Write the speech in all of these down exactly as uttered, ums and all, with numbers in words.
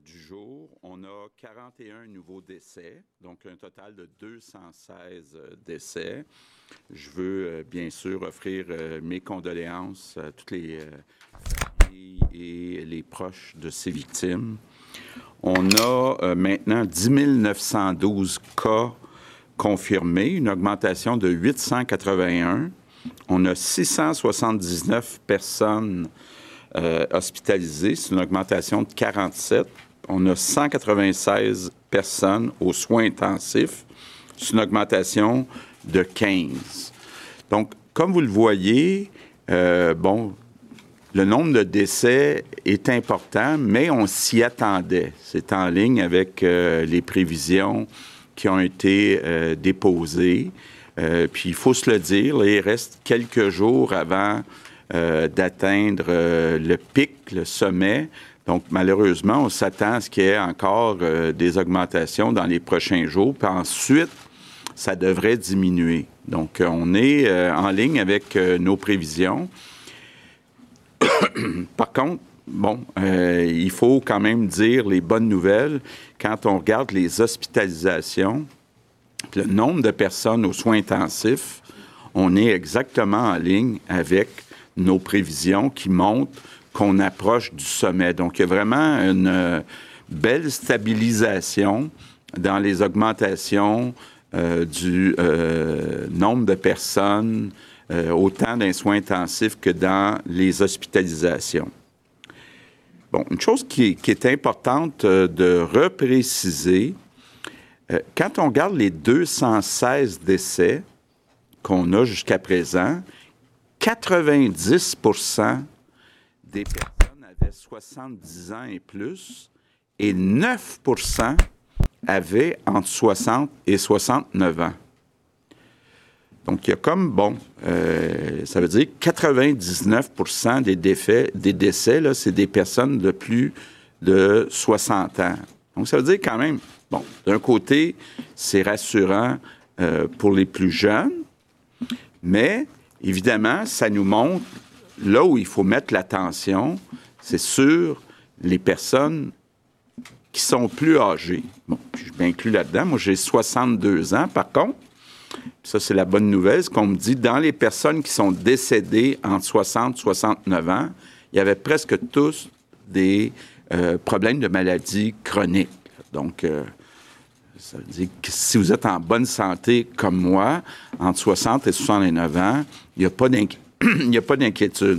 du jour, on a quarante et un nouveaux décès, donc un total de deux cent seize euh, décès. Je veux euh, bien sûr offrir euh, mes condoléances à toutes les euh, familles et les proches de ces victimes. On a euh, maintenant dix mille neuf cent douze cas confirmés, une augmentation de huit cent quatre-vingt-un. On a six cent soixante-dix-neuf personnes euh, hospitalisées, c'est une augmentation de quarante-sept. On a cent quatre-vingt-seize personnes aux soins intensifs, c'est une augmentation de quinze. Donc, comme vous le voyez, euh, bon, le nombre de décès est important, mais on s'y attendait. C'est en ligne avec euh, les prévisions qui ont été euh, déposées. Euh, puis, il faut se le dire, là, il reste quelques jours avant euh, d'atteindre euh, le pic, le sommet. Donc, malheureusement, on s'attend à ce qu'il y ait encore euh, des augmentations dans les prochains jours. Puis ensuite, ça devrait diminuer. Donc, on est euh, en ligne avec euh, nos prévisions. Par contre, bon, euh, il faut quand même dire les bonnes nouvelles. Quand on regarde les hospitalisations, le nombre de personnes aux soins intensifs, on est exactement en ligne avec nos prévisions qui montrent qu'on approche du sommet. Donc, il y a vraiment une euh, belle stabilisation dans les augmentations euh, du euh, nombre de personnes, euh, autant dans les soins intensifs que dans les hospitalisations. Bon, une chose qui, qui est importante euh, de repréciser, euh, quand on regarde les deux cent seize décès qu'on a jusqu'à présent, quatre-vingt-dix pour cent des personnes avaient soixante-dix ans et plus et neuf pour cent avaient entre soixante et soixante-neuf ans. Donc, il y a comme, bon, euh, ça veut dire quatre-vingt-dix-neuf pour cent des, défaits, des décès, là, c'est des personnes de plus de soixante ans. Donc, ça veut dire quand même, bon, d'un côté, c'est rassurant euh, pour les plus jeunes, mais évidemment, ça nous montre là où il faut mettre l'attention, c'est sur les personnes qui sont plus âgées. Bon, je m'inclus là-dedans. Moi, j'ai soixante-deux ans, par contre. Ça, c'est la bonne nouvelle. Ce qu'on me dit, dans les personnes qui sont décédées entre soixante et soixante-neuf ans, il y avait presque tous des euh, problèmes de maladies chroniques. Donc, euh, ça veut dire que si vous êtes en bonne santé comme moi, entre soixante et soixante-neuf ans, il n'y a pas d'inqui- il n'y a pas d'inquiétude.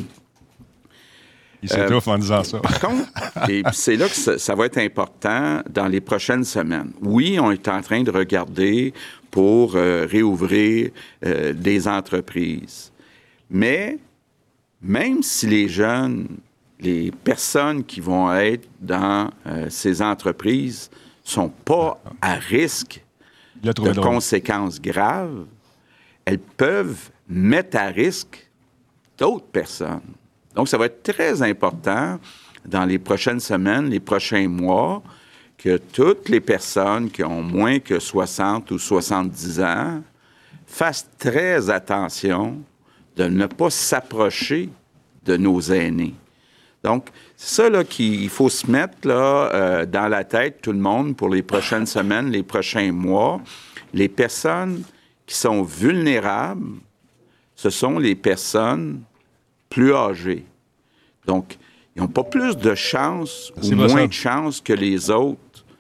Il s'étouffe euh, en disant ça. Par contre, et c'est là que ça, ça va être important dans les prochaines semaines. Oui, on est en train de regarder pour euh, réouvrir euh, des entreprises. Mais même si les jeunes, les personnes qui vont être dans euh, ces entreprises ne sont pas à risque de drôle. conséquences graves, elles peuvent mettre à risque d'autres personnes. Donc, ça va être très important dans les prochaines semaines, les prochains mois, que toutes les personnes qui ont moins que soixante ou soixante-dix ans fassent très attention de ne pas s'approcher de nos aînés. Donc, c'est ça là, qu'il faut se mettre là, euh, dans la tête, tout le monde, pour les prochaines semaines, les prochains mois. Les personnes qui sont vulnérables, ce sont les personnes plus âgés. Donc, ils n'ont pas plus de chances ou moins de chances que les autres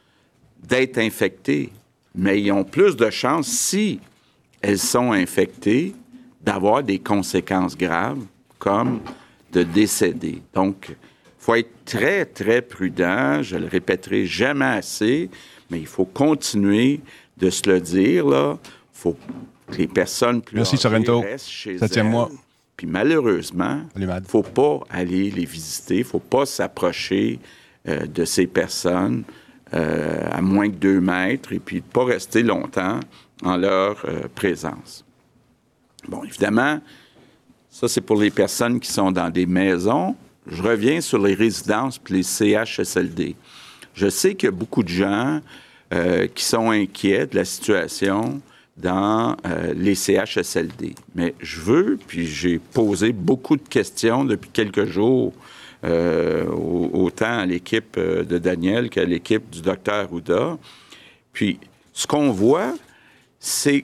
d'être infectés, mais ils ont plus de chances, si elles sont infectées, d'avoir des conséquences graves, comme de décéder. Donc, il faut être très, très prudent. Je le répéterai jamais assez, mais il faut continuer de se le dire, là. Il faut que les personnes plus Merci, âgées Sorrento. restent chez Septième elles. mois. Puis malheureusement, il ne faut pas aller les visiter, il ne faut pas s'approcher euh, de ces personnes euh, à moins que deux mètres et puis ne pas rester longtemps en leur euh, présence. Bon, évidemment, ça, c'est pour les personnes qui sont dans des maisons. Je reviens sur les résidences puis les C H S L D. Je sais qu'il y a beaucoup de gens euh, qui sont inquiets de la situation dans euh, les C H S L D. Mais je veux, puis j'ai posé beaucoup de questions depuis quelques jours euh, autant à l'équipe de Daniel qu'à l'équipe du docteur Arruda. Puis, ce qu'on voit, c'est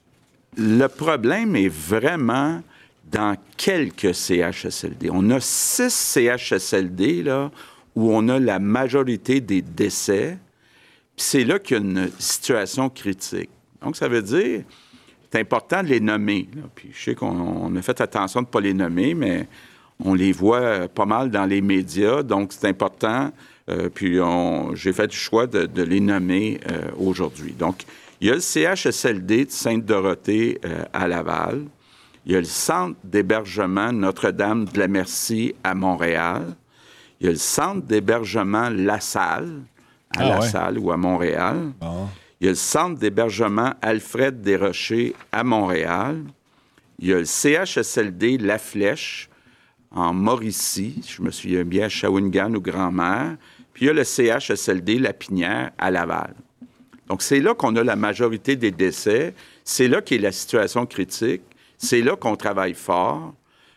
le problème est vraiment dans quelques C H S L D. On a six C H S L D là, où on a la majorité des décès, puis c'est là qu'il y a une situation critique. Donc, ça veut dire, c'est important de les nommer. Là. Puis je sais qu'on on a fait attention de ne pas les nommer, mais on les voit pas mal dans les médias, donc c'est important. Euh, puis on, j'ai fait le choix de, de les nommer euh, aujourd'hui. Donc, il y a le C H S L D de Sainte-Dorothée euh, à Laval. Il y a le Centre d'hébergement Notre-Dame de la Merci à Montréal. Il y a le Centre d'hébergement La Salle à ah, La ouais. Salle ou à Montréal. Bon. Il y a le Centre d'hébergement Alfred Desrochers à Montréal. Il y a le C H S L D La Flèche en Mauricie, je me souviens bien, à Shawinigan ou Grand-Mère. Puis il y a le C H S L D La Pinière à Laval. Donc, c'est là qu'on a la majorité des décès. C'est là qu'est la situation critique. C'est là qu'on travaille fort.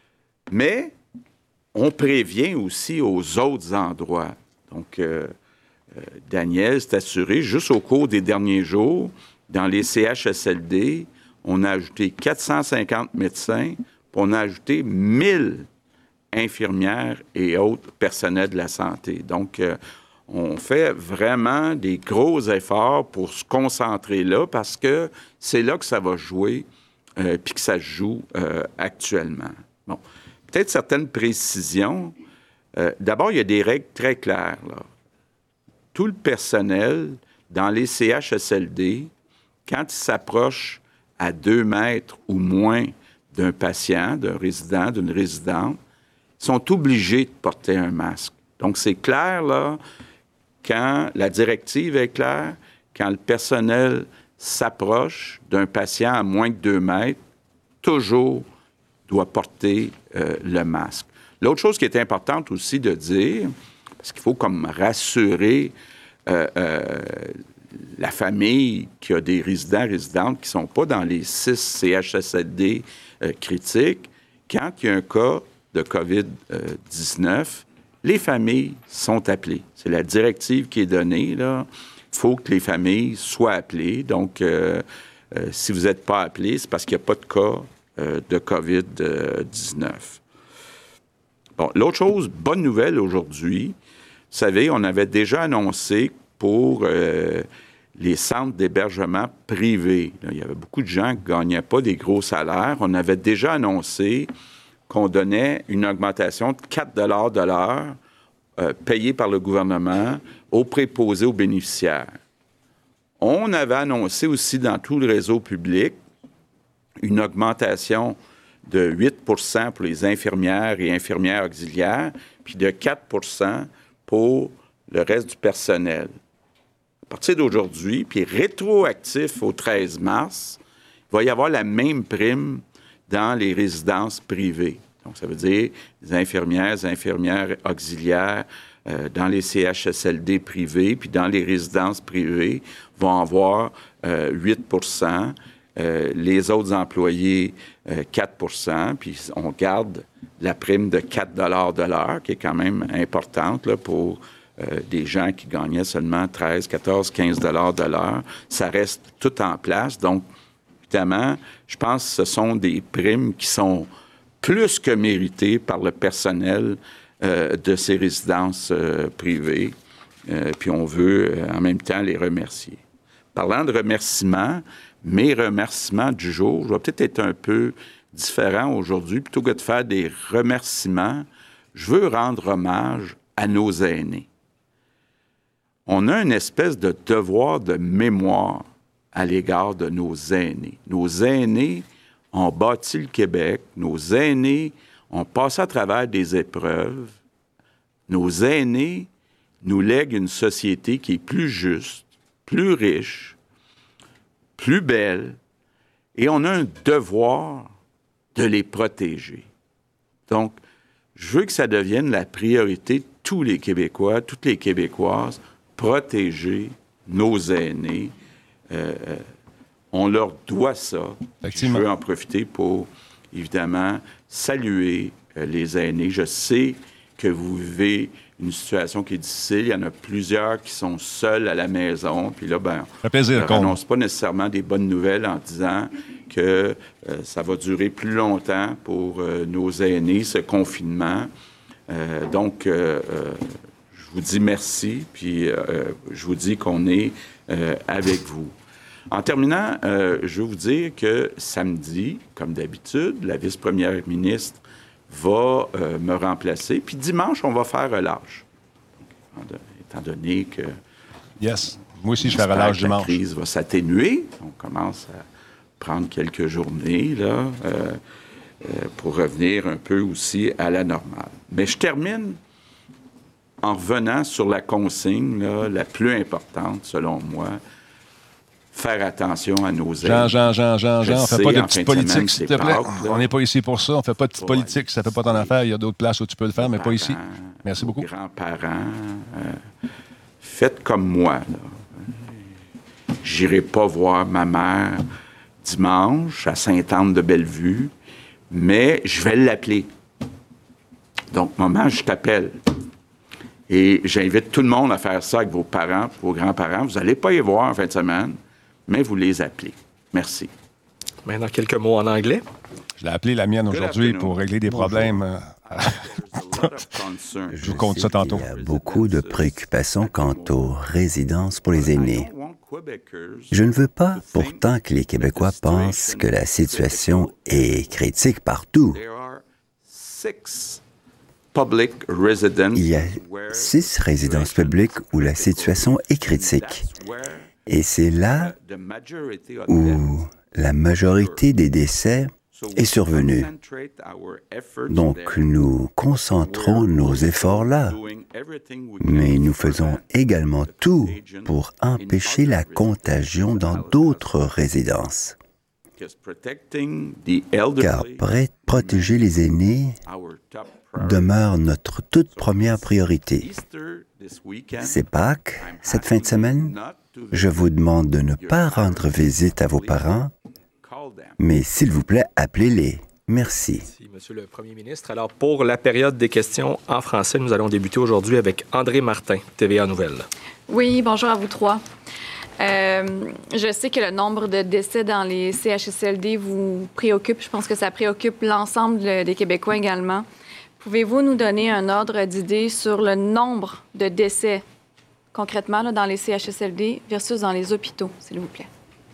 Mais on prévient aussi aux autres endroits. Donc, euh, euh, Daniel s'est assuré, juste au cours des derniers jours, dans les C H S L D, on a ajouté quatre cent cinquante médecins, puis on a ajouté mille infirmières et autres personnels de la santé. Donc, euh, on fait vraiment des gros efforts pour se concentrer là parce que c'est là que ça va jouer euh, puis que ça se joue euh, actuellement. Bon, peut-être certaines précisions. Euh, d'abord, il y a des règles très claires, là. Tout le personnel dans les C H S L D, quand il s'approche à deux mètres ou moins d'un patient, d'un résident, d'une résidente, sont obligés de porter un masque. Donc, c'est clair, là, quand la directive est claire, quand le personnel s'approche d'un patient à moins de deux mètres, toujours doit porter euh, le masque. L'autre chose qui est importante aussi de dire, parce qu'il faut comme rassurer euh, euh, la famille qui a des résidents, résidentes qui ne sont pas dans les six C H S L D euh, critiques, quand il y a un cas de covid dix-neuf, les familles sont appelées. C'est la directive qui est donnée, là. Il faut que les familles soient appelées. Donc, euh, euh, si vous n'êtes pas appelés, c'est parce qu'il n'y a pas de cas euh, de covid dix-neuf. Bon, l'autre chose, bonne nouvelle aujourd'hui, vous savez, on avait déjà annoncé pour euh, les centres d'hébergement privés. Là, il y avait beaucoup de gens qui ne gagnaient pas des gros salaires. On avait déjà annoncé qu'on donnait une augmentation de quatre dollars de l'heure euh, payée par le gouvernement aux préposés aux bénéficiaires. On avait annoncé aussi dans tout le réseau public une augmentation de huit pour cent pour les infirmières et infirmières auxiliaires, puis de quatre pour cent pour le reste du personnel. À partir d'aujourd'hui, puis rétroactif au treize mars, il va y avoir la même prime dans les résidences privées. Donc, ça veut dire les infirmières, les infirmières auxiliaires euh, dans les C H S L D privés, puis dans les résidences privées, vont avoir euh, huit pour cent. Euh, les autres employés, euh, quatre pour cent. Puis on garde la prime de quatre dollars de l'heure, qui est quand même importante là, pour euh, des gens qui gagnaient seulement treize, quatorze, quinze dollars de l'heure. Ça reste tout en place. Donc, évidemment, je pense que ce sont des primes qui sont plus que méritées par le personnel euh, de ces résidences euh, privées. Euh, puis on veut euh, en même temps les remercier. Parlant de remerciements, mes remerciements du jour, je vais peut-être être un peu différent aujourd'hui. Plutôt que de faire des remerciements, je veux rendre hommage à nos aînés. On a une espèce de devoir de mémoire à l'égard de nos aînés. Nos aînés ont bâti le Québec. Nos aînés ont passé à travers des épreuves. Nos aînés nous lèguent une société qui est plus juste, plus riche, plus belle, et on a un devoir de les protéger. Donc, je veux que ça devienne la priorité de tous les Québécois, toutes les Québécoises, protéger nos aînés. Euh, on leur doit ça. Je veux en profiter pour, évidemment, saluer euh, les aînés. Je sais que vous vivez une situation qui est difficile. Il y en a plusieurs qui sont seuls à la maison. Puis là, ben, plaisir, on n'annonce pas nécessairement des bonnes nouvelles en disant que euh, ça va durer plus longtemps pour euh, nos aînés, ce confinement. Euh, donc, euh, euh, je vous dis merci, puis euh, je vous dis qu'on est euh, avec vous. En terminant, euh, je veux vous dire que samedi, comme d'habitude, la vice-première ministre va euh, me remplacer. Puis dimanche, on va faire relâche. Étant donné que... Yes. Moi aussi, je fais relâche dimanche. La crise va s'atténuer. On commence à prendre quelques journées là, euh, euh, pour revenir un peu aussi à la normale. Mais je termine en revenant sur la consigne là, la plus importante, selon moi, faire attention à nos aides. Jean, Jean, Jean, Jean, Jean, on ne fait pas de petite politique, s'il te plaît. Pâques, on n'est pas ici pour ça. On ne fait pas de petite politique. Ça ne fait pas ton affaire. Il y a d'autres places où tu peux le faire, mais pas ici. Merci beaucoup. Grands-parents, euh, faites comme moi. Je n'irai pas voir ma mère dimanche à Sainte-Anne-de-Bellevue, mais je vais l'appeler. Donc, maman, je t'appelle. Et j'invite tout le monde à faire ça avec vos parents, vos grands-parents. Vous n'allez pas y voir en fin de semaine, mais vous les appelez. Merci. Maintenant, quelques mots en anglais. Je l'ai appelé la mienne aujourd'hui pour régler des problèmes. Je vous compte ça tantôt. Il y a beaucoup de préoccupations quant aux résidences pour les aînés. Je ne veux pas pourtant que les Québécois pensent que la situation est critique partout. Il y a six résidences publiques où la situation est critique. Et c'est là où la majorité des décès est survenue. Donc, nous concentrons nos efforts là, mais nous faisons également tout pour empêcher la contagion dans d'autres résidences. Car protéger les aînés demeure notre toute première priorité. C'est Pâques, cette fin de semaine. Je vous demande de ne pas rendre visite à vos parents, mais s'il vous plaît, appelez-les. Merci. Merci, Monsieur le Premier ministre. Alors, pour la période des questions en français, nous allons débuter aujourd'hui avec André Martin, T V A Nouvelles. Oui, bonjour à vous trois. Euh, je sais que le nombre de décès dans les C H S L D vous préoccupe. Je pense que ça préoccupe l'ensemble des Québécois également. Pouvez-vous nous donner un ordre d'idée sur le nombre de décès concrètement là, dans les C H S L D versus dans les hôpitaux, s'il vous plaît?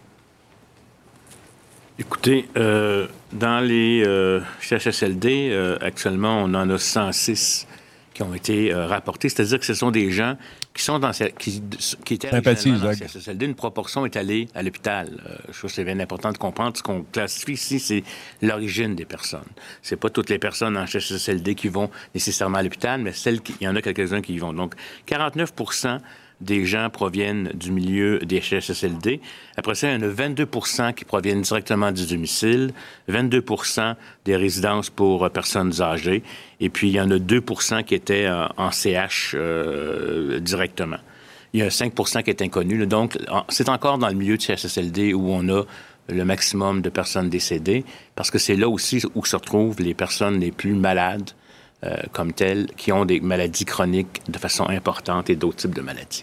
Écoutez, euh, dans les euh, C H S L D, euh, actuellement, on en a cent six qui ont été euh, rapportés. C'est-à-dire que ce sont des gens qui sont dans qui, qui étaient originellement dans le C H S L D. Une proportion est allée à l'hôpital. Euh, je trouve que c'est bien important de comprendre. Ce qu'on classifie ici, c'est l'origine des personnes. C'est pas toutes les personnes en C H S L D qui vont nécessairement à l'hôpital, mais celles qui, il y en a quelques-uns qui y vont. Donc, quarante-neuf pour cent des gens proviennent du milieu des C H S L D. Après ça, il y en a vingt-deux pour cent qui proviennent directement du domicile, vingt-deux pour cent des résidences pour personnes âgées, et puis il y en a deux pour cent qui étaient euh, en C H euh, directement. Il y a cinq pour cent qui est inconnu. Là, donc, c'est encore dans le milieu du C H S L D où on a le maximum de personnes décédées, parce que c'est là aussi où se retrouvent les personnes les plus malades, Euh, comme telles, qui ont des maladies chroniques de façon importante et d'autres types de maladies.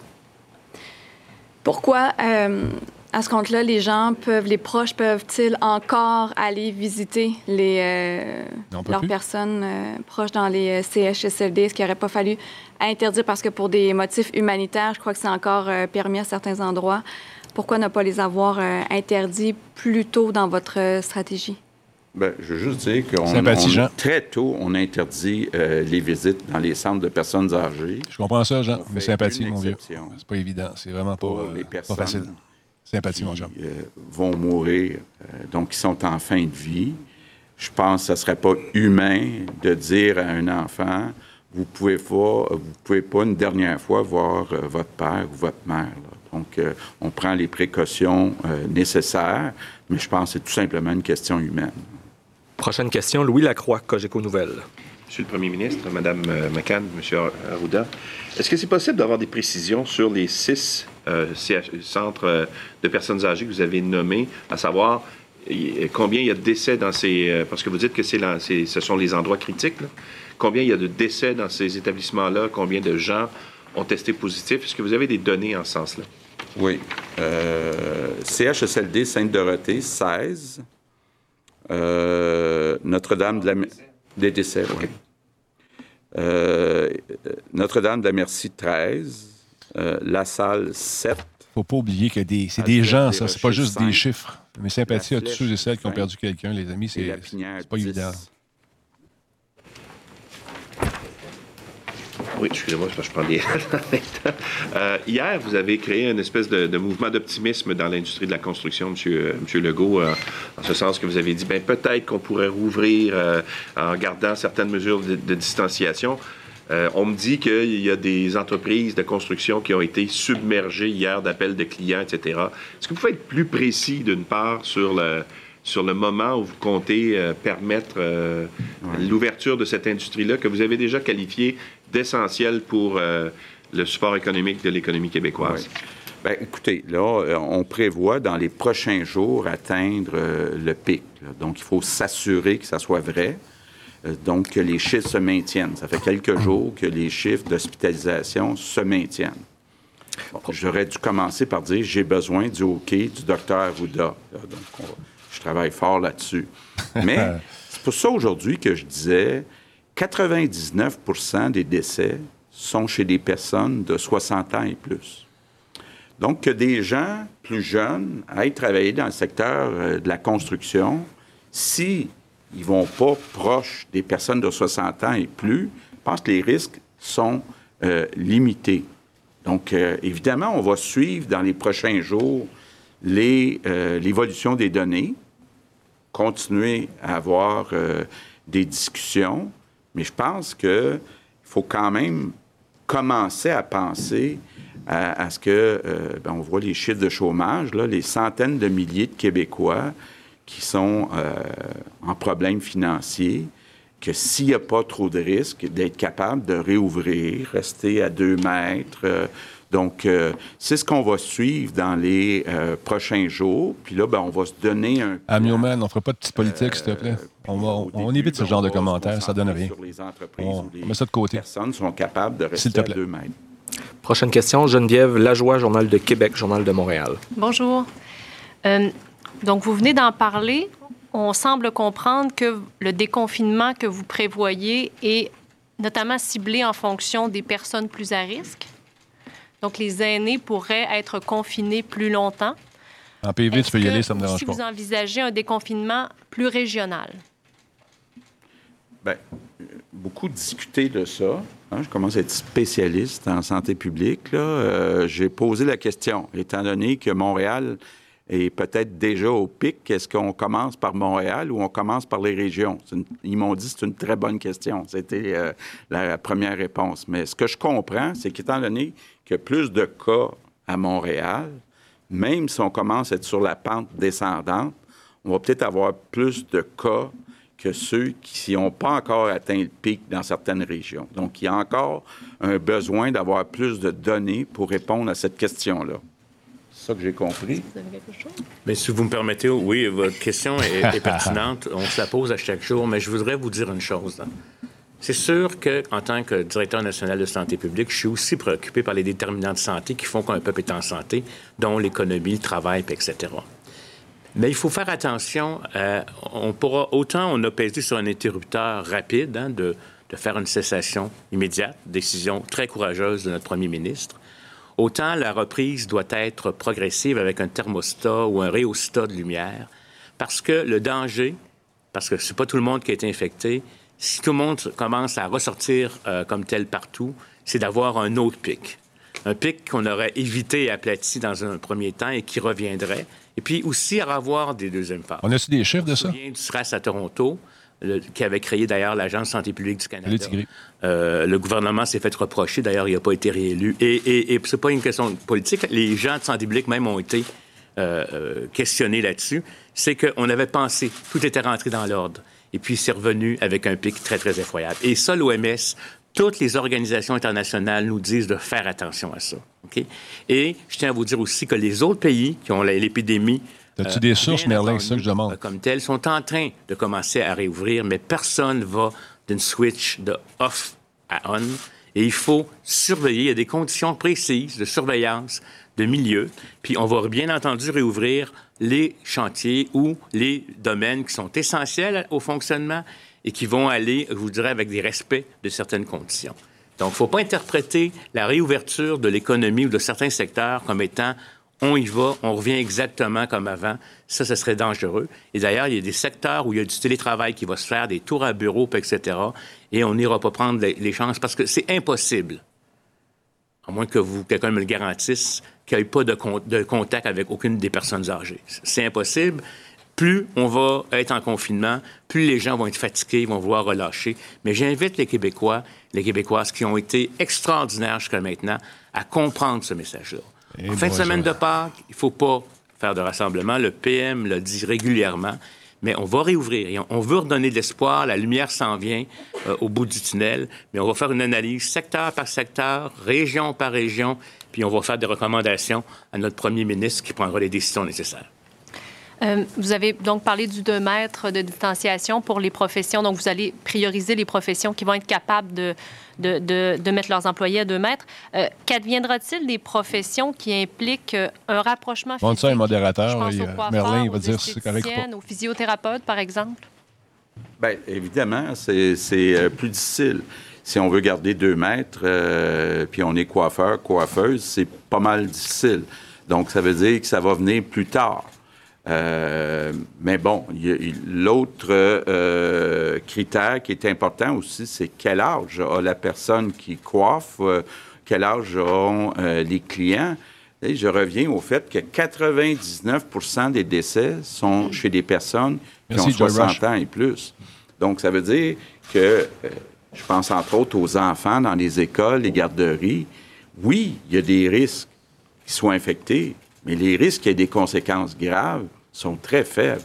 Pourquoi, euh, à ce compte-là, les gens peuvent, les proches peuvent-ils encore aller visiter les, euh, leurs plus. personnes euh, proches dans les C H S L D? Est-ce qu'il n'aurait pas fallu interdire, parce que pour des motifs humanitaires, je crois que c'est encore euh, permis à certains endroits, pourquoi ne pas les avoir euh, interdits plus tôt dans votre euh, stratégie? Bien, je veux juste dire qu'on on, très tôt, on interdit euh, les visites dans les centres de personnes âgées. Je comprends ça, Jean, mais sympathie, mon vieux. C'est pas évident, c'est vraiment pas, euh, pas facile. Sympathie, mon Jean. Qui euh, vont mourir, euh, donc qui sont en fin de vie. Je pense que ce ne serait pas humain de dire à un enfant, vous pouvez pas, vous pouvez pas une dernière fois voir euh, votre père ou votre mère. Là. Donc, euh, on prend les précautions euh, nécessaires, mais je pense que c'est tout simplement une question humaine. Prochaine question, Louis Lacroix, Cogeco Nouvelles. Monsieur le Premier ministre, Mme McCann, M. Arruda, est-ce que c'est possible d'avoir des précisions sur les six euh, C H, centres de personnes âgées que vous avez nommés, à savoir combien il y a de décès dans ces... Euh, parce que vous dites que c'est la, c'est, ce sont les endroits critiques, là. combien il y a de décès dans ces établissements-là, combien de gens ont testé positif. Est-ce que vous avez des données en ce sens-là? Oui. Euh, C H S L D Sainte-Dorothée, seize. Euh, Notre-Dame de la... Des décès, oui. Euh, Notre-Dame de la Merci, treize. Euh, La Salle, sept. Il ne faut pas oublier que des, c'est des gens, ça. C'est pas juste des chiffres. Mes sympathies à tous ceux et celles qui ont perdu quelqu'un, les amis, c'est, c'est pas évident. Oui, excusez-moi, je prends des euh, Hier, vous avez créé une espèce de, de mouvement d'optimisme dans l'industrie de la construction, M. Monsieur, monsieur Legault, euh, en ce sens que vous avez dit, bien, peut-être qu'on pourrait rouvrir euh, en gardant certaines mesures de, de distanciation. Euh, on me dit qu'il y a des entreprises de construction qui ont été submergées hier d'appels de clients, et cetera. Est-ce que vous pouvez être plus précis, d'une part, sur le, sur le moment où vous comptez euh, permettre euh, ouais. l'ouverture de cette industrie-là, que vous avez déjà qualifiée d'essentielle pour euh, le support économique de l'économie québécoise? Oui. Bien, écoutez, là, on prévoit dans les prochains jours atteindre euh, le pic. Là. Donc, il faut s'assurer que ça soit vrai. Donc, que les chiffres se maintiennent. Ça fait quelques jours que les chiffres d'hospitalisation se maintiennent. Bon, j'aurais dû commencer par dire j'ai besoin du OK du docteur Arruda. Donc, on, je travaille fort là-dessus. Mais c'est pour ça aujourd'hui que je disais quatre-vingt-dix-neuf pour cent des décès sont chez des personnes de soixante ans et plus. Donc, que des gens plus jeunes aillent travailler dans le secteur de la construction, si ils ne vont pas proche des personnes de soixante ans et plus, je pense que les risques sont euh, limités. Donc, euh, évidemment, on va suivre dans les prochains jours les, euh, l'évolution des données, continuer à avoir euh, des discussions, mais je pense qu'il faut quand même commencer à penser à, à ce que, euh, ben, on voit les chiffres de chômage, là, les centaines de milliers de Québécois qui sont euh, en problème financier, que s'il n'y a pas trop de risques, d'être capable de réouvrir, rester à deux mètres. Euh, donc, euh, c'est ce qu'on va suivre dans les euh, prochains jours. Puis là, ben, on va se donner un... Amioman, on ne fera pas de petite politique, euh, s'il te plaît. On, va, on, on évite ce genre de commentaires, ça ne donne rien. Sur les entreprises on, où les on met ça de côté. personnes sont capables de rester à deux mètres. Prochaine question, Geneviève Lajoie, Journal de Québec, Journal de Montréal. Bonjour. Euh, Donc, vous venez d'en parler. On semble comprendre que le déconfinement que vous prévoyez est notamment ciblé en fonction des personnes plus à risque. Donc, les aînés pourraient être confinés plus longtemps. En P V, Est-ce tu peux y aller, ça ne me dérange si pas. Vous envisagez un déconfinement plus régional? Bien, beaucoup discuté de ça. Hein, je commence à être spécialiste en santé publique. Là. Euh, j'ai posé la question, étant donné que Montréal est peut-être déjà au pic. Est-ce qu'on commence par Montréal ou on commence par les régions? Une, ils m'ont dit que c'est une très bonne question. C'était euh, la première réponse. Mais ce que je comprends, c'est qu'étant donné qu'il y a plus de cas à Montréal, même si on commence à être sur la pente descendante, on va peut-être avoir plus de cas que ceux qui n'ont pas encore atteint le pic dans certaines régions. Donc, il y a encore un besoin d'avoir plus de données pour répondre à cette question-là. C'est ça que j'ai compris. Vous avez quelque chose? Bien, si vous me permettez, oui, votre question est, est pertinente. On se la pose à chaque jour, mais je voudrais vous dire une chose. Hein. C'est sûr qu'en tant que directeur national de santé publique, je suis aussi préoccupé par les déterminants de santé qui font qu'un peuple est en santé, dont l'économie, le travail, et cetera. Mais il faut faire attention. Euh, on pourra, autant on a pesé sur un interrupteur rapide hein, de, de faire une cessation immédiate, décision très courageuse de notre premier ministre, autant la reprise doit être progressive avec un thermostat ou un rhéostat de lumière, parce que le danger, parce que c'est pas tout le monde qui a été infecté, si tout le monde commence à ressortir euh, comme tel partout, c'est d'avoir un autre pic. Un pic qu'on aurait évité et aplati dans un premier temps et qui reviendrait. Et puis aussi à avoir des deuxièmes phases. On a-tu des chiffres de ça? On se souvient du S R A S à Toronto, le, qui avait créé d'ailleurs l'Agence santé publique du Canada. Euh, le gouvernement s'est fait reprocher, d'ailleurs, il n'a pas été réélu. Et, et, et c'est pas une question politique. Les gens de santé publique même ont été euh, euh, questionnés là-dessus. C'est qu'on avait pensé, tout était rentré dans l'ordre. Et puis c'est revenu avec un pic très, très effroyable. Et ça, l'O M S, toutes les organisations internationales nous disent de faire attention à ça. Okay? Et je tiens à vous dire aussi que les autres pays qui ont l'épidémie... As-tu euh, des sources, Merlin, c'est ça que je demande? Comme telles, sont en train de commencer à réouvrir, mais personne ne va d'une switch de off à on. Et il faut surveiller. Il y a des conditions précises de surveillance de milieu. Puis on va bien entendu réouvrir les chantiers ou les domaines qui sont essentiels au fonctionnement et qui vont aller, je vous dirais, avec des respects de certaines conditions. Donc, il ne faut pas interpréter la réouverture de l'économie ou de certains secteurs comme étant on y va, on revient exactement comme avant. Ça, ce serait dangereux. Et d'ailleurs, il y a des secteurs où il y a du télétravail qui va se faire, des tours à bureau, et cetera. Et on n'ira pas prendre les, les chances parce que c'est impossible, à moins que vous, quelqu'un me le garantisse, qu'il n'y ait pas de, con, de contact avec aucune des personnes âgées. C'est impossible. Plus on va être en confinement, plus les gens vont être fatigués, vont vouloir relâcher. Mais j'invite les Québécois, les Québécoises qui ont été extraordinaires jusqu'à maintenant à comprendre ce message-là. Et en fin de semaine de Pâques, il ne faut pas faire de rassemblement. Le P M l'a dit régulièrement. Mais on va réouvrir et on veut redonner de l'espoir. La lumière s'en vient euh, au bout du tunnel. Mais on va faire une analyse secteur par secteur, région par région, puis on va faire des recommandations à notre premier ministre qui prendra les décisions nécessaires. Euh, vous avez donc parlé du deux mètres de distanciation pour les professions. Donc, vous allez prioriser les professions qui vont être capables de, de, de, de mettre leurs employés à deux mètres. Euh, qu'adviendra-t-il des professions qui impliquent un rapprochement physique? On ça, un modérateur. Je pense et, aux coiffeurs, Merlin, il va aux dire si c'est correct ou pas. Aux physiothérapeutes, par exemple? Bien, évidemment, c'est, c'est euh, plus difficile. Si on veut garder deux mètres, euh, puis on est coiffeur, coiffeuse, c'est pas mal difficile. Donc, ça veut dire que ça va venir plus tard. Euh, mais bon, y a, y, l'autre euh, critère qui est important aussi, c'est quel âge a la personne qui coiffe, euh, quel âge ont euh, les clients. Et je reviens au fait que quatre-vingt-dix-neuf pour cent des décès sont chez des personnes qui Merci, ont soixante ans et plus. Donc, ça veut dire que, euh, je pense entre autres aux enfants dans les écoles, les garderies. Oui, il y a des risques qu'ils soient infectés, mais les risques qu'il y ait des conséquences graves sont très faibles.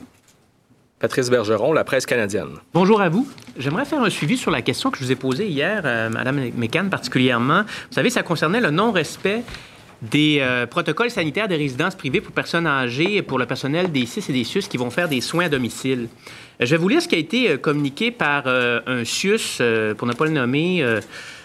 Patrice Bergeron, La Presse canadienne. Bonjour à vous. J'aimerais faire un suivi sur la question que je vous ai posée hier, euh, Mme McCann particulièrement. Vous savez, ça concernait le non-respect des euh, protocoles sanitaires des résidences privées pour personnes âgées et pour le personnel des C I S et des S U S qui vont faire des soins à domicile. Je vais vous lire ce qui a été euh, communiqué par euh, un S U S, euh, pour ne pas le nommer, euh,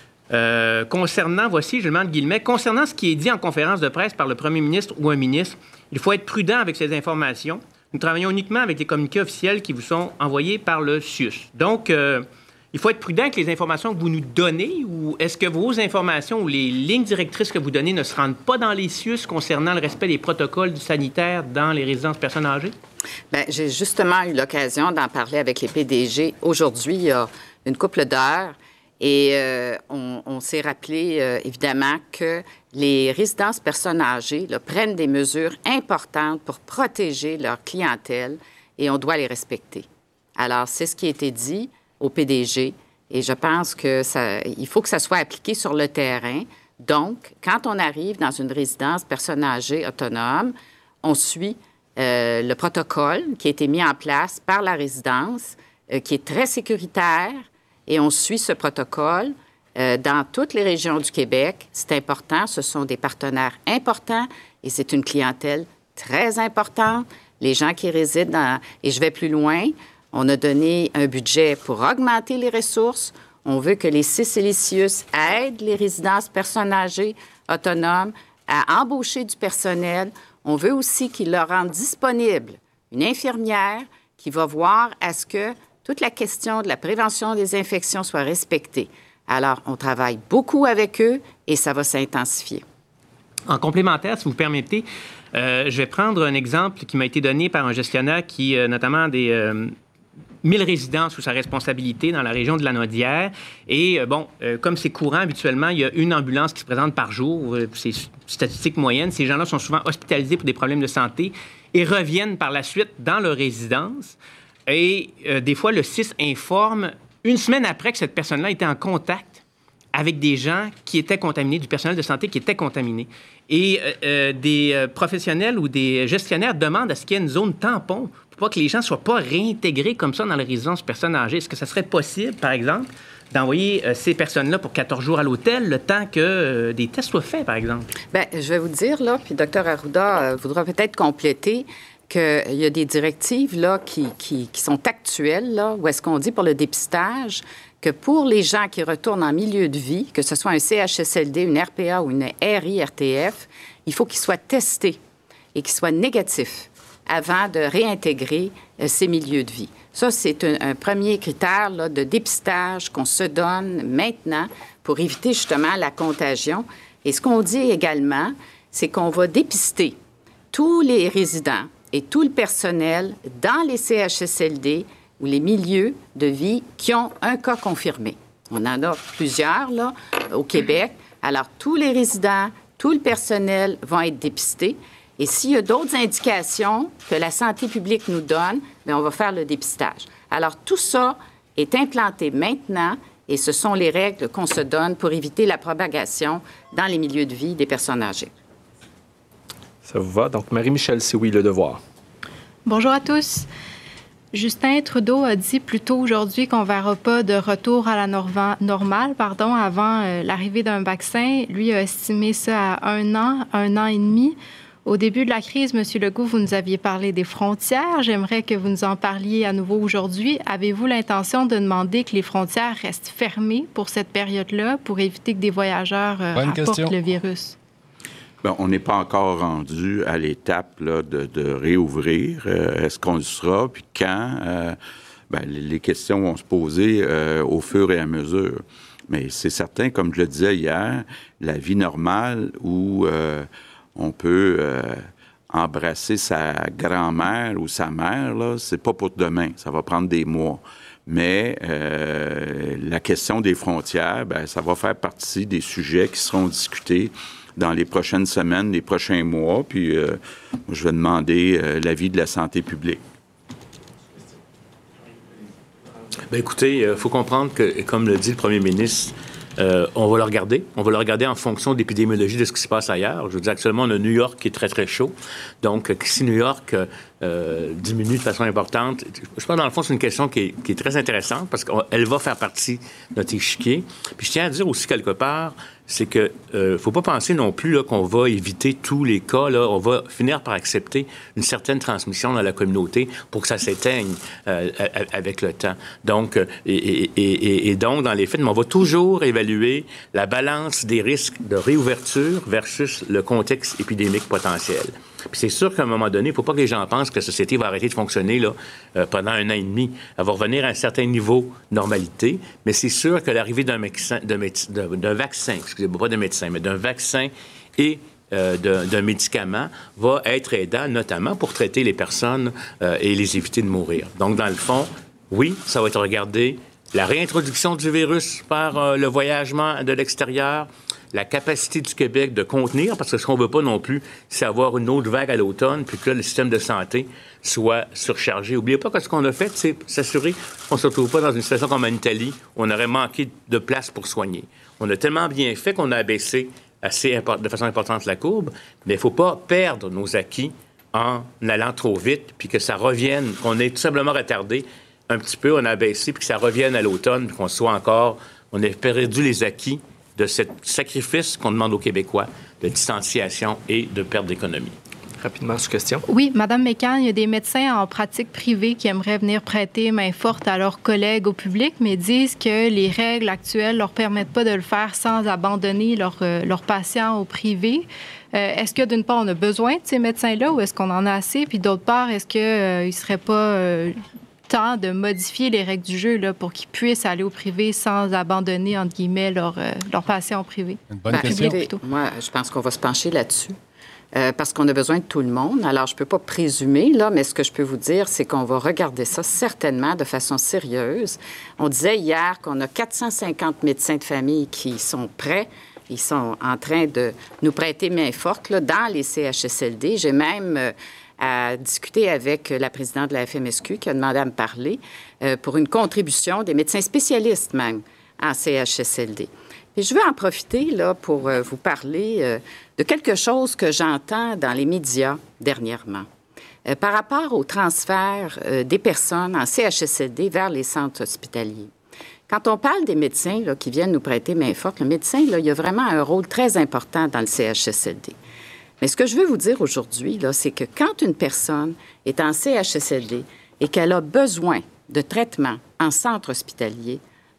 Euh, concernant, voici, je le mets en guillemets, concernant ce qui est dit en conférence de presse par le premier ministre ou un ministre, il faut être prudent avec ces informations. Nous travaillons uniquement avec les communiqués officiels qui vous sont envoyés par le S U S. Donc, euh, il faut être prudent avec les informations que vous nous donnez, ou est-ce que vos informations ou les lignes directrices que vous donnez ne se rendent pas dans les S U S concernant le respect des protocoles sanitaires dans les résidences personnes âgées? Bien, j'ai justement eu l'occasion d'en parler avec les P D G aujourd'hui, il y a une couple d'heures. Et euh, on, on s'est rappelé, euh, évidemment, que les résidences personnes âgées là, prennent des mesures importantes pour protéger leur clientèle et on doit les respecter. Alors, c'est ce qui a été dit au P D G et je pense que ça, il faut que ça soit appliqué sur le terrain. Donc, quand on arrive dans une résidence personnes âgées autonome, on suit euh, le protocole qui a été mis en place par la résidence, euh, qui est très sécuritaire. Et on suit ce protocole euh, dans toutes les régions du Québec. C'est important. Ce sont des partenaires importants et c'est une clientèle très importante. Les gens qui résident dans... Et je vais plus loin. On a donné un budget pour augmenter les ressources. On veut que les C I S et les S U S aident les résidences personnes âgées autonomes à embaucher du personnel. On veut aussi qu'ils leur rendent disponible une infirmière qui va voir à ce que toute la question de la prévention des infections soit respectée. Alors, on travaille beaucoup avec eux et ça va s'intensifier. En complémentaire, si vous permettez, euh, je vais prendre un exemple qui m'a été donné par un gestionnaire qui, euh, notamment des euh, mille résidences sous sa responsabilité dans la région de Lanaudière. Et, euh, bon, euh, comme c'est courant habituellement, il y a une ambulance qui se présente par jour. Euh, c'est statistique moyenne. Ces gens-là sont souvent hospitalisés pour des problèmes de santé et reviennent par la suite dans leur résidence. Et euh, des fois, le S I S informe une semaine après que cette personne-là était en contact avec des gens qui étaient contaminés, du personnel de santé qui était contaminé. Et euh, euh, des euh, professionnels ou des gestionnaires demandent à ce qu'il y ait une zone tampon pour pas que les gens ne soient pas réintégrés comme ça dans les résidences personnes âgées. Est-ce que ça serait possible, par exemple, d'envoyer euh, ces personnes-là pour quatorze jours à l'hôtel, le temps que euh, des tests soient faits, par exemple? Bien, je vais vous dire, là, puis Dr Arruda euh, voudra peut-être compléter qu'il y a des directives là, qui, qui, qui sont actuelles, là, où est-ce qu'on dit pour le dépistage que pour les gens qui retournent en milieu de vie, que ce soit un C H S L D, une R P A ou une R I R T F, il faut qu'ils soient testés et qu'ils soient négatifs avant de réintégrer euh, ces milieux de vie. Ça, c'est un, un premier critère là, de dépistage qu'on se donne maintenant pour éviter justement la contagion. Et ce qu'on dit également, c'est qu'on va dépister tous les résidents et tout le personnel dans les C H S L D ou les milieux de vie qui ont un cas confirmé. On en a plusieurs, là, au Québec. Alors, tous les résidents, tout le personnel vont être dépistés. Et s'il y a d'autres indications que la santé publique nous donne, bien, on va faire le dépistage. Alors, tout ça est implanté maintenant et ce sont les règles qu'on se donne pour éviter la propagation dans les milieux de vie des personnes âgées. Ça vous va? Donc, Marie-Michel Sioui, Le Devoir. Bonjour à tous. Justin Trudeau a dit plus tôt aujourd'hui qu'on ne verra pas de retour à la norva- normale pardon, avant euh, l'arrivée d'un vaccin. Lui a estimé ça à un an, un an et demi. Au début de la crise, M. Legault, vous nous aviez parlé des frontières. J'aimerais que vous nous en parliez à nouveau aujourd'hui. Avez-vous l'intention de demander que les frontières restent fermées pour cette période-là pour éviter que des voyageurs euh, apportent question. le virus? Bien, on n'est pas encore rendu à l'étape là, de, de réouvrir. Euh, est-ce qu'on le sera? Puis quand? Euh, bien, les questions vont se poser euh, au fur et à mesure. Mais c'est certain, comme je le disais hier, la vie normale où euh, on peut euh, embrasser sa grand-mère ou sa mère, là, c'est pas pour demain. Ça va prendre des mois. Mais euh, la question des frontières, bien, ça va faire partie des sujets qui seront discutés dans les prochaines semaines, les prochains mois. Puis, euh, je vais demander euh, l'avis de la santé publique. Bien, écoutez, il faut comprendre que, comme le dit le premier ministre, euh, on va le regarder. On va le regarder en fonction de l'épidémiologie de ce qui se passe ailleurs. Je veux dire, actuellement, on a New York qui est très, très chaud. Donc, si New York euh, diminue de façon importante, je pense, dans le fond, c'est une question qui est, qui est très intéressante parce qu'elle va faire partie de notre échiquier. Puis, je tiens à dire aussi quelque part, c'est que euh, faut pas penser non plus là, qu'on va éviter tous les cas. Là, on va finir par accepter une certaine transmission dans la communauté pour que ça s'éteigne euh, avec le temps. Donc, et, et, et, et donc, dans les faits, on va toujours évaluer la balance des risques de réouverture versus le contexte épidémique potentiel. Puis c'est sûr qu'à un moment donné, il ne faut pas que les gens pensent que la société va arrêter de fonctionner là, euh, pendant un an et demi. Elle va revenir à un certain niveau de normalité, mais c'est sûr que l'arrivée d'un, médecin, d'un, méde- d'un vaccin, excusez-moi, pas de médecin, mais d'un vaccin et euh, d'un, d'un médicament va être aidant, notamment pour traiter les personnes euh, et les éviter de mourir. Donc, dans le fond, oui, ça va être regardé. La réintroduction du virus par euh, le voyagement de l'extérieur, la capacité du Québec de contenir, parce que ce qu'on ne veut pas non plus, c'est avoir une autre vague à l'automne, puis que là, le système de santé soit surchargé. N'oubliez pas que ce qu'on a fait, c'est s'assurer qu'on ne se retrouve pas dans une situation comme en Italie, où on aurait manqué de place pour soigner. On a tellement bien fait qu'on a abaissé assez import- de façon importante la courbe, mais il ne faut pas perdre nos acquis en allant trop vite, puis que ça revienne, qu'on ait tout simplement retardé un petit peu, on a abaissé, puis que ça revienne à l'automne, puis qu'on soit encore, on ait perdu les acquis de ce sacrifice qu'on demande aux Québécois de distanciation et de perte d'économie. Rapidement, sous question. Oui, Mme Mécan, il y a des médecins en pratique privée qui aimeraient venir prêter main forte à leurs collègues au public, mais disent que les règles actuelles ne leur permettent pas de le faire sans abandonner leurs euh, leur patients au privé. Euh, est-ce que, d'une part, on a besoin de ces médecins-là ou est-ce qu'on en a assez? Puis d'autre part, est-ce qu'il euh, ne serait pas euh, temps de modifier les règles du jeu là, pour qu'ils puissent aller au privé sans abandonner, entre guillemets, leurs euh, leur patients au privé? Une bonne Ben, question. écoutez, moi, je pense qu'on va se pencher là-dessus. Euh, parce qu'on a besoin de tout le monde. Alors, je ne peux pas présumer, là, mais ce que je peux vous dire, c'est qu'on va regarder ça certainement de façon sérieuse. On disait hier qu'on a quatre cent cinquante médecins de famille qui sont prêts. Ils sont en train de nous prêter main forte là, dans les C H S L D. J'ai même euh, à discuter avec la présidente de la F M S Q qui a demandé à me parler euh, pour une contribution des médecins spécialistes même en C H S L D. Et je veux en profiter là, pour euh, vous parler euh, de quelque chose que j'entends dans les médias dernièrement. Euh, par rapport au transfert euh, des personnes en C H S L D vers les centres hospitaliers. Quand on parle des médecins là, qui viennent nous prêter main forte, le médecin, là, il a vraiment un rôle très important dans le C H S L D. Mais ce que je veux vous dire aujourd'hui, là, c'est que quand une personne est en C H S L D et qu'elle a besoin de traitement en centre hospitalier,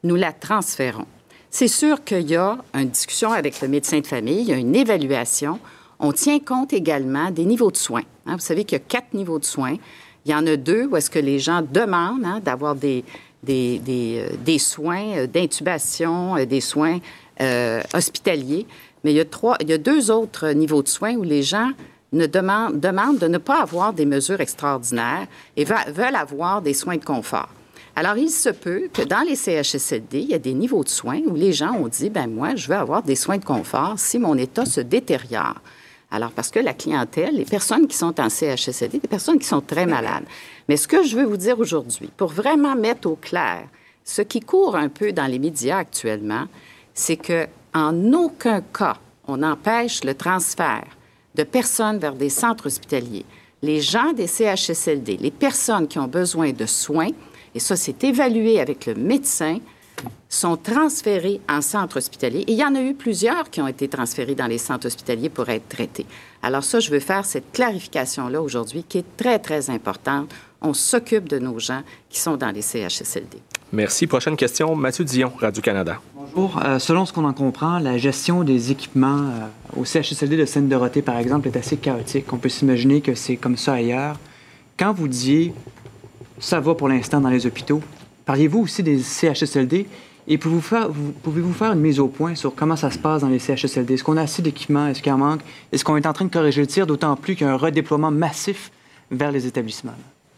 nous la transférons. C'est sûr qu'il y a une discussion avec le médecin de famille, il y a une évaluation. On tient compte également des niveaux de soins. Hein, vous savez qu'il y a quatre niveaux de soins. Il y en a deux où est-ce que les gens demandent hein, d'avoir des, des, des, euh, des soins d'intubation, euh, des soins euh, hospitaliers. Mais il y, a trois, il y a deux autres niveaux de soins où les gens ne demandent, demandent de ne pas avoir des mesures extraordinaires et va, veulent avoir des soins de confort. Alors, il se peut que dans les C H S L D, il y a des niveaux de soins où les gens ont dit, ben moi, je veux avoir des soins de confort si mon état se détériore. Alors, parce que la clientèle, les personnes qui sont en C H S L D, des personnes qui sont très malades. Mais ce que je veux vous dire aujourd'hui, pour vraiment mettre au clair ce qui court un peu dans les médias actuellement, c'est qu'en aucun cas, on empêche le transfert de personnes vers des centres hospitaliers. Les gens des C H S L D, les personnes qui ont besoin de soins, et ça, c'est évalué avec le médecin, sont transférés en centre hospitalier. Et il y en a eu plusieurs qui ont été transférés dans les centres hospitaliers pour être traités. Alors ça, je veux faire cette clarification-là aujourd'hui qui est très, très importante. On s'occupe de nos gens qui sont dans les C H S L D. Merci. Prochaine question, Mathieu Dion, Radio-Canada. Bonjour. Euh, selon ce qu'on en comprend, la gestion des équipements euh, au C H S L D de Sainte-Dorothée, par exemple, est assez chaotique. On peut s'imaginer que c'est comme ça ailleurs. Quand vous disiez « ça va pour l'instant dans les hôpitaux », parliez-vous aussi des C H S L D et pouvez-vous faire, vous, pouvez-vous faire une mise au point sur comment ça se passe dans les C H S L D? Est-ce qu'on a assez d'équipements? Est-ce qu'il en manque? Est-ce qu'on est en train de corriger le tir, d'autant plus qu'il y a un redéploiement massif vers les établissements?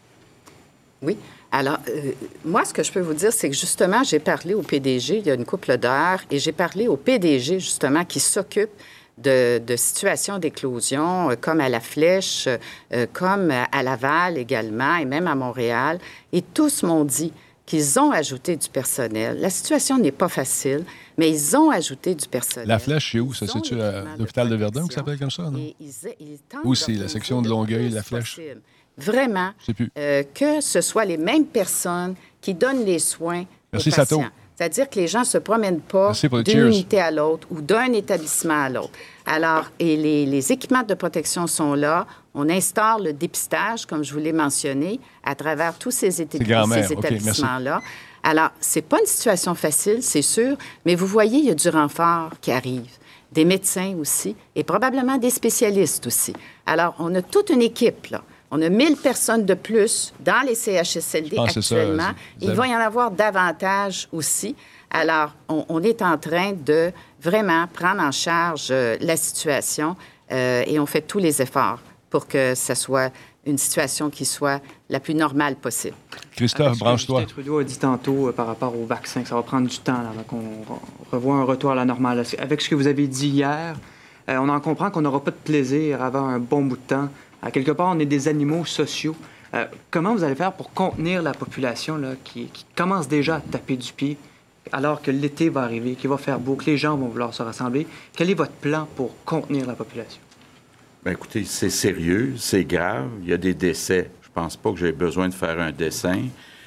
Oui. Alors, euh, moi, ce que je peux vous dire, c'est que justement, j'ai parlé au P D G il y a une couple d'heures et j'ai parlé au P D G, justement, qui s'occupe de, de situations d'éclosion, euh, comme à La Flèche, euh, comme à Laval également, et même à Montréal. Et tous m'ont dit qu'ils ont ajouté du personnel. La situation n'est pas facile, mais ils ont ajouté du personnel. La Flèche, c'est où? Ça, c'est-tu à l'hôpital de Verdun qui s'appelle comme ça, non? Et ils, ils Où c'est? La section de Longueuil, La Flèche? Possible. Vraiment, euh, que ce soit les mêmes personnes qui donnent les soins Merci, aux patients. Sato. C'est-à-dire que les gens ne se promènent pas d'une unité à l'autre ou d'un établissement à l'autre. Alors, et les, les équipements de protection sont là. On instaure le dépistage, comme je vous l'ai mentionné, à travers tous ces, éta- ces établissements-là. Okay, alors, ce n'est pas une situation facile, c'est sûr, mais vous voyez, il y a du renfort qui arrive, des médecins aussi, et probablement des spécialistes aussi. Alors, on a toute une équipe, là. On a mille personnes de plus dans les C H S L D ah, actuellement. Ça, Il va y en avoir davantage aussi. Alors, on, on est en train de vraiment prendre en charge euh, la situation euh, et on fait tous les efforts pour que ce soit une situation qui soit la plus normale possible. Christophe, branche-toi. Justin Trudeau a dit tantôt euh, par rapport au vaccin que ça va prendre du temps là, avant qu'on revoie un retour à la normale. Avec ce que vous avez dit hier, euh, on en comprend qu'on n'aura pas de plaisir avant un bon bout de temps. À quelque part, on est des animaux sociaux. Euh, comment vous allez faire pour contenir la population là, qui, qui commence déjà à taper du pied alors que l'été va arriver, qu'il va faire beau, que les gens vont vouloir se rassembler? Quel est votre plan pour contenir la population? Bien, écoutez, c'est sérieux, c'est grave. Il y a des décès. Je pense pas que j'ai besoin de faire un dessin.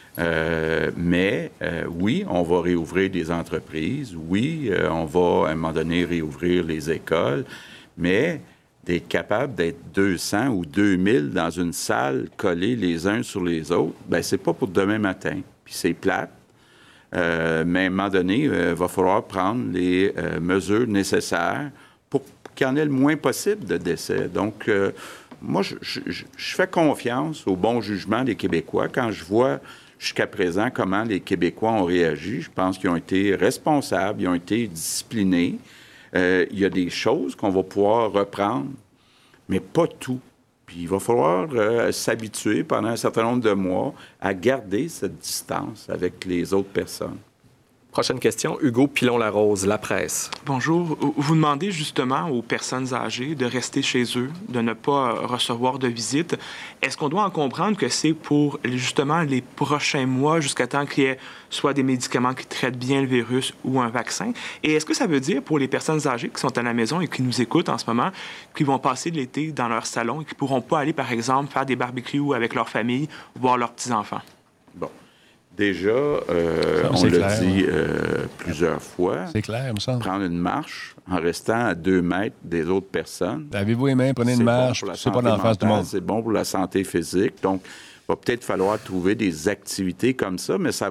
Euh, mais euh, oui, on va réouvrir des entreprises. Oui, euh, on va à un moment donné réouvrir les écoles. Mais d'être capable d'être deux cents ou deux mille dans une salle collés les uns sur les autres, bien, c'est pas pour demain matin. Puis c'est plate. Euh, mais à un moment donné, il euh, va falloir prendre les euh, mesures nécessaires pour qu'il y en ait le moins possible de décès. Donc, euh, moi, je, je, je fais confiance au bon jugement des Québécois. Quand je vois jusqu'à présent comment les Québécois ont réagi, je pense qu'ils ont été responsables, ils ont été disciplinés. Euh, il y a des choses qu'on va pouvoir reprendre, mais pas tout. Puis il va falloir euh, s'habituer pendant un certain nombre de mois à garder cette distance avec les autres personnes. Prochaine question, Hugo Pilon-Larose, La Presse. Bonjour. Vous demandez justement aux personnes âgées de rester chez eux, de ne pas recevoir de visite. Est-ce qu'on doit en comprendre que c'est pour justement les prochains mois jusqu'à temps qu'il y ait soit des médicaments qui traitent bien le virus ou un vaccin? Et est-ce que ça veut dire pour les personnes âgées qui sont à la maison et qui nous écoutent en ce moment, qui vont passer l'été dans leur salon et qui ne pourront pas aller, par exemple, faire des barbecues avec leur famille ou voir leurs petits-enfants? Bon. Déjà, euh, on l'a dit euh, plusieurs fois. C'est clair, il me semble. Prendre une marche en restant à deux mètres des autres personnes. Lavez-vous les mains, prenez une marche. Bon c'est pas dans la face du monde. C'est bon pour la santé physique. Donc, il va peut-être falloir trouver des activités comme ça, mais ça va être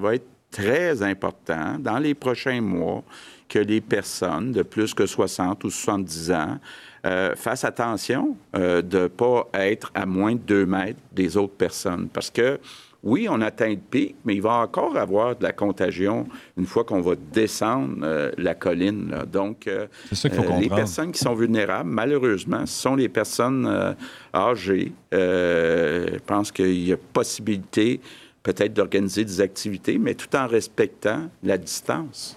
très important dans les prochains mois que les personnes de plus que soixante ou soixante-dix ans euh, fassent attention euh, de ne pas être à moins de deux mètres des autres personnes. Parce que, oui, on atteint le pic, mais il va encore avoir de la contagion une fois qu'on va descendre euh, la colline. Là. Donc, euh, C'est ça qu'il faut comprendre. les personnes qui sont vulnérables, malheureusement, ce sont les personnes euh, âgées. Euh, je pense qu'il y a possibilité peut-être d'organiser des activités, mais tout en respectant la distance.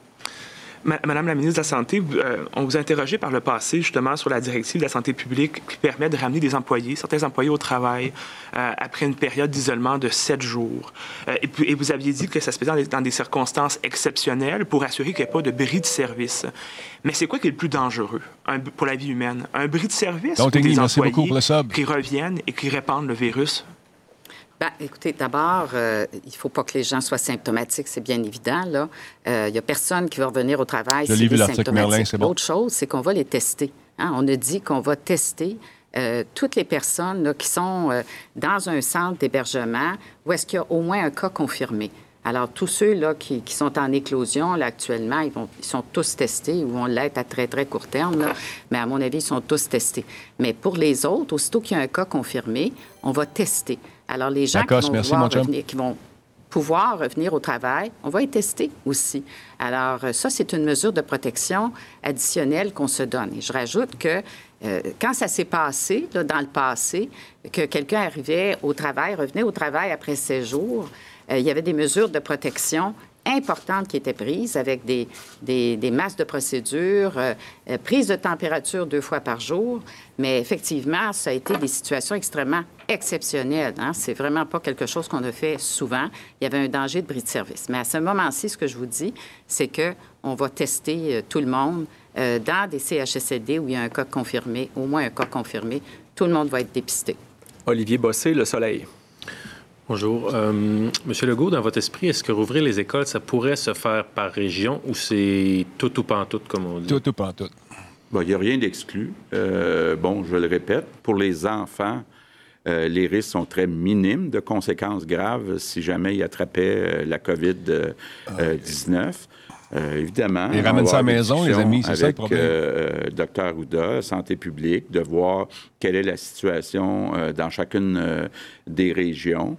Madame la ministre de la Santé, euh, on vous a interrogé par le passé justement sur la directive de la santé publique qui permet de ramener des employés, certains employés au travail euh, après une période d'isolement de sept jours. Euh, et, puis, et vous aviez dit que ça se faisait dans des, dans des circonstances exceptionnelles pour assurer qu'il n'y ait pas de bris de service. Mais c'est quoi qui est le plus dangereux un, pour la vie humaine? Un bris de service Donc, ou des merci employés beaucoup pour le sub. qui reviennent et qui répandent le virus? Bien, écoutez, d'abord, euh, il ne faut pas que les gens soient symptomatiques, c'est bien évident. Là, il euh, n'y a personne qui va revenir au travail Je lis l'article Merlin, c'est bon. L'autre chose, c'est qu'on va les tester. Hein? On a dit qu'on va tester euh, toutes les personnes là, qui sont euh, dans un centre d'hébergement où est-ce qu'il y a au moins un cas confirmé. Alors, tous ceux là, qui, qui sont en éclosion là, actuellement, ils, vont, ils sont tous testés ou vont l'être à très, très court terme. Là. Mais à mon avis, ils sont tous testés. Mais pour les autres, aussitôt qu'il y a un cas confirmé, on va tester. Alors, les gens qui vont, merci, revenir, qui vont pouvoir revenir au travail, on va les tester aussi. Alors, ça, c'est une mesure de protection additionnelle qu'on se donne. Et je rajoute que euh, quand ça s'est passé, là, dans le passé, que quelqu'un arrivait au travail, revenait au travail après seize jours, euh, il y avait des mesures de protection importantes qui étaient prises avec des, des, des masses de procédures, euh, euh, prise de température deux fois par jour. Mais effectivement, ça a été des situations extrêmement exceptionnelles. Hein? C'est vraiment pas quelque chose qu'on a fait souvent. Il y avait un danger de bris de service. Mais à ce moment-ci, ce que je vous dis, c'est qu'on va tester euh, tout le monde euh, dans des C H S L D où il y a un cas confirmé, au moins un cas confirmé. Tout le monde va être dépisté. Olivier Bossé, Le Soleil. Bonjour. Euh, Monsieur Legault, dans votre esprit, est-ce que rouvrir les écoles, ça pourrait se faire par région ou c'est tout ou pantoute, comme on dit? Tout ou pantoute. Bon, il n'y a rien d'exclu. Euh, bon, je le répète, pour les enfants, euh, les risques sont très minimes de conséquences graves si jamais ils attrapaient euh, la COVID dix-neuf. Euh, évidemment, ils ramènent ça à la maison, les amis, c'est ça le problème. Euh, Docteur Arruda, Santé publique, de voir quelle est la situation euh, dans chacune euh, des régions.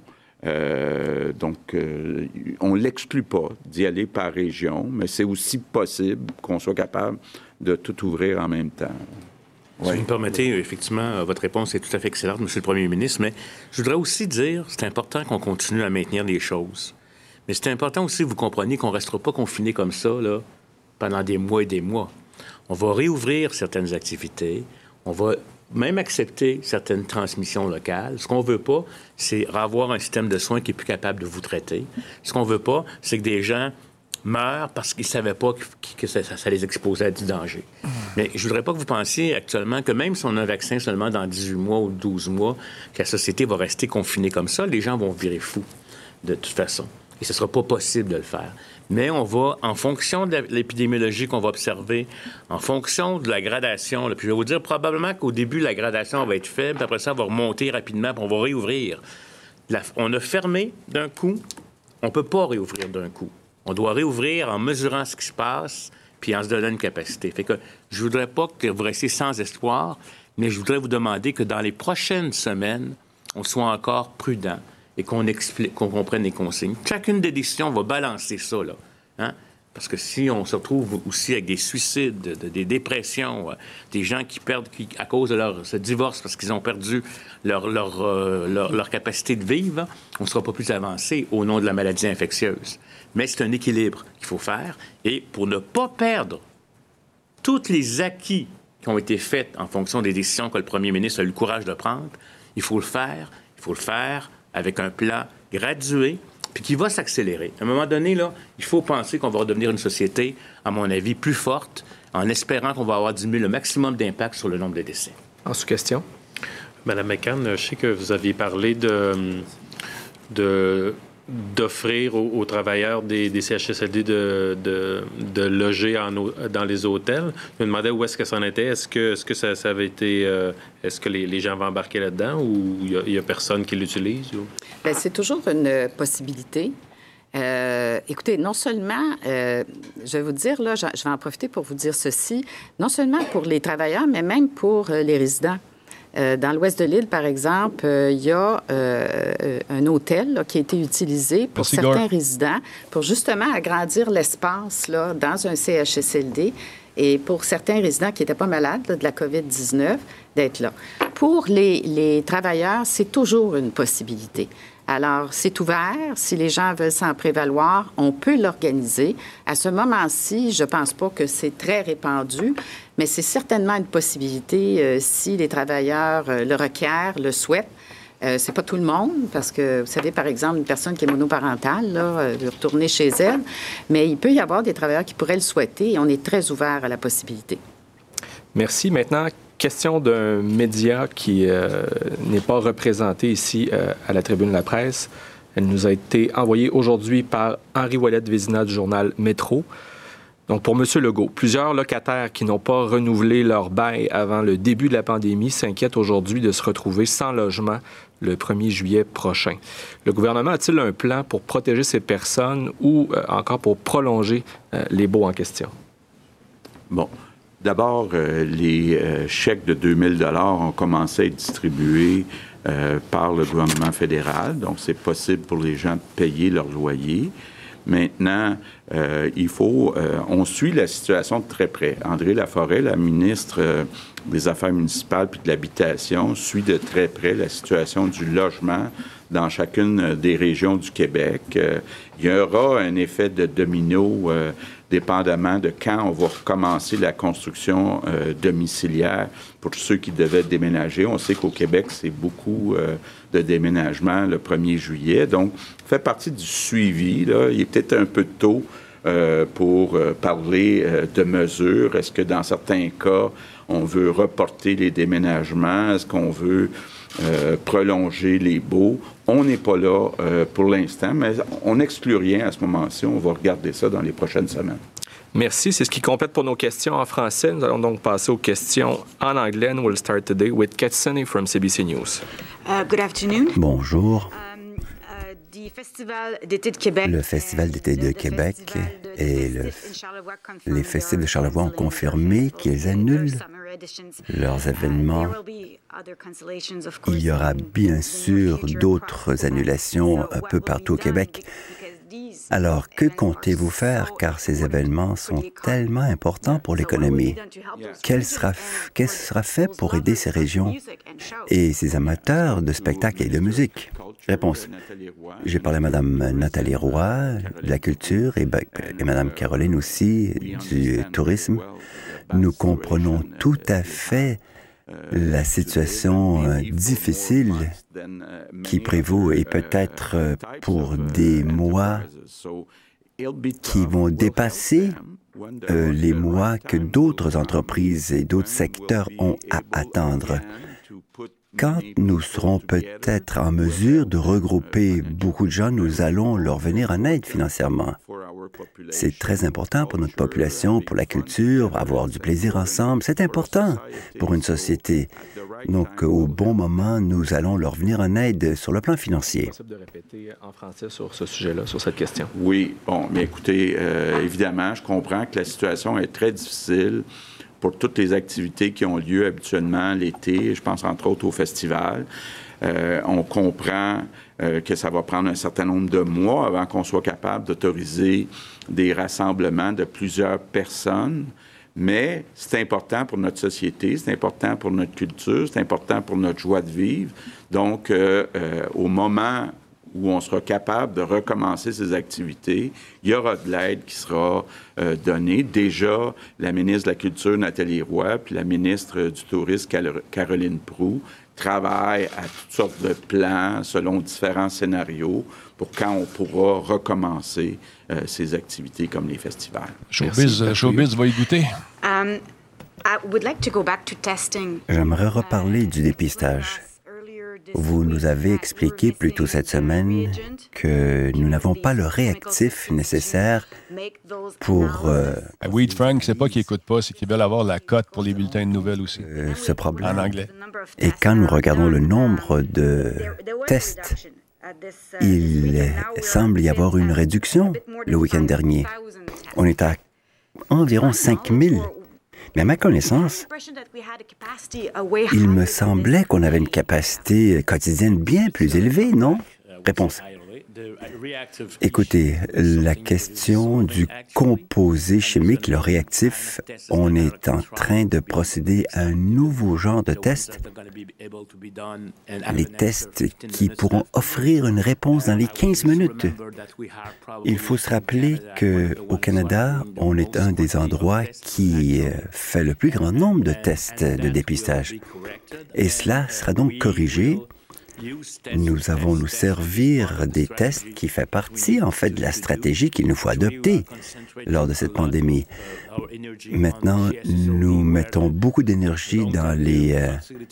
Euh, donc, euh, on ne l'exclut pas d'y aller par région, mais c'est aussi possible qu'on soit capable de tout ouvrir en même temps. Si oui. vous me permettez, effectivement, votre réponse est tout à fait excellente, Monsieur le Premier ministre, mais je voudrais aussi dire, c'est important qu'on continue à maintenir les choses. Mais c'est important aussi que vous compreniez qu'on ne restera pas confiné comme ça là, pendant des mois et des mois. On va réouvrir certaines activités, on va même accepter certaines transmissions locales. Ce qu'on ne veut pas, c'est avoir un système de soins qui est plus capable de vous traiter. Ce qu'on ne veut pas, c'est que des gens meurent parce qu'ils ne savaient pas que, que ça, ça les exposait à du danger. Mais je ne voudrais pas que vous pensiez actuellement que même si on a un vaccin seulement dans dix-huit mois ou douze mois, que la société va rester confinée comme ça, les gens vont virer fous de toute façon. Et ce ne sera pas possible de le faire. Mais on va, en fonction de l'épidémiologie qu'on va observer, en fonction de la gradation, là, puis je vais vous dire probablement qu'au début, la gradation va être faible, puis après ça, elle va remonter rapidement, puis on va réouvrir. La, on a fermé d'un coup, on ne peut pas réouvrir d'un coup. On doit réouvrir en mesurant ce qui se passe, puis en se donnant une capacité. Fait que je ne voudrais pas que vous restiez sans espoir, mais je voudrais vous demander que dans les prochaines semaines, on soit encore prudent et qu'on explique, qu'on comprenne les consignes. Chacune des décisions va balancer ça, là. Hein? Parce que si on se retrouve aussi avec des suicides, de, de, des dépressions, euh, des gens qui perdent, qui, à cause de leur ce divorce, parce qu'ils ont perdu leur, leur, euh, leur, leur capacité de vivre, on ne sera pas plus avancé au nom de la maladie infectieuse. Mais c'est un équilibre qu'il faut faire. Et pour ne pas perdre tous les acquis qui ont été faits en fonction des décisions que le premier ministre a eu le courage de prendre, il faut le faire, il faut le faire avec un plan gradué, puis qui va s'accélérer. À un moment donné, là, il faut penser qu'on va redevenir une société, à mon avis, plus forte, en espérant qu'on va avoir diminué le maximum d'impact sur le nombre de décès. En sous-question. Madame McCann, je sais que vous aviez parlé de... de d'offrir aux, aux travailleurs des, des C H S L D de, de, de loger en, dans les hôtels. Je me demandais où est-ce que ça en était. Est-ce que, est-ce que ça, ça avait été... Euh, est-ce que les, les gens vont embarquer là-dedans ou il n'y a, a personne qui l'utilise? Ou... Bien, c'est toujours une possibilité. Euh, écoutez, non seulement, euh, je vais vous dire, là, je vais en profiter pour vous dire ceci, non seulement pour les travailleurs, mais même pour euh, les résidents. Euh, dans l'ouest de l'île, par exemple, euh, il y a euh, un hôtel là, qui a été utilisé pour Merci, certains Gore. résidents pour justement agrandir l'espace là, dans un C H S L D et pour certains résidents qui n'étaient pas malades là, de la covid dix-neuf, d'être là. Pour les, les travailleurs, c'est toujours une possibilité. Alors, c'est ouvert. Si les gens veulent s'en prévaloir, on peut l'organiser. À ce moment-ci, je ne pense pas que c'est très répandu, mais c'est certainement une possibilité euh, si les travailleurs euh, le requièrent, le souhaitent. Euh, c'est pas tout le monde, parce que, vous savez, par exemple, une personne qui est monoparentale, là, euh, de retourner chez elle, mais il peut y avoir des travailleurs qui pourraient le souhaiter et on est très ouvert à la possibilité. Merci. Maintenant, question d'un média qui euh, n'est pas représenté ici euh, à la Tribune de la presse. Elle nous a été envoyée aujourd'hui par Henri Ouellette-Vézina du journal Métro. Donc, pour M. Legault, plusieurs locataires qui n'ont pas renouvelé leur bail avant le début de la pandémie s'inquiètent aujourd'hui de se retrouver sans logement le premier juillet prochain. Le gouvernement a-t-il un plan pour protéger ces personnes ou euh, encore pour prolonger euh, les baux en question? Bon. D'abord, euh, les euh, chèques de deux mille dollars ont commencé à être distribués euh, par le gouvernement fédéral. Donc, c'est possible pour les gens de payer leur loyer. Maintenant, euh, il faut... Euh, on suit la situation de très près. André Laforêt, la ministre euh, des Affaires municipales puis de l'Habitation, suit de très près la situation du logement dans chacune des régions du Québec. Euh, il y aura un effet de domino euh, dépendamment de quand on va recommencer la construction euh, domiciliaire pour ceux qui devaient déménager. On sait qu'au Québec, c'est beaucoup euh, de déménagements le premier juillet. Donc, ça fait partie du suivi, là. Il est peut-être un peu tôt euh, pour euh, parler euh, de mesures. Est-ce que dans certains cas, on veut reporter les déménagements? Est-ce qu'on veut euh, prolonger les baux? On n'est pas là euh, pour l'instant, mais on n'exclut rien à ce moment-ci. On va regarder ça dans les prochaines semaines. Merci. C'est ce qui complète pour nos questions en français. Nous allons donc passer aux questions en anglais. And we'll start today with Katsuni from C B C News. Uh, good afternoon. Bonjour. Um, uh, the Festival d'été de Québec, le Festival d'été de Québec et le, les festifs de Charlevoix ont confirmé qu'ils annulent leurs événements. Il y aura bien sûr d'autres annulations un peu partout au Québec. Alors, que comptez-vous faire, car ces événements sont tellement importants pour l'économie? Quel sera, qu'est-ce sera fait pour aider ces régions et ces amateurs de spectacles et de musique? Réponse. J'ai parlé à Mme Nathalie Roy de la culture et, et Mme Caroline aussi du tourisme. Nous comprenons tout à fait la situation euh, difficile qui prévaut et peut-être euh, pour des mois qui vont dépasser euh, les mois que d'autres entreprises et d'autres secteurs ont à attendre. Quand nous serons peut-être en mesure de regrouper beaucoup de gens, nous allons leur venir en aide financièrement. C'est très important pour notre population, pour la culture, avoir du plaisir ensemble. C'est important pour une société. Donc, au bon moment, nous allons leur venir en aide sur le plan financier. Est-ce possible de répéter en français sur ce sujet-là, sur cette question? Oui. Bon, mais écoutez, euh, évidemment, je comprends que la situation est très difficile pour toutes les activités qui ont lieu habituellement l'été. Je pense entre autres au festival. Euh, on comprend euh, que ça va prendre un certain nombre de mois avant qu'on soit capable d'autoriser des rassemblements de plusieurs personnes. Mais c'est important pour notre société, c'est important pour notre culture, c'est important pour notre joie de vivre. Donc, euh, euh, au moment où on sera capable de recommencer ces activités, il y aura de l'aide qui sera euh, donnée. Déjà, la ministre de la Culture, Nathalie Roy, puis la ministre du Tourisme, Caroline Proulx, travaillent à toutes sortes de plans selon différents scénarios pour quand on pourra recommencer euh, ces activités comme les festivals. Showbiz, Showbiz va y goûter. Um, I would like to go back to testing. J'aimerais reparler du dépistage. Vous nous avez expliqué plus tôt cette semaine que nous n'avons pas le réactif nécessaire pour... Euh, Weed Frank, c'est pas qu'ils n'écoutent pas, c'est qu'ils veulent avoir la cote pour les bulletins de nouvelles aussi. Euh, ce problème. En anglais. Et quand nous regardons le nombre de tests il semble y avoir une réduction le week-end dernier. On est à environ cinq mille. Mais à ma connaissance, il me semblait qu'on avait une capacité quotidienne bien plus élevée, non? Réponse. Écoutez, la question du composé chimique, le réactif, on est en train de procéder à un nouveau genre de test. Les tests qui pourront offrir une réponse dans les quinze minutes. Il faut se rappeler qu'au Canada, on est un des endroits qui fait le plus grand nombre de tests de dépistage. Et cela sera donc corrigé. Nous avons nous servir des tests qui fait partie, en fait, de la stratégie qu'il nous faut adopter lors de cette pandémie. Maintenant, nous mettons beaucoup d'énergie dans les euh,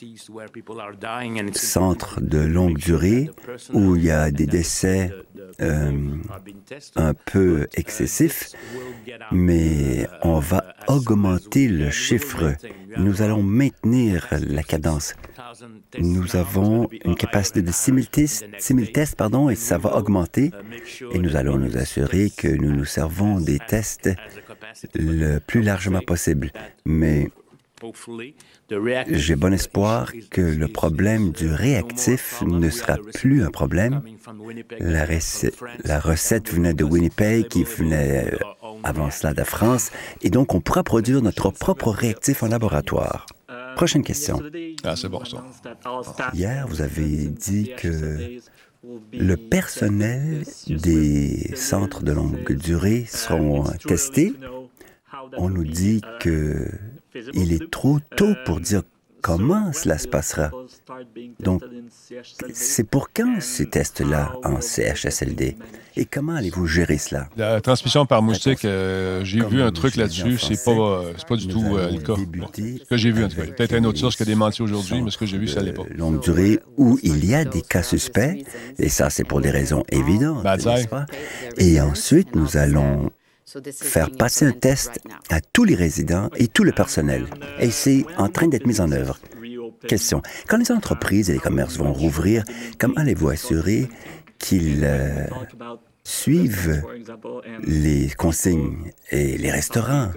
centres de longue durée où il y a des décès euh, un peu excessifs, mais on va augmenter le chiffre. Nous allons maintenir la cadence. Nous avons une capacité de six mille tests, six mille tests pardon, et ça va augmenter. Et nous allons nous assurer que nous nous servons des tests le plus largement possible. Mais j'ai bon espoir que le problème du réactif ne sera plus un problème. La, la recette venait de Winnipeg, qui venait avant cela de France, et donc on pourra produire notre propre réactif en laboratoire. Prochaine question. Ah, c'est bon, ça. Hier, vous avez dit que le personnel des centres de longue durée seront testés. On nous dit qu'il est trop tôt pour dire comment cela se passera. Donc, c'est pour quand ces tests-là en C H S L D? Et comment allez-vous gérer cela? La transmission par moustique, euh, j'ai vu un truc là-dessus, c'est pas, euh, c'est pas du tout euh, le cas. Bon, ce que j'ai vu, en tout cas. Peut-être une autre source qui a démenti aujourd'hui, mais ce que j'ai vu, ça l'est pas. Longue durée où il y a des cas suspects, et ça, c'est pour des raisons évidentes, n'est-ce pas? Et ensuite, nous allons faire passer un test à tous les résidents et tout le personnel. Et c'est en train d'être mis en œuvre. Question. Quand les entreprises et les commerces vont rouvrir, comment allez-vous assurer qu'ils euh, suivent les consignes et les restaurants?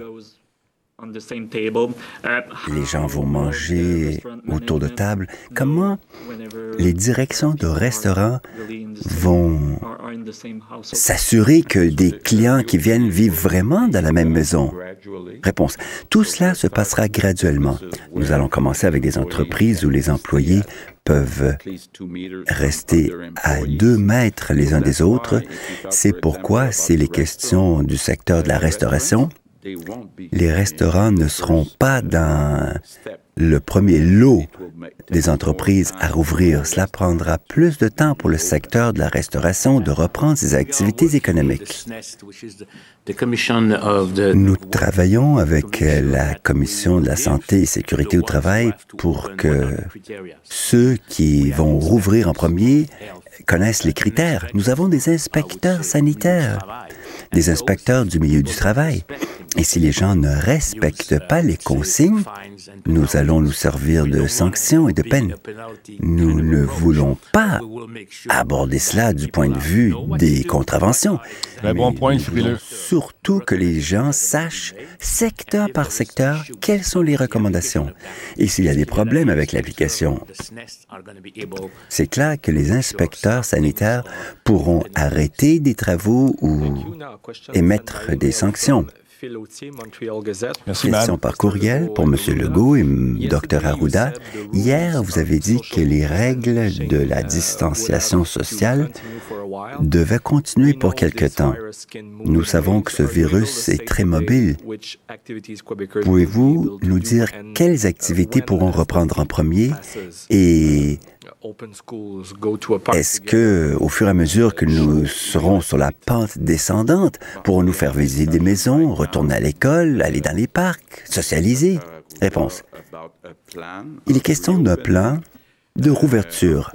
Les gens vont manger autour de table. Comment les directions de restaurants vont s'assurer que des clients qui viennent vivent vraiment dans la même maison? Réponse. Tout cela se passera graduellement. Nous allons commencer avec des entreprises où les employés peuvent rester à deux mètres les uns des autres. C'est pourquoi, c'est les questions du secteur de la restauration. Les restaurants ne seront pas dans le premier lot des entreprises à rouvrir. Cela prendra plus de temps pour le secteur de la restauration de reprendre ses activités économiques. Nous travaillons avec la Commission de la santé et sécurité au travail pour que ceux qui vont rouvrir en premier connaissent les critères. Nous avons des inspecteurs sanitaires, des inspecteurs du milieu du travail. Et si les gens ne respectent pas les consignes, nous allons nous servir de sanctions et de peines. Nous ne voulons pas aborder cela du point de vue des contraventions. Un bon point, nous voulons surtout que les gens sachent, secteur par secteur, quelles sont les recommandations. Et s'il y a des problèmes avec l'application, c'est clair que les inspecteurs sanitaires pourront arrêter des travaux ou émettre des sanctions. Question par courriel pour M. Legault et Dr Arruda. Hier, vous avez dit que les règles de la distanciation sociale devaient continuer pour quelque temps. Nous savons que ce virus est très mobile. Pouvez-vous nous dire quelles activités pourront reprendre en premier et est-ce que, au fur et à mesure que nous serons sur la pente descendante, pourrons-nous faire visiter des maisons, retourner à l'école, aller dans les parcs, socialiser? Réponse. Il est question d'un plan de rouverture.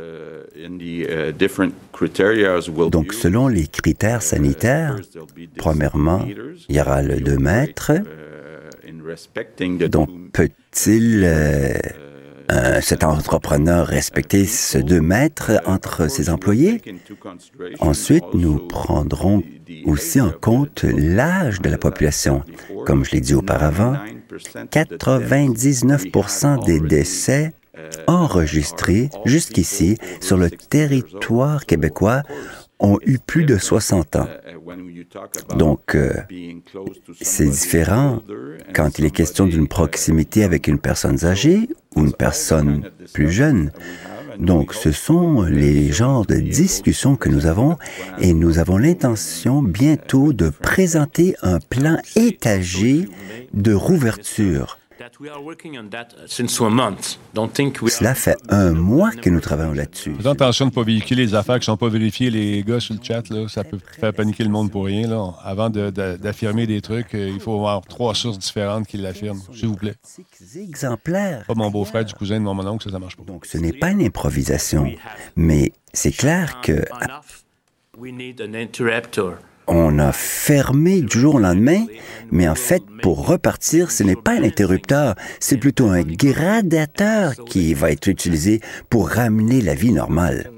Donc, selon les critères sanitaires, premièrement, il y aura le deux mètres. Donc, peut-il... Euh, euh, cet entrepreneur respecter ce deux mètres entre ses employés? Ensuite, nous prendrons aussi en compte l'âge de la population. Comme je l'ai dit auparavant, quatre-vingt-dix-neuf pour cent des décès enregistrés jusqu'ici sur le territoire québécois ont eu plus de soixante ans. Donc, euh, c'est différent quand il est question d'une proximité avec une personne âgée ou une personne plus jeune. Donc, ce sont les genres de discussions que nous avons et nous avons l'intention bientôt de présenter un plan étagé de rouverture. Cela fait un mois que nous travaillons là-dessus. Faites attention de ne pas véhiculer les affaires qui ne sont pas vérifiées, les gars sur le chat. Là, ça peut faire paniquer le monde pour rien. Là. Avant de, de, d'affirmer des trucs, il faut avoir trois sources différentes qui l'affirment, s'il vous plaît. Exemplaires. Pas mon beau-frère du cousin de mon oncle, ça ne marche pas. Donc, ce n'est pas une improvisation, mais c'est clair que... On a fermé du jour au lendemain, mais en fait, pour repartir, ce n'est pas un interrupteur, c'est plutôt un gradateur qui va être utilisé pour ramener la vie normale.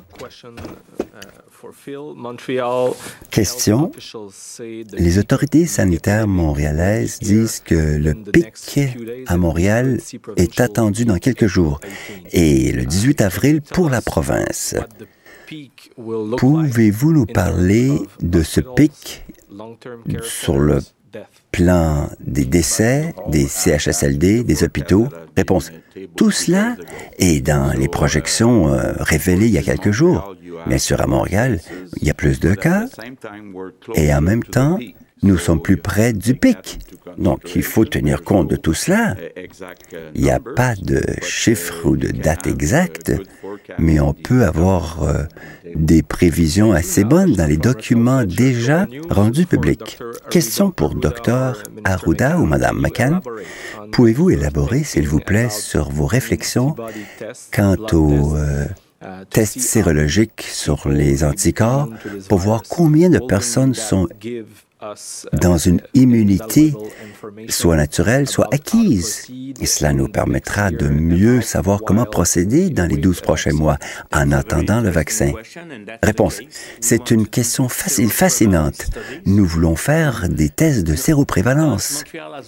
Question. Les autorités sanitaires montréalaises disent que le pic à Montréal est attendu dans quelques jours et le dix-huit avril pour la province. Pouvez-vous nous parler de ce pic sur le plan des décès, des C H S L D, des hôpitaux? Réponse. Tout cela est dans les projections euh, révélées il y a quelques jours. Bien sûr, à Montréal, il y a plus de cas et en même temps, nous sommes plus près du pic. Donc, il faut tenir compte de tout cela. Il n'y a pas de chiffre ou de date exacte, mais on peut avoir euh, des prévisions assez bonnes dans les documents déjà rendus publics. Question pour Docteur Arruda ou Madame McCann. Pouvez-vous élaborer, s'il vous plaît, sur vos réflexions quant aux euh, tests sérologiques sur les anticorps pour voir combien de personnes sont dans une immunité, soit naturelle, soit acquise. Et cela nous permettra de mieux savoir comment procéder dans les douze prochains mois en attendant le vaccin. Réponse. C'est une question faci- fascinante. Nous voulons faire des tests de séroprévalence.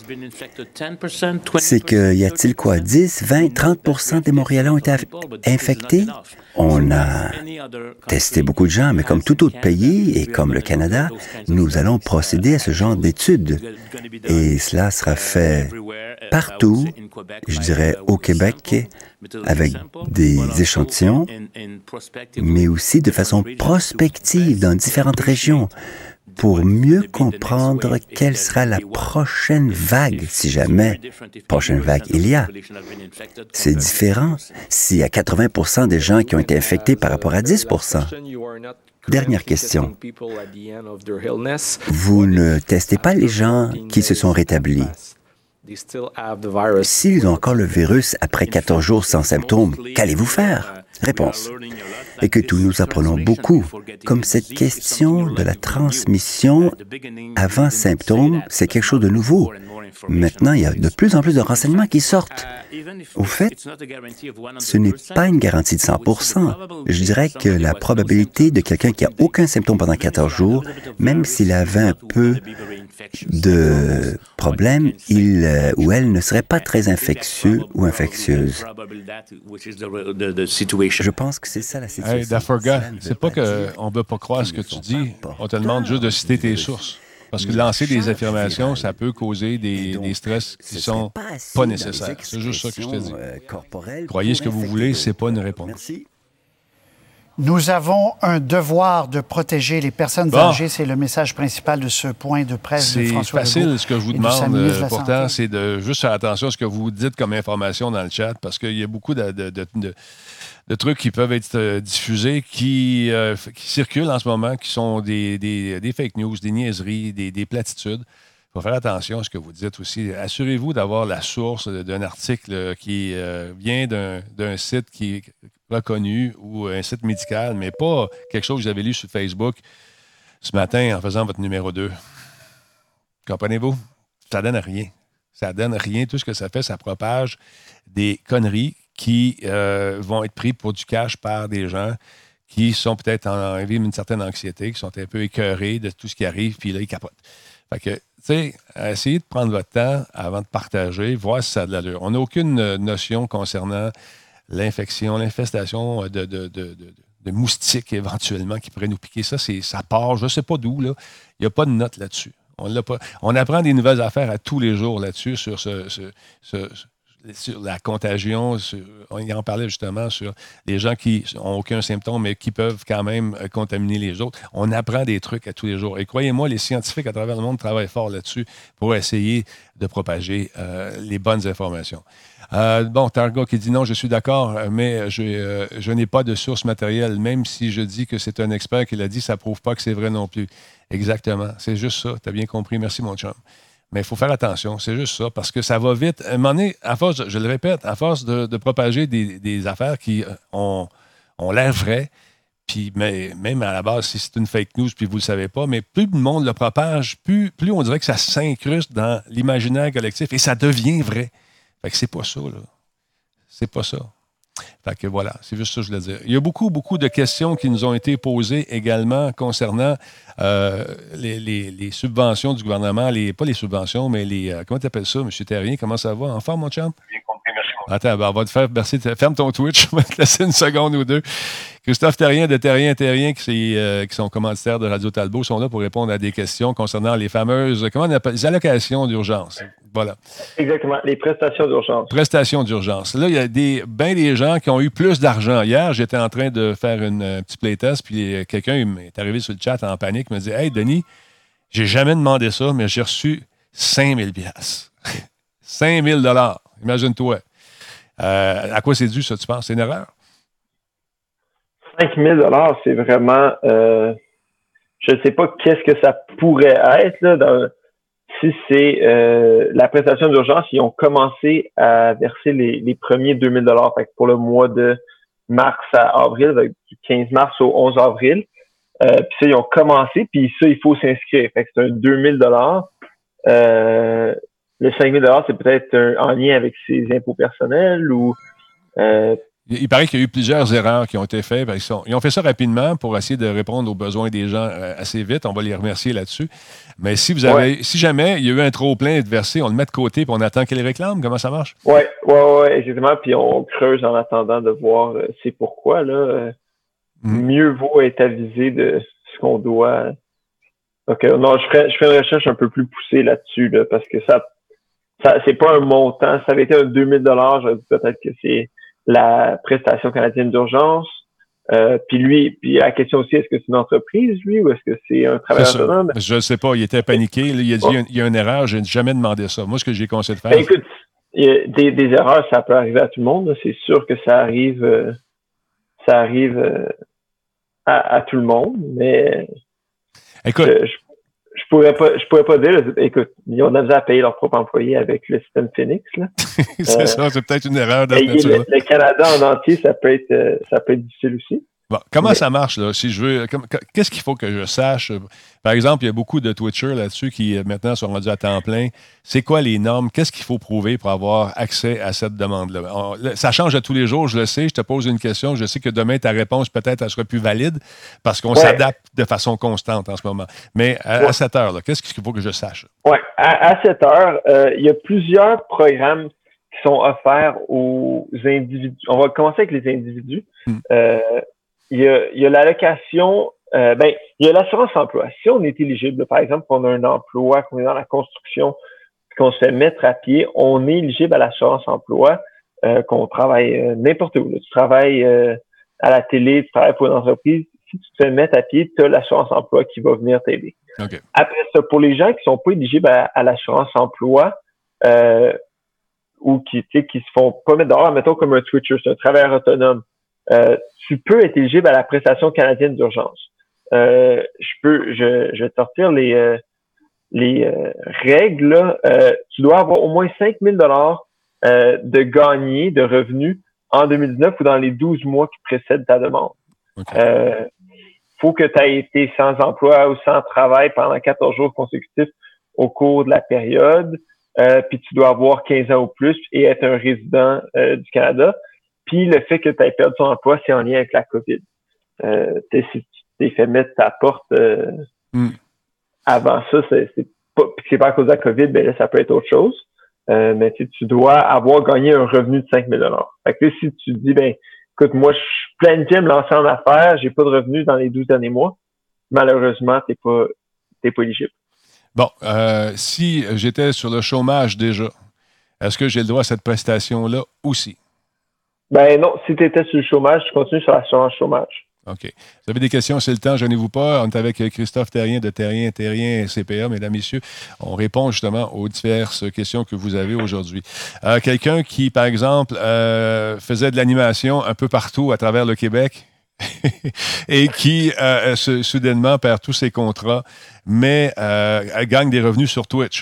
C'est que, y a-t-il quoi, dix, vingt, trente pour cent des Montréalais ont été infectés? On a testé beaucoup de gens, mais comme tout autre pays et comme le Canada, nous allons procéder à ce genre d'études. Et cela sera fait partout, je dirais au Québec, avec des échantillons, mais aussi de façon prospective dans différentes régions, pour mieux comprendre quelle sera la prochaine vague, si jamais prochaine vague il y a. C'est différent s'il y a quatre-vingts pour cent des gens qui ont été infectés par rapport à dix pour cent. Dernière question. Vous ne testez pas les gens qui se sont rétablis. S'ils ont encore le virus après quatorze jours sans symptômes, qu'allez-vous faire? Réponse. Et que tout nous apprenons beaucoup, comme cette question de la transmission avant symptômes, c'est quelque chose de nouveau. Maintenant, il y a de plus en plus de renseignements qui sortent. Au fait, ce n'est pas une garantie de cent pour cent. Je dirais que la probabilité de quelqu'un qui n'a aucun symptôme pendant quatorze jours, même s'il avait un peu de problème, il euh, ou elle ne serait pas très infectieux ou infectieuse. Je pense que c'est ça la situation. Hey, Daforga, c'est pas qu'on ne veut pas croire ce que tu dis. On te demande juste de citer tes sources. Parce que lancer des affirmations, ça peut causer des, des stress qui sont pas nécessaires. C'est juste ça que je te dis. Croyez ce que vous voulez, c'est pas une réponse. Nous avons un devoir de protéger les personnes bon. âgées. C'est le message principal de ce point de presse de François Legault. C'est facile, ce que je vous demande, euh, pourtant, c'est de juste faire attention à ce que vous dites comme information dans le chat, parce qu'il y a beaucoup de, de, de, de, de trucs qui peuvent être euh, diffusés, qui, euh, qui circulent en ce moment, qui sont des, des, des fake news, des niaiseries, des, des platitudes. Il faut faire attention à ce que vous dites aussi. Assurez-vous d'avoir la source d'un article qui euh, vient d'un, d'un site qui est reconnu ou un site médical, mais pas quelque chose que vous avez lu sur Facebook ce matin en faisant votre numéro deux. Comprenez-vous? Ça donne rien. Ça donne rien. Tout ce que ça fait, ça propage des conneries qui euh, vont être pris pour du cash par des gens qui sont peut-être en, en vivent une certaine anxiété, qui sont un peu écœurés de tout ce qui arrive, puis là, ils capotent. Fait que, tu sais, essayez de prendre votre temps avant de partager, voir si ça a de l'allure. On n'a aucune notion concernant l'infection, l'infestation de, de, de, de, de moustiques éventuellement qui pourraient nous piquer. Ça, c'est, ça part, je ne sais pas d'où, là. Il n'y a pas de note là-dessus. On l'a pas. On apprend des nouvelles affaires à tous les jours là-dessus, sur ce, ce, ce sur la contagion, sur, on y en parlait justement sur les gens qui n'ont aucun symptôme, mais qui peuvent quand même contaminer les autres. On apprend des trucs à tous les jours. Et croyez-moi, les scientifiques à travers le monde travaillent fort là-dessus pour essayer de propager euh, les bonnes informations. Euh, bon, Targa qui dit non, je suis d'accord, mais je, euh, je n'ai pas de source matérielle. Même si je dis que c'est un expert qui l'a dit, ça ne prouve pas que c'est vrai non plus. Exactement. C'est juste ça. Tu as bien compris. Merci, mon chum. Mais il faut faire attention, c'est juste ça, parce que ça va vite. À un moment donné, à force, je le répète, à force de, de propager des, des affaires qui ont, ont l'air vraies, puis mais, même à la base, si c'est une fake news, puis vous ne le savez pas, mais plus le monde le propage, plus, plus on dirait que ça s'incruste dans l'imaginaire collectif et ça devient vrai. Fait que c'est pas ça, là. C'est pas ça. Fait que voilà, c'est juste ça que je voulais dire. Il y a beaucoup, beaucoup de questions qui nous ont été posées également concernant euh, les, les, les subventions du gouvernement, les, pas les subventions, mais les... Euh, comment tu appelles ça, M. Terrien? Comment ça va? En forme, mon champ? Bien compris, merci. Attends, ben, on va te faire... Merci, ferme ton Twitch, on va te laisser une seconde ou deux. Christophe Terrien de Terrien Terrien, qui, euh, qui sont commanditaires de Radio Talbot, sont là pour répondre à des questions concernant les fameuses... Comment on appelle? Les allocations d'urgence. Voilà. Exactement, les prestations d'urgence. Prestations d'urgence. Là, il y a des, bien des gens qui ont eu plus d'argent. Hier, j'étais en train de faire une, un petit playtest, puis quelqu'un est arrivé sur le chat en panique, me dit « Hey, Denis, j'ai jamais demandé ça, mais j'ai reçu cinq mille dollars. cinq mille dollars. Imagine-toi. Euh, à quoi c'est dû, ça, tu penses? C'est une erreur? cinq mille dollars, c'est vraiment... Euh, je ne sais pas qu'est-ce que ça pourrait être, là, dans... Si c'est euh, la prestation d'urgence, ils ont commencé à verser les, les premiers deux mille dollars pour le mois de mars à avril, avec du quinze mars au onze avril. Euh, puis ça, ils ont commencé, puis ça, il faut s'inscrire. Fait que c'est un deux mille dollars. Euh, le cinq mille dollars, c'est peut-être un, en lien avec ses impôts personnels ou... Euh, Il paraît qu'il y a eu plusieurs erreurs qui ont été faites. Ils, sont, ils ont fait ça rapidement pour essayer de répondre aux besoins des gens assez vite. On va les remercier là-dessus. Mais si vous avez, ouais. si jamais il y a eu un trop-plein de versé, on le met de côté et on attend qu'elle réclame. Comment ça marche? Oui, ouais, ouais, exactement. Puis on creuse en attendant de voir euh, c'est pourquoi. Là. Mm. Mieux vaut être avisé de ce qu'on doit. Donc, euh, non, je ferai, je ferai une recherche un peu plus poussée là-dessus là, parce que ça, ça c'est pas un montant. Ça avait été un deux mille dollars, j'aurais dit peut-être que c'est la prestation canadienne d'urgence. Euh, puis lui, puis la question aussi, est-ce que c'est une entreprise, lui, ou est-ce que c'est un travailleur autonome? Je ne sais pas, il était paniqué. Là, il a dit, oh. il y a une erreur, je n'ai jamais demandé ça. Moi, ce que j'ai conseillé de faire... Ben, écoute, des, des erreurs, ça peut arriver à tout le monde. Là. C'est sûr que ça arrive euh, ça arrive euh, à, à tout le monde, mais écoute, je, je, je pourrais pas je pourrais pas dire, écoute, ils ont déjà à payer leurs propres employés avec le système Phoenix. Là. c'est euh, ça, c'est peut-être une erreur de le, le Canada en entier, ça peut être euh, ça peut être difficile aussi. Bon, comment mais... ça marche, là? Si je veux, comme, qu'est-ce qu'il faut que je sache? Par exemple, il y a beaucoup de Twitchers là-dessus qui, maintenant, sont rendus à temps plein. C'est quoi les normes? Qu'est-ce qu'il faut prouver pour avoir accès à cette demande-là? On, ça change à tous les jours, je le sais. Je te pose une question. Je sais que demain, ta réponse, peut-être, elle sera plus valide parce qu'on ouais. s'adapte de façon constante en ce moment. Mais à, ouais. à cette heure-là, qu'est-ce qu'il faut que je sache? Oui, à, à cette heure, euh, il y a plusieurs programmes qui sont offerts aux individus. On va commencer avec les individus. Hmm. Euh, Il y a, il y a l'allocation, euh, ben, il y a l'assurance emploi. Si on est éligible, par exemple, qu'on a un emploi, qu'on est dans la construction, qu'on se fait mettre à pied, on est éligible à l'assurance emploi, euh, qu'on travaille euh, n'importe où. Là. Tu travailles euh, à la télé, tu travailles pour une entreprise. Si tu te fais mettre à pied, tu as l'assurance emploi qui va venir t'aider. Okay. Après ça, pour les gens qui sont pas éligibles à, à l'assurance emploi, euh, ou qui, tu sais, qui se font pas mettre dehors, mettons comme un Twitcher, c'est un travailleur autonome, euh, tu peux être éligible à la prestation canadienne d'urgence. Euh, je peux, je, je vais te sortir les, euh, les euh, règles. Là. Euh, tu dois avoir au moins cinq mille dollars euh, de gagné de revenus en deux mille dix-neuf ou dans les douze mois qui précèdent ta demande. Okay. Euh, faut que tu aies été sans emploi ou sans travail pendant quatorze jours consécutifs au cours de la période. Euh, puis tu dois avoir quinze ans ou plus et être un résident euh, du Canada. puis le fait que tu aies perdu ton emploi, c'est en lien avec la COVID. Euh, si tu t'es fait mettre ta porte euh, mm. avant ça, c'est, c'est pas, c'est pas à cause de la COVID, ben là, ça peut être autre chose. Euh, mais tu dois avoir gagné un revenu de cinq mille dollars. Fait que là, si tu te dis, ben, écoute, moi, je suis planifié à me lancer en affaires, j'ai pas de revenus dans les douze derniers mois, malheureusement, t'es pas, t'es pas éligible. Bon, euh, si j'étais sur le chômage déjà, est-ce que j'ai le droit à cette prestation-là aussi? Ben non, si tu étais sur le chômage, tu continues sur l'assurance chômage. OK. Vous avez des questions, c'est le temps, gênez-vous pas. On est avec Christophe Terrien de Terrien, Terrien C P A, mesdames, messieurs. On répond justement aux diverses questions que vous avez aujourd'hui. Euh, quelqu'un qui, par exemple, euh, faisait de l'animation un peu partout à travers le Québec et qui, euh, soudainement, perd tous ses contrats, mais euh, gagne des revenus sur Twitch.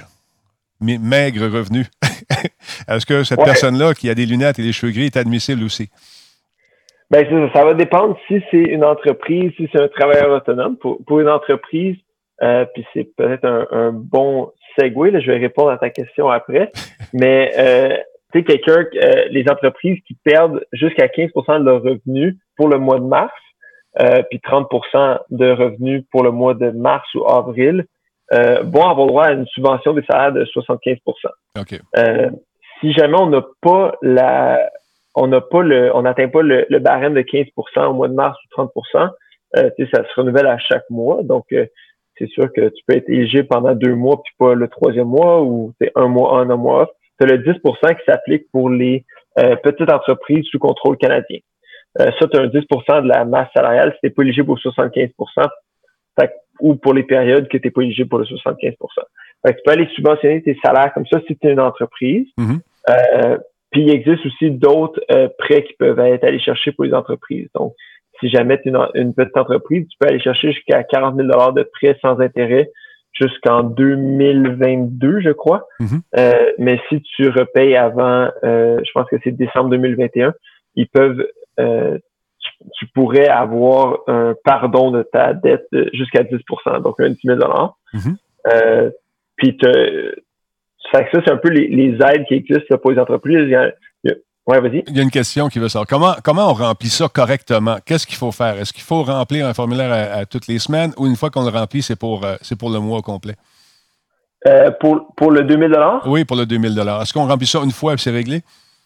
Maigre revenu. Est-ce que cette ouais. personne-là qui a des lunettes et des cheveux gris est admissible aussi? Ben, ça, ça va dépendre si c'est une entreprise, si c'est un travailleur autonome. Pour, pour une entreprise, euh, puis c'est peut-être un, un bon segue, là, je vais répondre à ta question après, mais euh, tu sais, quelqu'un, euh, les entreprises qui perdent jusqu'à quinze pour cent de leurs revenus pour le mois de mars, euh, puis trente pour cent de revenus pour le mois de mars ou avril, euh, vont avoir droit à une subvention des salaires de soixante-quinze pour cent. Okay. Euh, si jamais on n'a pas la on n'a pas le on n'atteint pas le, le barème de quinze pour cent au mois de mars ou trente pour cent, euh, tu sais, ça se renouvelle à chaque mois. Donc, euh, c'est sûr que tu peux être éligible pendant deux mois puis pas le troisième mois, ou c'est un mois un, un mois off. Tu as le dix pour cent qui s'applique pour les euh, petites entreprises sous contrôle canadien. Euh, ça, tu as un dix pour cent de la masse salariale si tu n'es pas éligible au soixante-quinze pour cent. Fait, ou pour les périodes que tu n'es pas éligible pour le soixante-quinze pour cent. Fait que tu peux aller subventionner tes salaires comme ça si tu es une entreprise. Mm-hmm. Euh, puis il existe aussi d'autres euh, prêts qui peuvent être allés chercher pour les entreprises. Donc, si jamais tu es une, une petite entreprise, tu peux aller chercher jusqu'à quarante mille dollars de prêts sans intérêt jusqu'en deux mille vingt-deux, je crois. Mm-hmm. Euh, mais si tu repayes avant, euh, je pense que c'est décembre deux mille vingt et un, ils peuvent, euh, tu, tu pourrais avoir un pardon de ta dette jusqu'à dix pour cent, donc un dix mille dollars. Mm-hmm. Euh, puis te, ça, ça, c'est un peu les, les aides qui existent pour les entreprises. Il y a, il y a, ouais, vas-y. Il y a une question qui veut savoir. Comment, comment on remplit ça correctement? Qu'est-ce qu'il faut faire? Est-ce qu'il faut remplir un formulaire à, à toutes les semaines, ou une fois qu'on le remplit, c'est pour, euh, c'est pour le mois complet? Euh, pour, pour le deux mille dollars? Oui, pour le deux mille dollars. Est-ce qu'on remplit ça une fois et c'est réglé?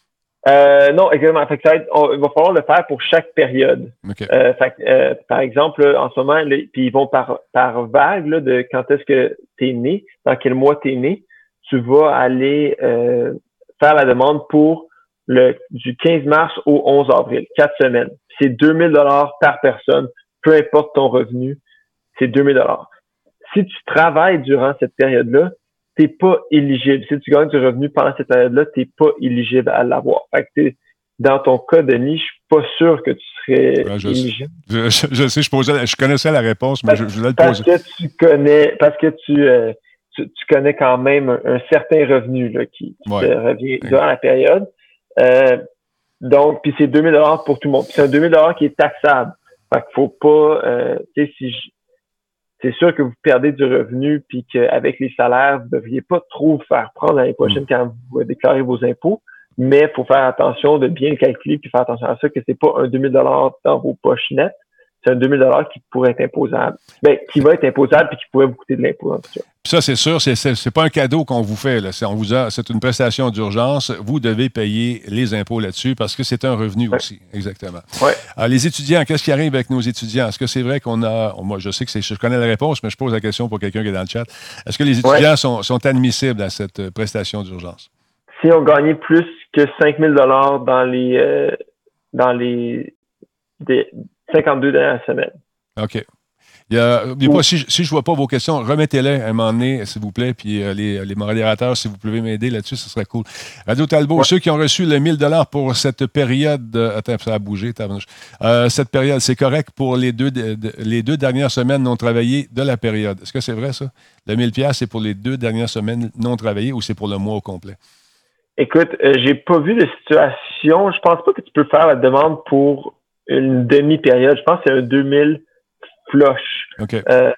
Euh, non, exactement. Fait que ça va être, on, il va falloir le faire pour chaque période. Okay. Euh, fait que, euh, par exemple, là, en ce moment, là, puis ils vont par, par vague là, de quand est-ce que tu es né, dans quel mois tu es né. Tu vas aller euh, faire la demande pour le du quinze mars au onze avril, quatre semaines. C'est deux mille dollars par personne, peu importe ton revenu, c'est deux mille dollars. Si tu travailles durant cette période-là, t'es pas éligible. Si tu gagnes du revenu pendant cette période-là, t'es pas éligible à l'avoir. Fait que t'es, dans ton cas, Denis, je suis pas sûr que tu serais ouais, je éligible. Je, je, je sais, je posais, je connaissais la réponse, mais parce, je, je voulais le parce poser. Parce que tu connais, parce que tu, euh, tu, tu connais quand même un, un certain revenu là, qui, qui ouais. te revient durant la période. Euh, donc, puis c'est deux mille dollars pour tout le monde. Puis c'est un deux mille dollars qui est taxable. Fait qu'il faut pas, euh, tu sais, si je, c'est sûr que vous perdez du revenu, puis qu'avec les salaires, vous ne devriez pas trop vous faire prendre l'année prochaine mmh. quand vous déclarez vos impôts. Mais il faut faire attention de bien le calculer, puis faire attention à ça, que c'est pas un deux mille dollars dans vos poches nettes. C'est un deux mille dollars qui pourrait être imposable. Ben, qui va être imposable, puis qui pourrait vous coûter de l'impôt, en tout cas. Puis ça, c'est sûr, c'est, c'est, c'est pas un cadeau qu'on vous fait. Là. C'est, on vous a, c'est une prestation d'urgence. Vous devez payer les impôts là-dessus parce que c'est un revenu ouais. aussi. Exactement. Ouais. Alors, les étudiants, qu'est-ce qui arrive avec nos étudiants? Est-ce que c'est vrai qu'on a... Moi, je sais que c'est, je connais la réponse, mais je pose la question pour quelqu'un qui est dans le chat. Est-ce que les étudiants ouais. sont, sont admissibles à cette prestation d'urgence? Si on gagnait plus que cinq mille dollars dans les, euh, dans les des cinquante-deux dernières semaines. OK. Il y a, il y a pas, si je si ne vois pas vos questions, remettez-les à un moment donné, s'il vous plaît. Puis euh, les, les modérateurs, si vous pouvez m'aider là-dessus, ce serait cool. Radio Talbot, ouais. ceux qui ont reçu le mille dollars pour cette période... Euh, attends, ça a bougé. Euh, cette période, c'est correct pour les deux, de, de, les deux dernières semaines non travaillées de la période. Est-ce que c'est vrai, ça? Le mille dollars, c'est pour les deux dernières semaines non travaillées ou c'est pour le mois au complet? Écoute, euh, j'ai pas vu de situation. Je pense pas que tu peux faire la demande pour une demi-période. Je pense que c'est un deux mille flush. Okay. Euh,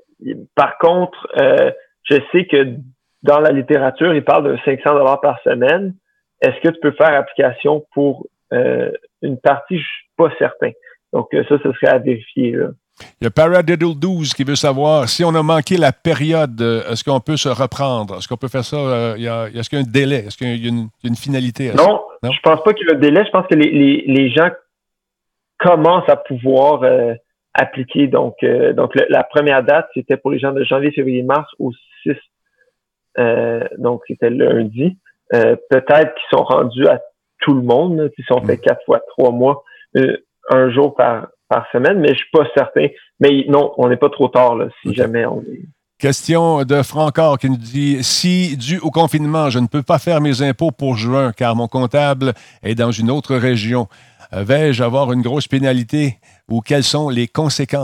par contre, euh, je sais que dans la littérature, ils parlent de cinq cents dollars par semaine. Est-ce que tu peux faire application pour euh, une partie, je suis pas certain. Donc, euh, ça, ce serait à vérifier, là. Il y a Paradiddle douze qui veut savoir si on a manqué la période, est-ce qu'on peut se reprendre? Est-ce qu'on peut faire ça? Euh, il y a, est-ce qu'il y a un délai? Est-ce qu'il y a une, une finalité à ça? Non, non, je pense pas qu'il y a un délai. Je pense que les, les, les gens commencent à pouvoir euh, appliquer. Donc, euh, donc le, la première date, c'était pour les gens de janvier, février, mars au six. Euh, donc, c'était lundi. Euh, peut-être qu'ils sont rendus à tout le monde, si on fait quatre fois trois mois, euh, un jour par par semaine, mais je suis pas certain. Mais non, on n'est pas trop tard, là, si okay. jamais on est... Question de Francor qui nous dit « Si, dû au confinement, je ne peux pas faire mes impôts pour juin car mon comptable est dans une autre région, vais-je avoir une grosse pénalité ou quelles sont les conséquences? »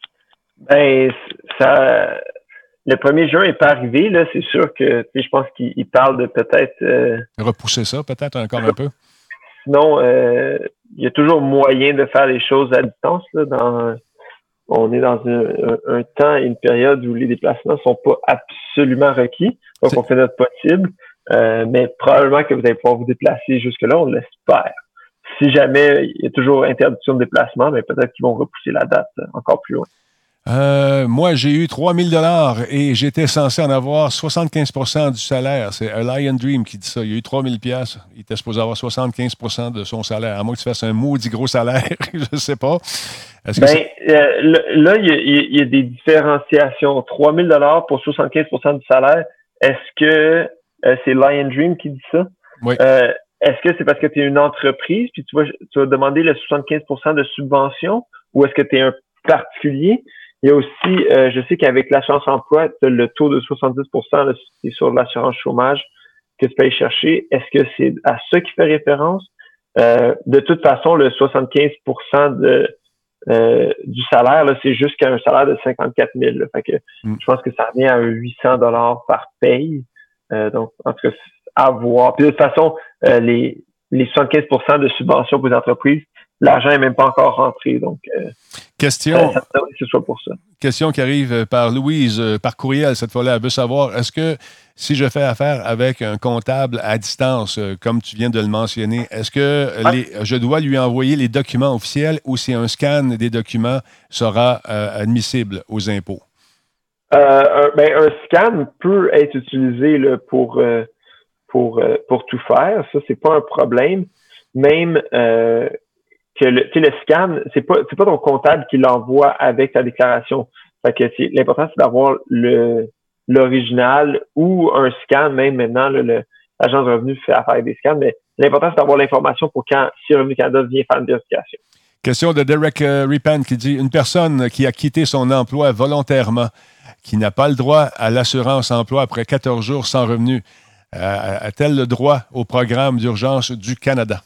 Ben, ça... Le premier juin n'est pas arrivé, là. C'est sûr que, je pense qu'il parle de peut-être... Euh... Repousser ça, peut-être, encore un peu? Sinon, euh, il y a toujours moyen de faire les choses à distance. Là, dans, on est dans un, un, un temps et une période où les déplacements ne sont pas absolument requis. Donc, C'est... on fait notre possible. Euh, mais probablement que vous allez pouvoir vous déplacer jusque-là, on l'espère. Si jamais il y a toujours interdiction de déplacement, mais peut-être qu'ils vont repousser la date encore plus loin. Euh, moi, j'ai eu trois mille dollars et j'étais censé en avoir soixante-quinze pour cent du salaire. C'est A Lion Dream qui dit ça. Il a eu trois mille dollars. Il était supposé avoir soixante-quinze pour cent de son salaire. À moins que tu fasses un maudit gros salaire, je ne sais pas. Est-ce que ben, euh, là, il y, a, il y a des différenciations. trois mille dollars pour soixante-quinze pour cent du salaire. Est-ce que euh, c'est Lion Dream qui dit ça? Oui. Euh, est-ce que c'est parce que tu es une entreprise puis tu vas, tu vas demander le soixante-quinze pour cent de subvention ou est-ce que tu es un particulier? Il y a aussi, euh, je sais qu'avec l'assurance emploi, tu as le taux de soixante-dix pour cent là, c'est sur l'assurance chômage que tu peux aller chercher. Est-ce que c'est à ça qui fait référence? Euh, de toute façon, le soixante-quinze pour cent de, euh, du salaire, là, c'est jusqu'à un salaire de cinquante-quatre mille. Là. Fait que mm. je pense que ça revient à huit cents dollars par paye. Euh, donc, en tout cas, à voir. Puis de toute façon, euh, les, les soixante-quinze pour cent de subventions pour les entreprises, l'argent n'est même pas encore rentré, donc euh, question, ça, ça, ce soit pour ça. Question qui arrive par Louise, par courriel cette fois-là. Elle veut savoir, est-ce que si je fais affaire avec un comptable à distance, comme tu viens de le mentionner, est-ce que ouais. les, je dois lui envoyer les documents officiels ou si un scan des documents sera euh, admissible aux impôts? Euh, un, ben, un scan peut être utilisé là, pour, euh, pour, euh, pour tout faire. Ça, c'est pas un problème. Même... Euh, que le, le scan, c'est pas, c'est pas ton comptable qui l'envoie avec ta déclaration. Fait que c'est, l'important, c'est d'avoir le, l'original ou un scan, même maintenant, là, le, l'agence de revenus fait affaire avec des scans, mais l'important, c'est d'avoir l'information pour quand, si Revenu Canada vient faire une vérification. Question de Derek euh, Ripan qui dit, une personne qui a quitté son emploi volontairement, qui n'a pas le droit à l'assurance emploi après quatorze jours sans revenu, euh, a-t-elle le droit au programme d'urgence du Canada?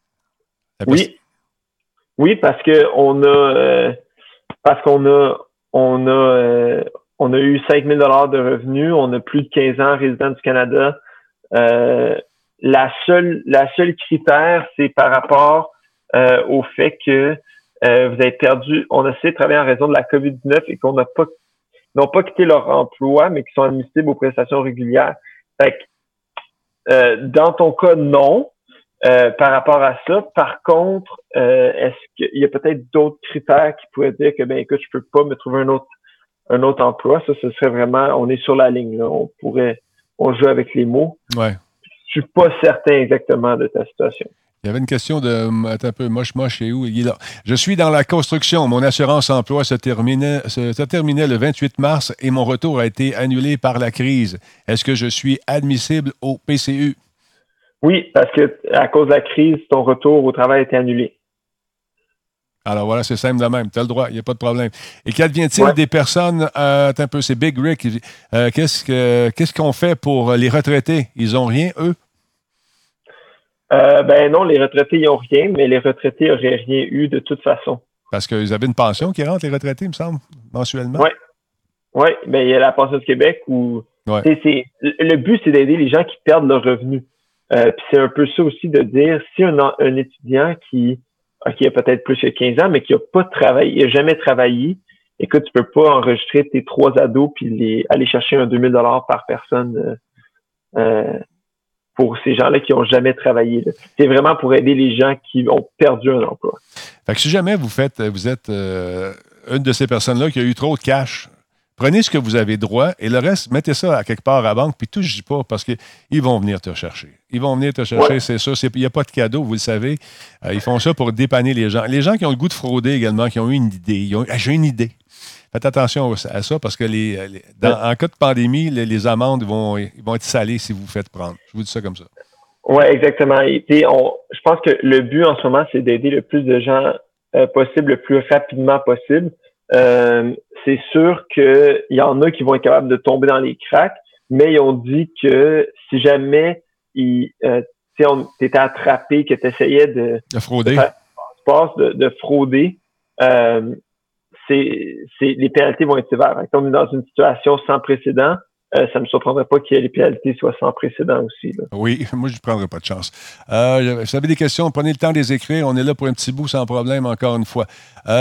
Oui. Oui, parce que on a euh, parce qu'on a on a euh, on a eu cinq mille dollars de revenus, on a plus de quinze ans résident du Canada. Euh, la seule la seule critère, c'est par rapport euh, au fait que euh, vous avez perdu, on a essayé de travailler en raison de la COVID dix-neuf et qu'on n'a pas n'ont pas quitté leur emploi, mais qui sont admissibles aux prestations régulières. Fait que, euh, dans ton cas, non. Euh, par rapport à ça, par contre, euh, est-ce qu'il y a peut-être d'autres critères qui pourraient dire que, ben, écoute, je peux pas me trouver un autre, un autre emploi? Ça, ce serait vraiment, on est sur la ligne, là. On pourrait, on joue avec les mots. Ouais. Je suis pas certain exactement de ta situation. Il y avait une question de, attends un peu, moche, moche, et où? Il est là. Je suis dans la construction. Mon assurance emploi se terminait, se, se terminait le vingt-huit mars et mon retour a été annulé par la crise. Est-ce que je suis admissible au P C U? Oui, parce que à cause de la crise, ton retour au travail a été annulé. Alors voilà, c'est simple de même. Tu as le droit, il n'y a pas de problème. Et qu'advient-il ouais. des personnes, euh, un peu, c'est Big Rick, euh, qu'est-ce, que, qu'est-ce qu'on fait pour les retraités? Ils n'ont rien, eux? Euh, ben non, les retraités, ils n'ont rien, mais les retraités n'auraient rien eu de toute façon. Parce qu'ils avaient une pension qui rentre, les retraités, il me semble, mensuellement? Oui. Oui, ben il y a la pension du Québec où ouais. c'est, c'est, le but, c'est d'aider les gens qui perdent leurs revenus. Euh, puis c'est un peu ça aussi de dire, si un, un étudiant qui, qui a peut-être plus que quinze ans, mais qui n'a pas travaillé, il n'a jamais travaillé, écoute, tu peux pas enregistrer tes trois ados puis les, aller chercher un deux mille dollars par personne euh, euh, pour ces gens-là qui n'ont jamais travaillé. Là. C'est vraiment pour aider les gens qui ont perdu un emploi. Fait que si jamais vous faites, vous êtes euh, une de ces personnes-là qui a eu trop de cash, prenez ce que vous avez droit et le reste, mettez ça à quelque part à la banque, puis touchez pas parce qu'ils vont venir te chercher. Ils vont venir te chercher, ouais. c'est ça. Il n'y a pas de cadeau, vous le savez. Euh, ils font ça pour dépanner les gens. Les gens qui ont le goût de frauder également, qui ont eu une idée. Ils ont, ah, j'ai une idée. Faites attention à ça parce que les, les dans, en cas de pandémie, les, les amendes vont, ils vont être salées si vous vous faites prendre. Je vous dis ça comme ça. Oui, exactement. Et puis, on, je pense que le but en ce moment, c'est d'aider le plus de gens euh, possible, le plus rapidement possible. Euh, c'est sûr qu'il y en a qui vont être capables de tomber dans les cracks, mais ils ont dit que si jamais ils, euh, tu étais attrapé, que tu essayais de, de frauder, de, de, de frauder, euh, c'est, c'est, les pénalités vont être sévères. Quand on est dans une situation sans précédent, euh, ça ne me surprendrait pas que les pénalités soient sans précédent aussi. Là. Oui, moi, je ne prendrais pas de chance. Euh, si vous avez des questions, prenez le temps de les écrire. On est là pour un petit bout sans problème, encore une fois.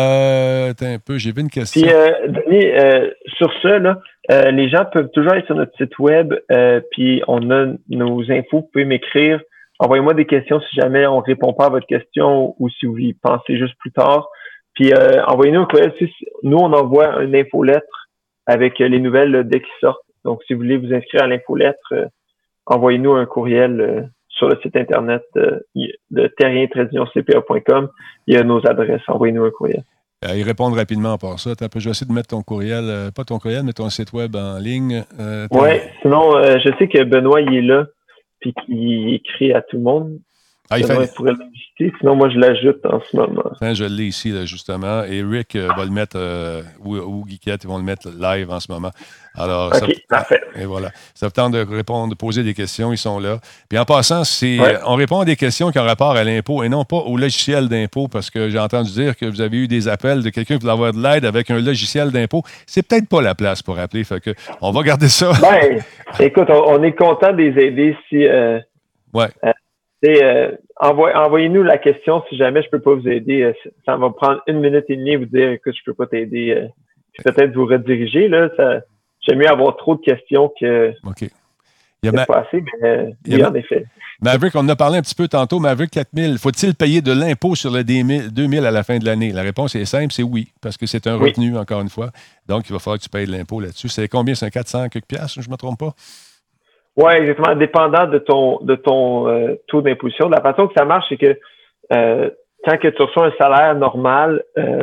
Euh, attends un peu, j'ai vu une question. Puis, euh, Denis, euh, sur ça, là, euh, les gens peuvent toujours aller sur notre site web, euh, puis on a nos infos. Vous pouvez m'écrire. Envoyez-moi des questions si jamais on ne répond pas à votre question ou si vous y pensez juste plus tard. Puis, euh, envoyez-nous un courriel. Nous, on envoie une infolettre avec les nouvelles là, dès qu'ils sortent. Donc, si vous voulez vous inscrire à l'infolettre, euh, envoyez-nous un courriel euh, sur le site Internet euh, de terrien tiret c p a point com. Il y a nos adresses. Envoyez-nous un courriel. Euh, ils répondent rapidement à part ça. Attends, je vais essayer de mettre ton courriel, euh, pas ton courriel, mais ton site web en ligne. Euh, oui, sinon, euh, je sais que Benoît, il est là, puis qu'il écrit à tout le monde. Ah, il Benoît, fait... pourrait l'inviter. Sinon, moi, je l'ajoute en ce moment. Enfin, je l'ai ici, là, justement. Et Rick euh, va le mettre, euh, ou, ou Guiquette, ils vont le mettre live en ce moment. Alors, OK, ça, parfait. Et voilà. Ça vous tente de répondre, de poser des questions, ils sont là. Puis en passant, c'est, ouais. on répond à des questions qui ont rapport à l'impôt et non pas au logiciel d'impôt, parce que j'ai entendu dire que vous avez eu des appels de quelqu'un qui voulait avoir de l'aide avec un logiciel d'impôt. C'est peut-être pas la place pour appeler, fait que on va garder ça. Ben, écoute, on, on est content de les aider si... Euh, ouais. Euh, Euh, envoy, envoyez-nous la question si jamais je peux pas vous aider. Euh, ça va me prendre une minute et demie et vous dire écoute, je peux pas t'aider. Euh, puis peut-être vous rediriger. Là, ça, j'aime mieux avoir trop de questions que OK. Il y a ma... pas assez, mais euh, oui, ma... en effet. Maverick, on en a parlé un petit peu tantôt. Maverick, quatre mille, faut-il payer de l'impôt sur le deux mille à la fin de l'année? La réponse est simple, c'est oui, parce que c'est un revenu, oui. Encore une fois. Donc, il va falloir que tu payes de l'impôt là-dessus. C'est combien? C'est quatre cents quelques piastres, je ne me trompe pas? Oui, exactement. Dépendant de ton de ton euh, taux d'imposition. La façon que ça marche, c'est que euh, quand que tu reçois un salaire normal, euh,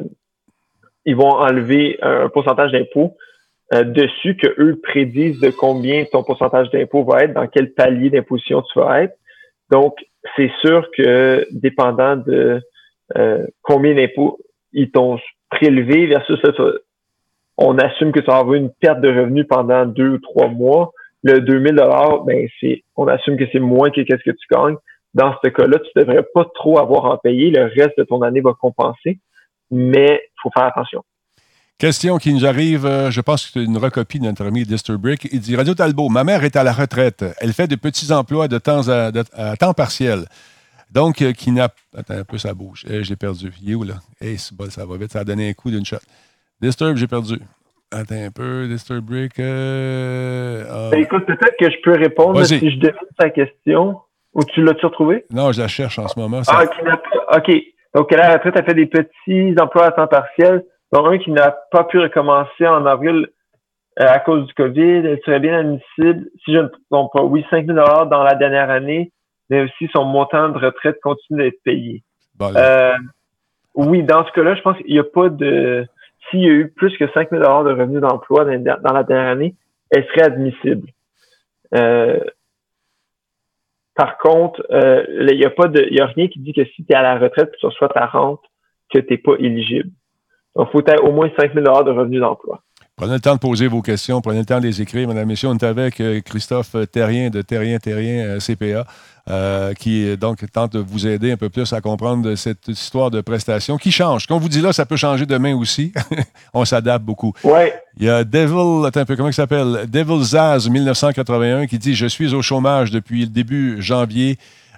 ils vont enlever un pourcentage d'impôt euh, dessus que eux prédisent de combien ton pourcentage d'impôt va être, dans quel palier d'imposition tu vas être. Donc, c'est sûr que dépendant de euh, combien d'impôts ils t'ont prélevé versus ça, on assume que tu vas avoir une perte de revenus pendant deux ou trois mois. Le deux mille dollars, ben c'est, on assume que c'est moins que qu'est-ce que tu gagnes. Dans ce cas-là, tu devrais pas trop avoir à en payer. Le reste de ton année va compenser, mais il faut faire attention. Question qui nous arrive, euh, je pense que c'est une recopie de notre ami Disturbrick. Il dit « Radio Talbot, ma mère est à la retraite. Elle fait de petits emplois de temps à, de, à temps partiel. Donc, euh, qui n'a... Attends un peu, ça bouge. Eh, j'ai perdu. Il est où, là? Eh, hey, c'est bon, ça va vite. Ça a donné un coup d'une shot. Disturb, j'ai perdu. Attends un peu, Disturbrick. Euh, euh... Ben, écoute, peut-être que je peux répondre là, si je devine ta question. Ou tu l'as-tu retrouvé? Non, je la cherche en ce moment. Ça... Ah, qui n'a pas... OK. Donc, elle a la retraite, elle fait des petits emplois à temps partiel. Donc, un qui n'a pas pu recommencer en avril euh, à cause du COVID. Elle serait bien admissible, si je ne me trompe pas, oui, cinq mille dollars dans la dernière année, mais aussi son montant de retraite continue d'être payé. Bon, euh, oui, dans ce cas-là, je pense qu'il n'y a pas de... S'il y a eu plus que cinq mille dollars de revenus d'emploi dans, dans la dernière année, elle serait admissible. Euh, par contre, euh, il n'y a pas de, il y a rien qui dit que si tu es à la retraite et que tu reçois ta rente, que tu n'es pas éligible. Donc, il faut avoir au moins cinq mille dollars de revenus d'emploi. Prenez le temps de poser vos questions, prenez le temps de les écrire. Madame, Messieurs, on est avec Christophe Terrien de Terrien Terrien C P A, euh, qui donc tente de vous aider un peu plus à comprendre cette histoire de prestation qui change. Ce qu'on vous dit là, ça peut changer demain aussi. On s'adapte beaucoup. Ouais. Il y a Devil, attends un peu, comment il s'appelle? Devil Zaz mille neuf cent quatre-vingt-un qui dit « Je suis au chômage depuis le début janvier.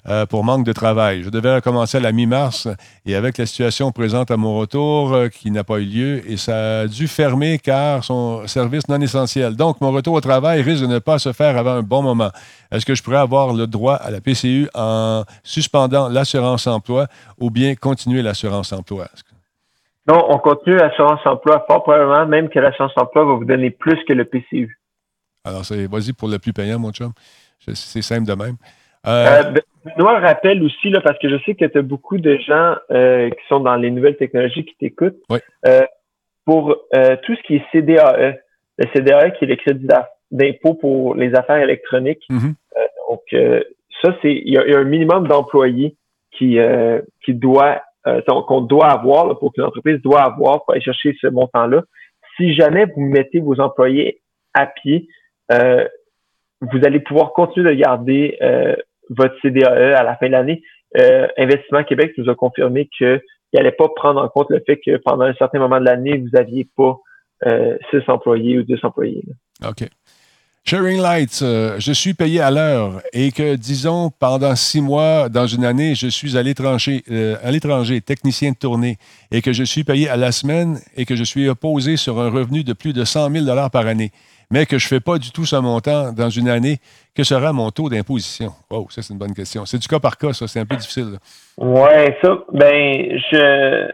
euh, pour manque de travail. Je devais recommencer à la mi-mars et avec la situation présente à mon retour euh, qui n'a pas eu lieu et ça a dû fermer car son service non essentiel. Donc, mon retour au travail risque de ne pas se faire avant un bon moment. Est-ce que je pourrais avoir le droit à la P C U en suspendant l'assurance-emploi ou bien continuer l'assurance-emploi? Non, on continue l'assurance-emploi fort probablement, même que l'assurance-emploi va vous donner plus que le P C U. Alors, c'est, vas-y pour le plus payant, mon chum. C'est simple de même. Euh, euh, Benoît rappelle aussi, là, parce que je sais que tu as beaucoup de gens euh, qui sont dans les nouvelles technologies qui t'écoutent. Oui. Euh, pour euh, tout ce qui est C D A E, le C D A E qui est le crédit d'impôt pour les affaires électroniques. Mm-hmm. Euh, donc, euh, ça, c'est il y, y a un minimum d'employés qui, euh, qui doit, euh, qu'on doit avoir, là, pour que l'entreprise doit avoir pour aller chercher ce montant-là. Si jamais vous mettez vos employés à pied, euh, vous allez pouvoir continuer de garder euh, votre C D A E à la fin de l'année. Euh, Investissement Québec nous a confirmé qu'il n'allait pas prendre en compte le fait que pendant un certain moment de l'année, vous n'aviez pas euh, six employés ou deux employés. Là. OK. Sharing Lights, euh, je suis payé à l'heure et que, disons, pendant six mois, dans une année, je suis à l'étranger, euh, à l'étranger, technicien de tournée, et que je suis payé à la semaine et que je suis opposé sur un revenu de plus de cent mille dollars par année, mais que je ne fais pas du tout ce montant dans une année, que sera mon taux d'imposition? Oh, ça, c'est une bonne question. C'est du cas par cas, ça. C'est un peu difficile. Là. Ouais, ça, ben, je...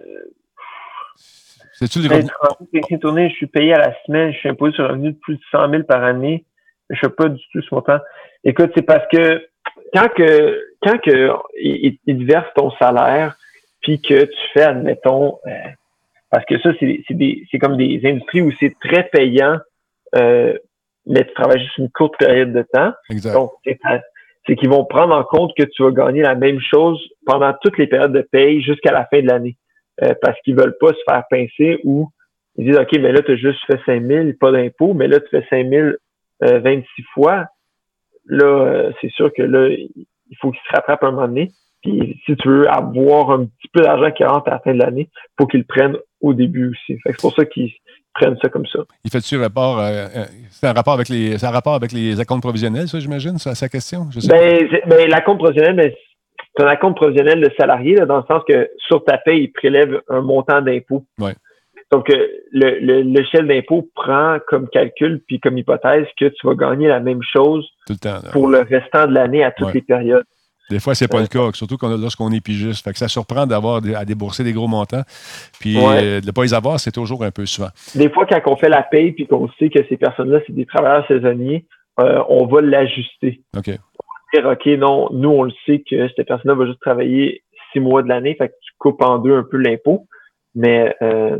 C'est-tu le revenu? Technicien de tournée, je suis payé à la semaine, je suis imposé sur un revenu de plus de cent mille par année. Je ne fais pas du tout ce montant. Écoute, c'est parce que quand que quand que il, il te verse ton salaire, puis que tu fais, admettons, euh, parce que ça, c'est c'est des c'est comme des industries où c'est très payant, euh, mais tu travailles juste une courte période de temps. Exact. Donc, c'est, c'est qu'ils vont prendre en compte que tu vas gagner la même chose pendant toutes les périodes de paye jusqu'à la fin de l'année. Euh, parce qu'ils veulent pas se faire pincer ou ils disent, OK, mais là, tu as juste fait cinq mille, pas d'impôt, mais là, tu fais cinq mille Euh, vingt-six fois, là, euh, c'est sûr que là, il faut qu'il se rattrape un moment donné. Puis si tu veux avoir un petit peu d'argent qui rentre à la fin de l'année, il faut qu'ils le prennent au début aussi. Fait que c'est pour ça qu'ils prennent ça comme ça. Il fait-tu rapport, euh, c'est un rapport avec les, c'est un rapport avec les acomptes provisionnels, ça, j'imagine, c'est sa question? Je sais ben, ben, l'acompte provisionnel, ben, c'est un acompte provisionnel de salarié, là, dans le sens que sur ta paie, il prélève un montant d'impôt. Ouais. Donc, le, le, l'échelle d'impôt prend comme calcul puis comme hypothèse que tu vas gagner la même chose tout le temps, pour le restant de l'année à toutes ouais. les périodes. Des fois, c'est pas euh, le cas, surtout lorsqu'on est pigiste. Fait que ça surprend d'avoir à débourser des gros montants. Puis ouais. euh, de ne pas les avoir, c'est toujours un peu souvent. Des fois, quand on fait la paye puis qu'on sait que ces personnes-là, c'est des travailleurs saisonniers, euh, on va l'ajuster. OK. On va dire, OK, non, nous, on le sait que cette personne-là va juste travailler six mois de l'année, fait que tu coupes en deux un peu l'impôt. Mais euh,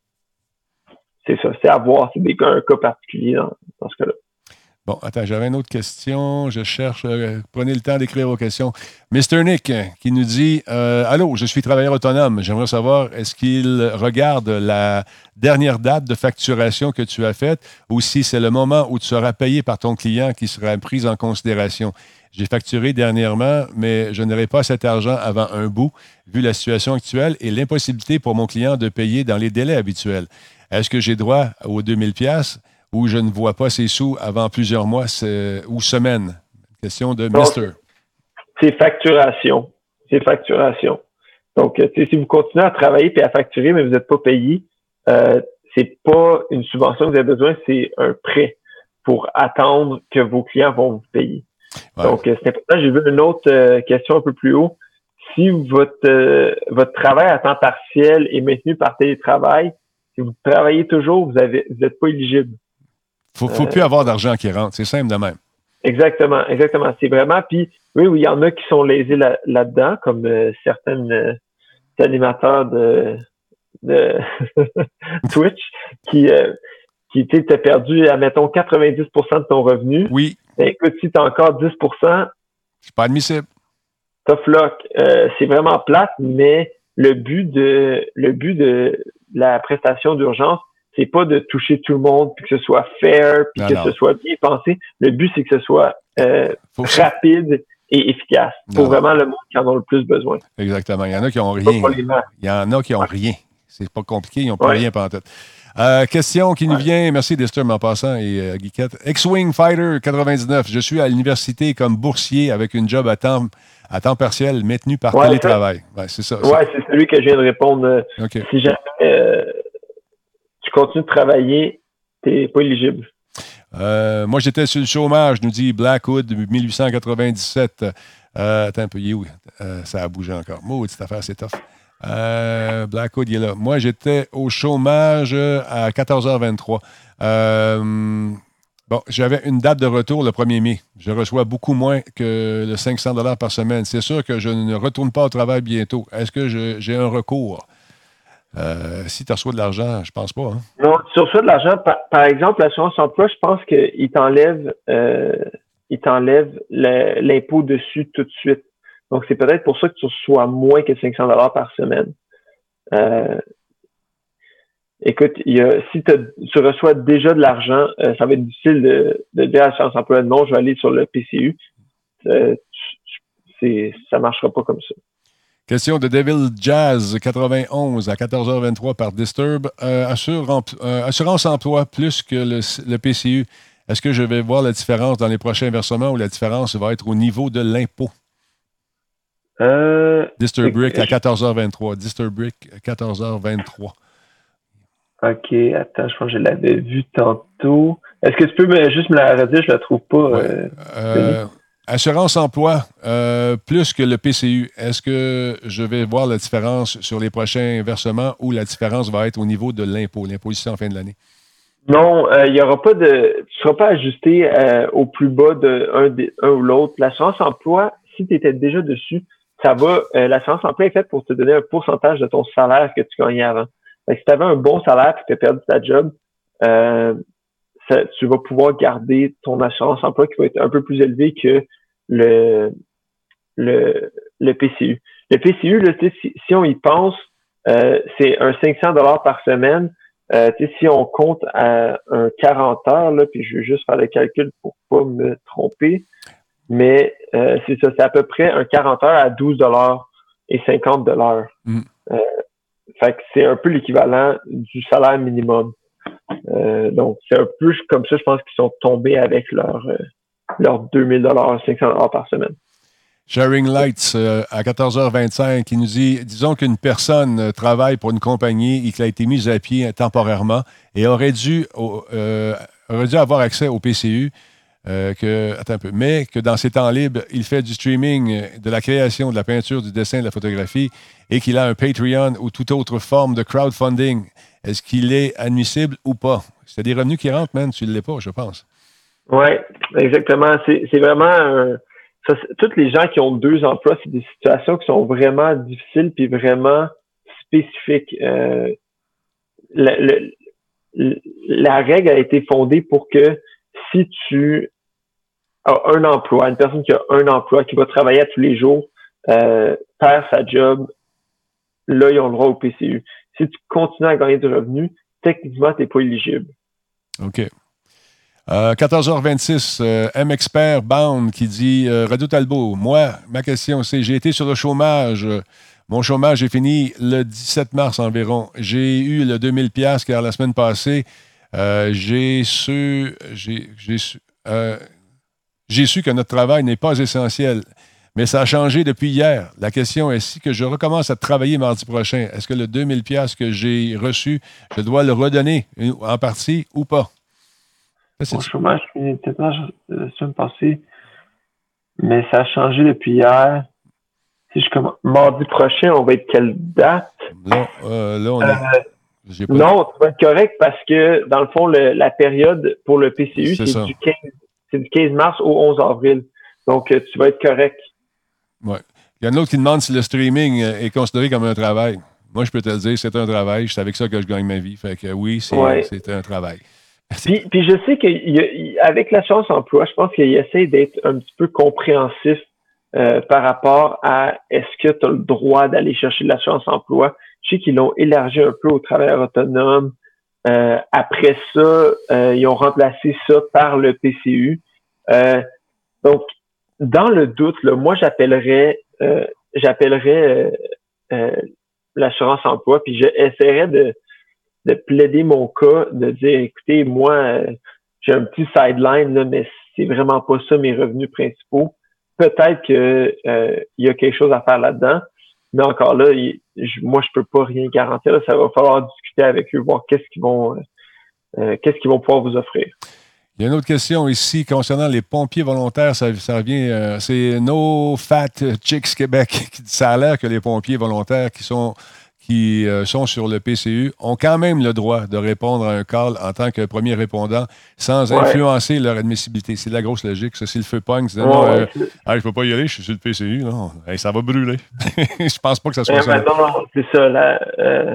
c'est ça, c'est à voir. C'est des cas, un cas particulier dans, dans ce cas-là. Bon, attends, j'avais une autre question. Je cherche. Euh, prenez le temps d'écrire vos questions. mister Nick qui nous dit euh, allô, je suis travailleur autonome. J'aimerais savoir, est-ce qu'il regarde la dernière date de facturation que tu as faite ou si c'est le moment où tu seras payé par ton client qui sera pris en considération? J'ai facturé dernièrement, mais je n'aurai pas cet argent avant un bout, vu la situation actuelle et l'impossibilité pour mon client de payer dans les délais habituels. Est-ce que j'ai droit aux deux mille dollars ou je ne vois pas ces sous avant plusieurs mois ou semaines? Question de mister C'est facturation. C'est facturation. Donc, si vous continuez à travailler et à facturer, mais vous n'êtes pas payé, euh, c'est pas une subvention que vous avez besoin, c'est un prêt pour attendre que vos clients vont vous payer. Ouais. Donc, c'est important. J'ai vu une autre euh, question un peu plus haut. Si votre euh, votre travail à temps partiel est maintenu par télétravail, si vous travaillez toujours, vous avez vous n'êtes pas éligible. Faut, faut euh, plus avoir d'argent qui rentre. C'est simple de même. Exactement, exactement. C'est vraiment. Puis oui, oui, il y en a qui sont lésés là, là-dedans, comme euh, certains euh, animateurs de, de Twitch qui euh, qui t'as perdu, admettons, quatre-vingt-dix pour cent de ton revenu. Oui. Ben, écoute, si tu as encore dix pour cent, c'est pas admissible. Tough luck. Euh, c'est vraiment plate, mais le but de le but de la prestation d'urgence, c'est pas de toucher tout le monde, puis que ce soit fair, puis non, que non. ce soit bien pensé. Le but, c'est que ce soit euh, rapide et efficace pour non. vraiment le monde qui en a le plus besoin. Exactement. Il y en a qui n'ont rien. Il y en a qui n'ont rien. C'est pas compliqué, ils n'ont pas ouais. rien pantoute. Euh, question qui nous vient, merci Disturb en passant, et euh, Guiquette. X-Wing Fighter quatre-vingt-dix-neuf, je suis à l'université comme boursier avec une job à temps, à temps partiel maintenu par ouais, télétravail. Ouais, c'est ça. Oui, c'est celui que je viens de répondre. Okay. Si jamais euh, tu continues de travailler, tu n'es pas éligible. Euh, moi, j'étais sur le chômage, nous dit Blackwood, dix-huit cent quatre-vingt-dix-sept. Euh, attends un peu, il est où? Euh, ça a bougé encore. Maudit, cette affaire, c'est tough. Euh, Blackwood, il est là. Moi, j'étais au chômage à quatorze heures vingt-trois. Euh, bon, j'avais une date de retour le premier mai. Je reçois beaucoup moins que le cinq cents dollars par semaine. C'est sûr que je ne retourne pas au travail bientôt. Est-ce que je, j'ai un recours? Euh, si tu reçois de l'argent, je pense pas. Hein? Non, tu reçois de l'argent. Par, par exemple, l'assurance emploi, je pense qu'il t'enlève, euh, il t'enlève le, l'impôt dessus tout de suite. Donc, c'est peut-être pour ça que tu reçois moins que cinq cents dollars par semaine. Euh, écoute, il y a, si tu reçois déjà de l'argent, euh, ça va être difficile de, de dire à l'assurance emploi, non, je vais aller sur le P C U. Euh, c'est, ça marchera pas comme ça. Question de Devil Jazz quatre-vingt-onze à quatorze heures vingt-trois par Disturb. Euh, assure empl- euh, assurance emploi plus que le, le P C U. Est-ce que je vais voir la différence dans les prochains versements ou la différence va être au niveau de l'impôt? Euh, Disturb Brick à quatorze heures vingt-trois. Disturb Brick à quatorze heures vingt-trois. OK, attends, je pense que je l'avais vu tantôt. Est-ce que tu peux me, juste me la redire? Je la trouve pas. Ouais. Euh, euh, assurance emploi, euh, plus que le P C U. Est-ce que je vais voir la différence sur les prochains versements ou la différence va être au niveau de l'impôt, l'imposition en fin de l'année? Non, il euh, n'y aura pas de. Tu ne seras pas ajusté euh, au plus bas de un, de, un ou l'autre. L'assurance emploi, si tu étais déjà dessus, ça va. Euh, l'assurance emploi est faite pour te donner un pourcentage de ton salaire que tu gagnais avant. Fait que si tu avais un bon salaire et que tu as perdu ta job, euh, ça, tu vas pouvoir garder ton assurance emploi qui va être un peu plus élevé que le le, le P C U. Le P C U, là, si, si on y pense, euh, c'est un cinq cents dollars par semaine. Euh, si on compte à un quarante heures, là, puis je vais juste faire le calcul pour pas me tromper, mais euh, c'est ça, c'est à peu près un quarante heures à douze dollars et cinquante dollars. Mm. Euh, fait que c'est un peu l'équivalent du salaire minimum. Euh, donc, c'est un peu comme ça, je pense qu'ils sont tombés avec leur, euh, leur deux mille dollars, cinq cents dollars par semaine. Sharing Lights euh, à quatorze heures vingt-cinq, qui nous dit, disons qu'une personne euh, travaille pour une compagnie et qu'elle a été mise à pied euh, temporairement et aurait dû, euh, aurait dû avoir accès au P C U, euh, que, attends un peu, mais que dans ses temps libres, il fait du streaming, de la création, de la peinture, du dessin, de la photographie et qu'il a un Patreon ou toute autre forme de crowdfunding. Est-ce qu'il est admissible ou pas? C'est des revenus qui rentrent, man, tu ne l'es pas, je pense. Oui, exactement. C'est, c'est vraiment un... Ça, toutes les gens qui ont deux emplois, c'est des situations qui sont vraiment difficiles puis vraiment spécifiques. Euh, la, le, la règle a été fondée pour que si tu as un emploi, une personne qui a un emploi, qui va travailler à tous les jours, euh, perd sa job, là, ils ont le droit au P C U. Si tu continues à gagner du revenu, techniquement, tu n'es pas éligible. OK. Euh, quatorze heures vingt-six, euh, M-Expert Bound qui dit euh, Radio Talbot, moi, ma question c'est, j'ai été sur le chômage, mon chômage est fini le dix-sept mars environ. J'ai eu le deux mille dollars car la semaine passée, euh, j'ai su, j'ai, j'ai, su, euh, j'ai su que notre travail n'est pas essentiel, mais ça a changé depuis hier. La question est si que je recommence à travailler mardi prochain, est-ce que le deux mille dollars que j'ai reçu, je dois le redonner en partie ou pas? Mon chômage finit peut-être la semaine passée, mais ça a changé depuis hier. Si je commence mardi prochain, on va être quelle date? Là, euh, là on est... euh, pas... Non, tu vas être correct parce que, dans le fond, le, la période pour le P C U, c'est, c'est, du quinze, c'est du quinze mars au onze avril. Donc, tu vas être correct. Oui. Il y en a d'autres qui demandent si le streaming est considéré comme un travail. Moi, je peux te le dire, c'est un travail. C'est avec ça que je gagne ma vie. Fait que oui, c'est, ouais. c'est un travail. Puis, puis je sais qu'avec l'assurance emploi, je pense qu'il essaie d'être un petit peu compréhensif euh, par rapport à est-ce que tu as le droit d'aller chercher de l'assurance emploi. Je sais qu'ils l'ont élargi un peu aux travailleurs autonomes. Euh, après ça, euh, ils ont remplacé ça par le P C U. Euh, donc, dans le doute, là, moi, j'appellerais euh, j'appellerais euh, euh, l'assurance emploi, puis j'essaierais de de plaider mon cas, de dire, écoutez, moi, euh, j'ai un petit sideline, là, mais c'est vraiment pas ça mes revenus principaux. Peut-être que euh, il y a quelque chose à faire là-dedans, mais encore là, il, je, moi, je peux pas rien garantir. Là, ça va falloir discuter avec eux, voir qu'est-ce qu'ils vont, euh, qu'est-ce qu'ils vont pouvoir vous offrir. Il y a une autre question ici concernant les pompiers volontaires. Ça, ça revient, euh, c'est No Fat Chicks Québec qui dit ça a l'air que les pompiers volontaires qui sont qui euh, sont sur le P C U ont quand même le droit de répondre à un call en tant que premier répondant sans ouais. influencer leur admissibilité. C'est de la grosse logique. Ça, si le feu pogne, c'est ouais, non, euh, ouais. Hey, je peux pas y aller, je suis sur le P C U. Non, hey, ça va brûler. Je pense pas que ça soit ouais, ça. Non, non, c'est ça. Là, euh,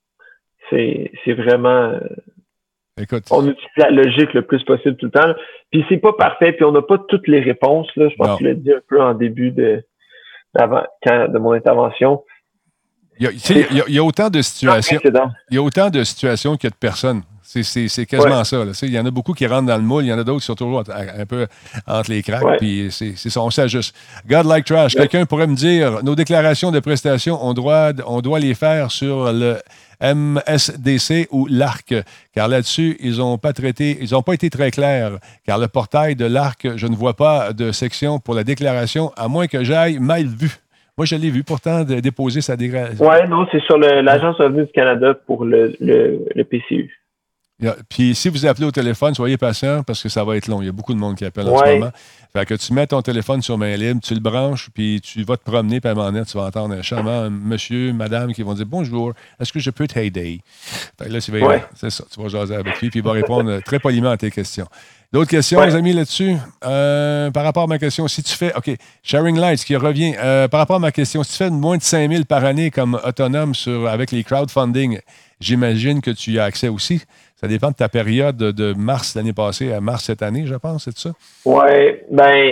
c'est, c'est vraiment... Euh, Écoute. On utilise la logique le plus possible tout le temps. Là. Puis c'est pas parfait, puis on n'a pas toutes les réponses. Là. Je pense non. que tu l'as dit un peu en début de, d'avant, quand, de mon intervention. Il y, a, il, y a, il y a autant de situations. Il y a autant de situations qu'il y a de personnes. C'est, c'est, c'est quasiment ouais. ça. Là. Il y en a beaucoup qui rentrent dans le moule. Il y en a d'autres qui sont toujours un peu entre les cracks. Ouais. Puis c'est, c'est ça, on s'ajuste. God like trash. Ouais. Quelqu'un pourrait me dire, nos déclarations de prestations, on doit, on doit les faire sur le M S D C ou l'A R C, car là-dessus, ils n'ont pas traité, ils n'ont pas été très clairs, car le portail de l'A R C, je ne vois pas de section pour la déclaration, à moins que j'aille mal vu. Moi, je l'ai vu pourtant de déposer sa déclaration. Oui, non, c'est sur le, l'Agence Revenu du Canada pour le, le, le P C U. Yeah. Puis si vous appelez au téléphone, soyez patient parce que ça va être long. Il y a beaucoup de monde qui appelle en ouais. ce moment. Fait que tu mets ton téléphone sur main libre, tu le branches, puis tu vas te promener, puis à un moment donné, tu vas entendre un charmant monsieur, madame qui vont dire « Bonjour, est-ce que je peux t'aider? » Fait que là, tu vas, ouais. c'est ça, tu vas jaser avec lui, puis il va répondre très poliment à tes questions. D'autres questions, ouais. les amis, là-dessus? Euh, par rapport à ma question, si tu fais... OK, Sharing Lights qui revient. Euh, par rapport à ma question, si tu fais moins de cinq mille par année comme autonome sur, avec les crowdfunding, j'imagine que tu y as accès aussi. Ça dépend de ta période de mars l'année passée à mars cette année, je pense, c'est ça? Oui, ben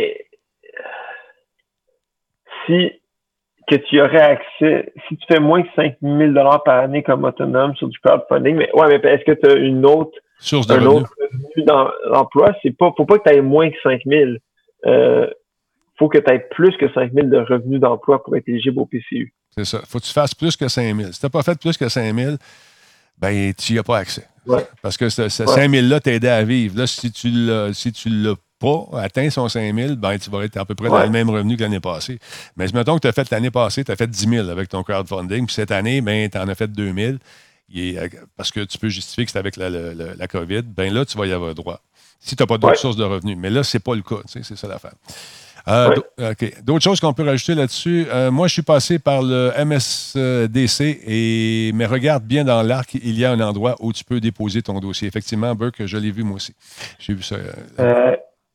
si que tu aurais accès, si tu fais moins que cinq mille dollars par année comme autonome sur du crowdfunding, mais ouais, mais est-ce que tu as une autre source de un revenu. autre revenu dans l'emploi? C'est pas, faut pas que tu aies moins que cinq mille. Euh, faut que tu aies plus que cinq mille de revenus d'emploi pour être éligible au P C U. C'est ça. Faut que tu fasses plus que cinq mille. Si tu n'as pas fait plus que cinq mille, ben tu n'y as pas accès. Ouais. Parce que ce, ce ouais. cinq mille-là t'aidait à vivre. Là, si tu l'as, si tu l'as pas atteint son cinq mille, ben tu vas être à peu près ouais. dans le même revenu que l'année passée. Mais mettons que tu as fait l'année passée, tu as fait dix mille avec ton crowdfunding, puis cette année, ben, tu en as fait deux mille. Et, parce que tu peux justifier que c'est avec la, la, la, la COVID, ben là, tu vas y avoir droit. Si tu n'as pas d'autres ouais. sources de revenus. Mais là, c'est pas le cas. C'est ça l'affaire. Euh, ouais. okay. D'autres choses qu'on peut rajouter là-dessus. Euh, moi, je suis passé par le M S D C, et, mais regarde bien dans l'arc, il y a un endroit où tu peux déposer ton dossier. Effectivement, Burke, je l'ai vu moi aussi. J'ai vu ça. Euh...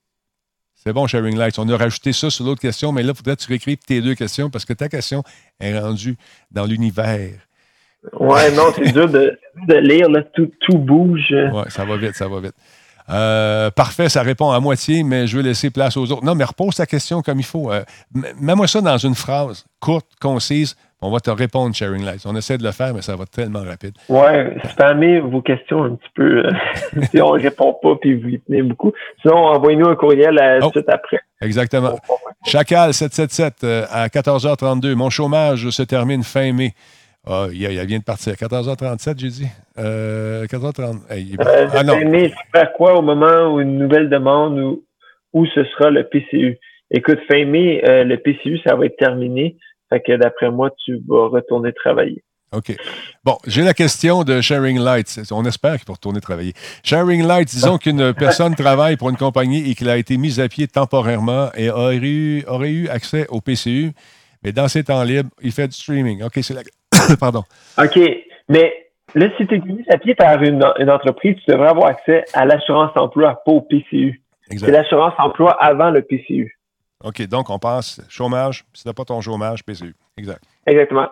C'est bon, Sharing Lights. On a rajouté ça sur l'autre question, mais là, il faudrait que tu réécrives tes deux questions parce que ta question est rendue dans l'univers. Ouais, non, c'est dur de, de lire, là, tout, tout bouge. Ouais, ça va vite, ça va vite. Euh, parfait, ça répond à moitié, mais je vais laisser place aux autres. Non, mais repose ta question comme il faut. Euh, mets-moi ça dans une phrase courte, concise. On va te répondre, Sharing Lights. On essaie de le faire, mais ça va tellement rapide. Ouais, spammez vos questions un petit peu. Euh, si on ne répond pas puis vous y tenez beaucoup. Sinon, envoyez-nous un courriel à, oh, tout de suite après. Exactement. Chacal sept cent soixante-dix euh, à quatorze heures trente-deux. Mon chômage se termine fin mai. Ah, il, il vient de partir. quatorze heures trente-sept, j'ai dit. Euh, quatorze heures trente. Hey, euh, ah non. Mais tu vas faire quoi au moment où une nouvelle demande ou où ce sera le P C U? Écoute, fin mai, euh, le P C U, ça va être terminé. Fait que d'après moi, tu vas retourner travailler. OK. Bon, j'ai la question de Sharing Lights. On espère qu'il va retourner travailler. Sharing Lights, disons qu'une personne travaille pour une compagnie et qu'il a été mise à pied temporairement et aurait eu, aurait eu accès au P C U, mais dans ses temps libres, il fait du streaming. OK, c'est la... Pardon. OK, mais là, si tu es mis à pied par une, une entreprise, tu devrais avoir accès à l'assurance emploi, pas au P C U. Exact. C'est l'assurance emploi avant le P C U. OK, donc on passe chômage. Si tu n'as pas ton chômage, P C U. Exact. Exactement.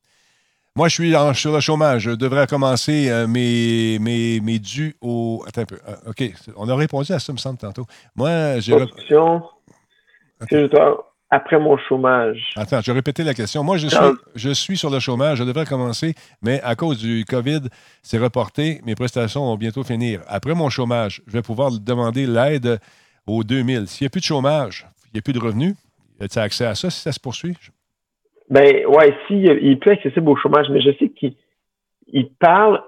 Moi, je suis en, sur le chômage. Je devrais commencer euh, mes, mes, mes dus au... Attends un peu. Euh, OK, on a répondu à ça, me semble, tantôt. Moi, j'ai... Question. Okay. Je dois... Après mon chômage. Attends, je vais répéter la question. Moi, je suis, je suis sur le chômage. Je devrais commencer, mais à cause du COVID, c'est reporté. Mes prestations vont bientôt finir. Après mon chômage, je vais pouvoir demander l'aide aux deux mille. S'il n'y a plus de chômage, il n'y a plus de revenus, as-tu accès à ça si ça se poursuit? Ben, ouais, si, il est plus accessible au chômage, mais je sais qu'il il parle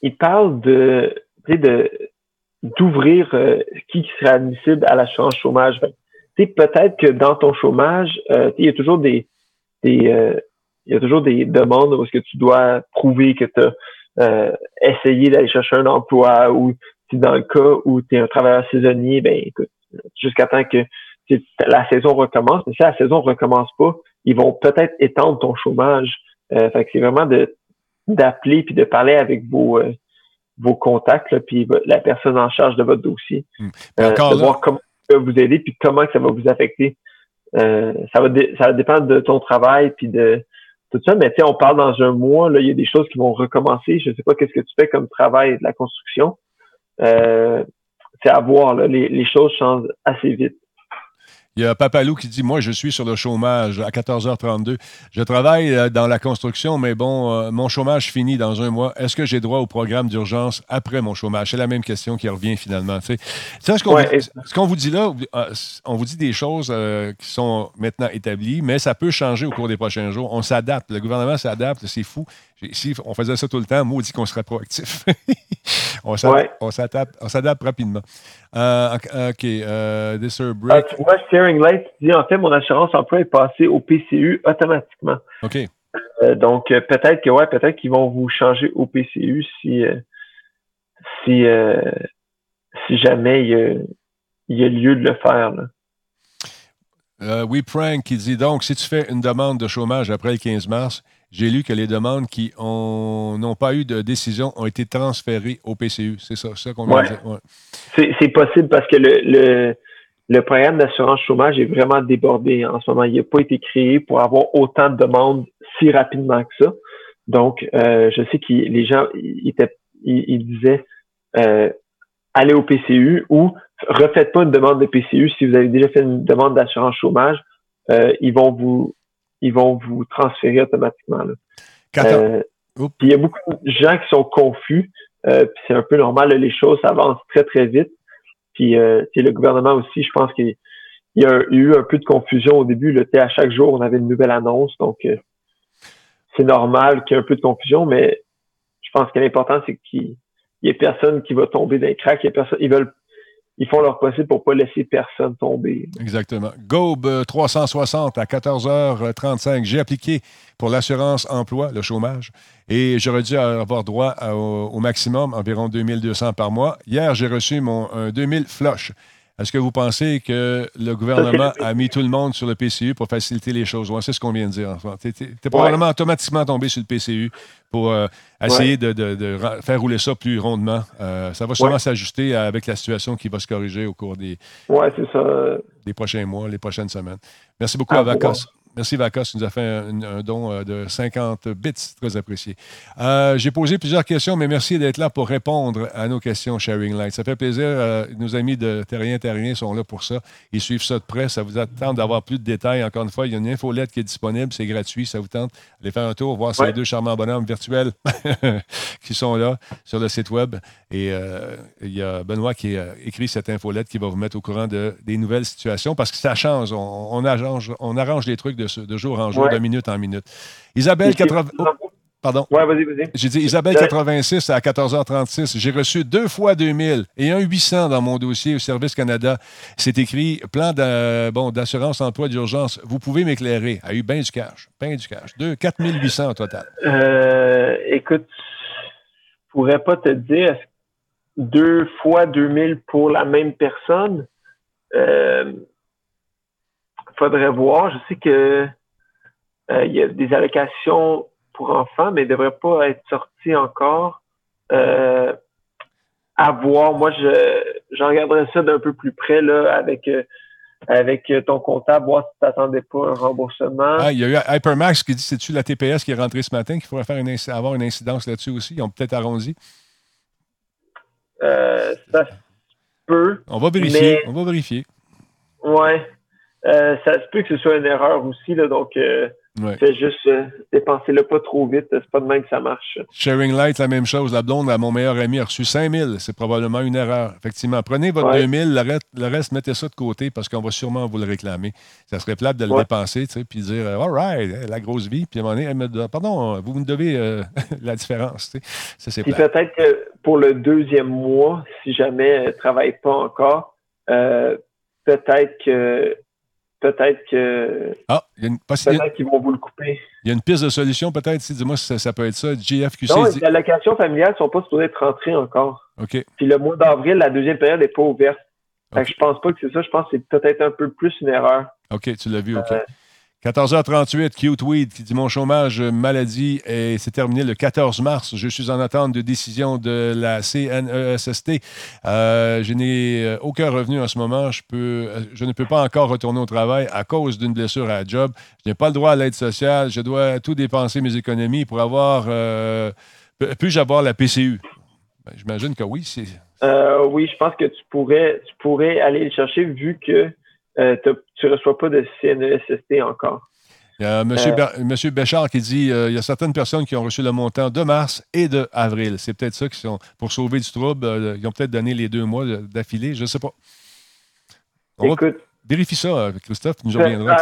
il parle de, de d'ouvrir euh, qui serait admissible à l'assurance chômage. Ben, tu sais, peut-être que dans ton chômage, euh, il y a toujours des, des euh, il y a toujours des demandes où est-ce que tu dois prouver que tu as euh, essayé d'aller chercher un emploi, ou si dans le cas où tu es un travailleur saisonnier, ben écoute, jusqu'à temps que la saison recommence, mais si la saison recommence pas, ils vont peut-être étendre ton chômage. Euh, fait que c'est vraiment de d'appeler puis de parler avec vos euh, vos contacts, là, puis la personne en charge de votre dossier, mmh. euh, de là, voir comment ça va vous aider puis comment que ça va vous affecter. Euh, ça va dé- ça va dépendre de ton travail puis de tout ça, mais tu sais, on parle dans un mois, là, il y a des choses qui vont recommencer. Je sais pas qu'est-ce que tu fais comme travail de la construction. Euh, c'est à voir, là, les, les choses changent assez vite. Il y a Papalou qui dit « Moi, je suis sur le chômage à quatorze heures trente-deux. Je travaille dans la construction, mais bon, euh, mon chômage finit dans un mois. Est-ce que j'ai droit au programme d'urgence après mon chômage? » C'est la même question qui revient finalement. Tu sais, ce qu'on ouais, vous, ce qu'on vous dit là, on vous dit des choses euh, qui sont maintenant établies, mais ça peut changer au cours des prochains jours. On s'adapte. Le gouvernement s'adapte. C'est fou. Si on faisait ça tout le temps, maudit qu'on serait proactif. on, s'adapte, ouais. on, s'adapte, on s'adapte rapidement. Euh, OK. Euh, this break. Uh, tu vois, Sharing Light dit, en fait, mon assurance emploi est passée au P C U automatiquement. OK. Euh, donc, euh, peut-être que, ouais, peut-être qu'ils vont vous changer au P C U si, euh, si, euh, si jamais il y, a, il y a lieu de le faire, là. Euh, oui, Prank qui dit, donc, si tu fais une demande de chômage après le quinze mars, j'ai lu que les demandes qui ont, n'ont pas eu de décision ont été transférées au P C U. C'est ça, c'est ça qu'on vient ouais. de dire. Ouais. C'est, c'est possible parce que le, le, le programme d'assurance chômage est vraiment débordé en ce moment. Il n'a pas été créé pour avoir autant de demandes si rapidement que ça. Donc, euh, je sais que les gens ils, étaient, ils, ils disaient euh, allez au P C U ou refaites pas une demande de P C U. Si vous avez déjà fait une demande d'assurance chômage, euh, ils vont vous ils vont vous transférer automatiquement. Là. Euh, puis il y a beaucoup de gens qui sont confus, euh, puis c'est un peu normal, là, les choses avancent très, très vite. Puis euh, le gouvernement aussi, je pense qu'il y a eu un peu de confusion au début. Là, à chaque jour, on avait une nouvelle annonce, donc euh, c'est normal qu'il y ait un peu de confusion, mais je pense que l'important, c'est qu'il y ait personne qui va tomber d'un crack. Il y a personne, ils veulent Ils font leur possible pour ne pas laisser personne tomber. Exactement. Gobe trois cent soixante à quatorze heures trente-cinq. J'ai appliqué pour l'assurance emploi, le chômage, et j'aurais dû avoir droit à, au, au maximum, environ deux mille deux cents par mois. Hier, j'ai reçu mon un deux mille flush. Est-ce que vous pensez que le gouvernement a mis tout le monde sur le P C U pour faciliter les choses? Ouais, c'est ce qu'on vient de dire. Enfin, tu es, es probablement ouais. automatiquement tombé sur le P C U pour euh, essayer ouais. de, de, de faire rouler ça plus rondement. Euh, ça va sûrement ouais. s'ajuster avec la situation qui va se corriger au cours des, ouais, c'est ça. des prochains mois, les prochaines semaines. Merci beaucoup ah, à Vacos. Merci, Vacos, qui nous a fait un, un don de cinquante bits, très apprécié. Euh, j'ai posé plusieurs questions, mais merci d'être là pour répondre à nos questions, Sharing Light. Ça fait plaisir. Euh, nos amis de Terrien Terrien sont là pour ça. Ils suivent ça de près. Ça vous attend d'avoir plus de détails. Encore une fois, il y a une infolette qui est disponible. C'est gratuit. Ça vous tente d'aller faire un tour, voir ces ouais. deux charmants bonhommes virtuels qui sont là sur le site web. Et euh, il y a Benoît qui a écrit cette infolette qui va vous mettre au courant de, des nouvelles situations parce que ça change. On, on, arrange, on arrange les trucs de, de jour en jour, ouais. de minute en minute. Isabelle, quatre-vingts... oh, pardon. Ouais, vas-y, vas-y. J'ai dit Isabelle, quatre-vingt-six à quatorze heures trente-six. J'ai reçu deux fois deux mille et un huit cents dans mon dossier au Service Canada. C'est écrit plan de, bon, d'assurance emploi d'urgence. Vous pouvez m'éclairer. A eu bien du cash. Bien du cash. Deux, quatre mille huit cents au total. Euh, écoute, je pourrais pas te dire deux fois deux mille pour la même personne. Euh, faudrait voir. Je sais que euh, il y a des allocations pour enfants, mais elles ne devraient pas être sorties encore. Euh, à voir. Moi, je, je regarderais ça d'un peu plus près là, avec, euh, avec ton comptable, voir si tu n'attendais pas un remboursement. Ah, il y a eu Hypermax qui dit c'est-tu la T P S qui est rentrée ce matin, qu'il faudrait faire une, avoir une incidence là-dessus aussi. Ils ont peut-être arrondi. Euh, ça se peut. On va vérifier. Mais... On va vérifier. Ouais. Euh, ça se peut que ce soit une erreur aussi, là, donc euh, Ouais. Fais juste euh, dépenser-le pas trop vite, c'est pas de même que ça marche. Sharing Light, la même chose. La blonde à mon meilleur ami a reçu cinq mille. C'est probablement une erreur. Effectivement, prenez votre ouais. deux mille, le reste, le reste, mettez ça de côté parce qu'on va sûrement vous le réclamer. Ça serait plate de le ouais. dépenser, tu sais, puis dire « All right, la grosse vie », puis à un moment donné, elle me dit « Pardon, vous me devez euh, la différence. » Ça, c'est puis plate. Peut-être que pour le deuxième mois, si jamais elle ne travaille pas encore, euh, peut-être que Peut-être que. Ah, il y a une Peut-être qu'ils vont vous le couper. Il y a une piste de solution, peut-être. Si, dis-moi si ça, ça peut être ça. J F Q C. Non, dit... les allocations familiales ne sont pas supposées être rentrées encore. OK. Puis le mois d'avril, la deuxième période n'est pas ouverte. Okay. Fait que je pense pas que c'est ça. Je pense que c'est peut-être un peu plus une erreur. OK, tu l'as vu, OK. Euh... quatorze heures trente-huit, Cute Weed qui dit « Mon chômage maladie et c'est terminé le quatorze mars. Je suis en attente de décision de la C N E S S T. Euh, je n'ai aucun revenu en ce moment. Je, peux, je ne peux pas encore retourner au travail à cause d'une blessure à la job. Je n'ai pas le droit à l'aide sociale. Je dois tout dépenser mes économies pour avoir... Euh, puis-je avoir la P C U? » Ben, j'imagine que oui. C'est... Euh, oui, je pense que tu pourrais, tu pourrais aller le chercher vu que Euh, tu ne reçois pas de C N E S S T encore. Il y a M. Euh, Ber- Monsieur Béchard qui dit euh, il y a certaines personnes qui ont reçu le montant de mars et de avril. C'est peut-être ça qui sont pour sauver du trouble. Euh, ils ont peut-être donné les deux mois d'affilée. Je ne sais pas. On Écoute, vérifie ça, Christophe. Nous reviendra.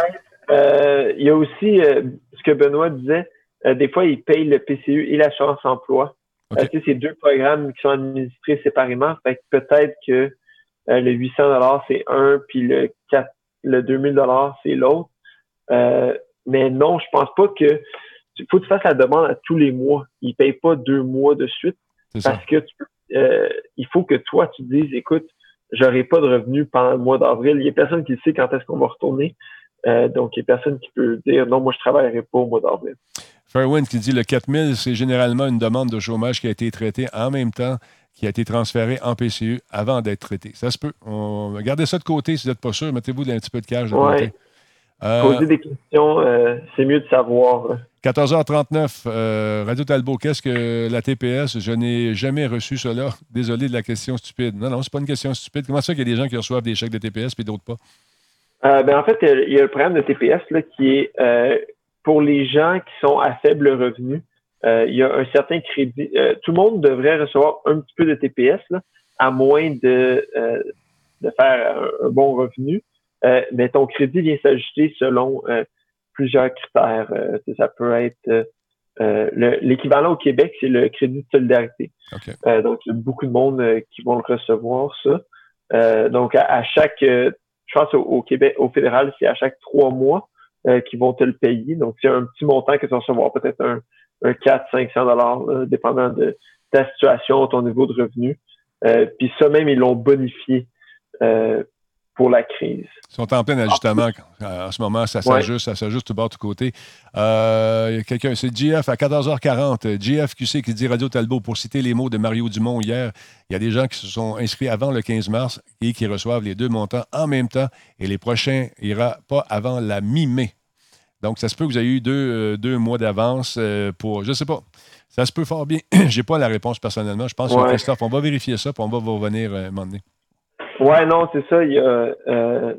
Euh, il y a aussi euh, ce que Benoît disait. Euh, des fois, ils payent le P C U et l'assurance emploi. Okay. Euh, c'est deux programmes qui sont administrés séparément. Fait que peut-être que Euh, le huit cents dollars c'est un, puis le, quatre, le deux mille dollars c'est l'autre. Euh, mais non, je pense pas que... Il faut que tu fasses la demande à tous les mois. Ils ne payent pas deux mois de suite. C'est parce ça. que tu, euh, il faut que toi, tu te dises, écoute, j'aurai pas de revenus pendant le mois d'avril. Il y a personne qui sait quand est-ce qu'on va retourner. Euh, donc, il y a personne qui peut dire, non, moi, je travaillerai pas au mois d'avril. Fairwind qui dit, le quatre mille, c'est généralement une demande de chômage qui a été traitée en même temps qui a été transféré en P C U avant d'être traité. Ça se peut. On... Gardez ça de côté si vous n'êtes pas sûr. Mettez-vous un petit peu de cash de ouais. côté. Euh... Poser des questions, euh, c'est mieux de savoir. quatorze heures trente-neuf, euh, Radio Talbot, qu'est-ce que la T P S? Je n'ai jamais reçu cela. Désolé de la question stupide. Non, non, c'est pas une question stupide. Comment ça qu'il y a des gens qui reçoivent des chèques de T P S et d'autres pas? Euh, ben, en fait, il y a le programme de T P S là, qui est euh, pour les gens qui sont à faible revenu. Euh, il y a un certain crédit. Euh, tout le monde devrait recevoir un petit peu de T P S, là, à moins de, euh, de faire un, un bon revenu. Euh, mais ton crédit vient s'ajuster selon euh, plusieurs critères. Euh, ça peut être euh, le, l'équivalent au Québec, c'est le crédit de solidarité. Okay. Euh, donc, il y a beaucoup de monde euh, qui vont le recevoir, ça. Euh, donc, à, à chaque, euh, je pense au, au Québec, au fédéral, c'est à chaque trois mois euh, qu'ils vont te le payer. Donc, c'est un petit montant que tu vas recevoir, peut-être un un quatre cents à cinq cents dollars, là, dépendant de ta situation, ton niveau de revenu. Euh, puis ça même, ils l'ont bonifié euh, pour la crise. Ils sont en plein ajustement. En ce moment, ça s'ajuste, ouais. ça s'ajuste tout bord, tout côté. Euh, il y a quelqu'un, c'est J F à quatorze heures quarante. J F Q C qui dit Radio Talbot, pour citer les mots de Mario Dumont hier, il y a des gens qui se sont inscrits avant le quinze mars et qui reçoivent les deux montants en même temps et les prochains n'ira pas avant la mi-mai. Donc, ça se peut que vous ayez eu deux, euh, deux mois d'avance euh, pour... Je ne sais pas. Ça se peut fort bien. Je n'ai pas la réponse personnellement. Je pense ouais. que Christophe, on va vérifier ça puis on va vous revenir euh, un moment donné. Oui, non, c'est ça. Il y a euh,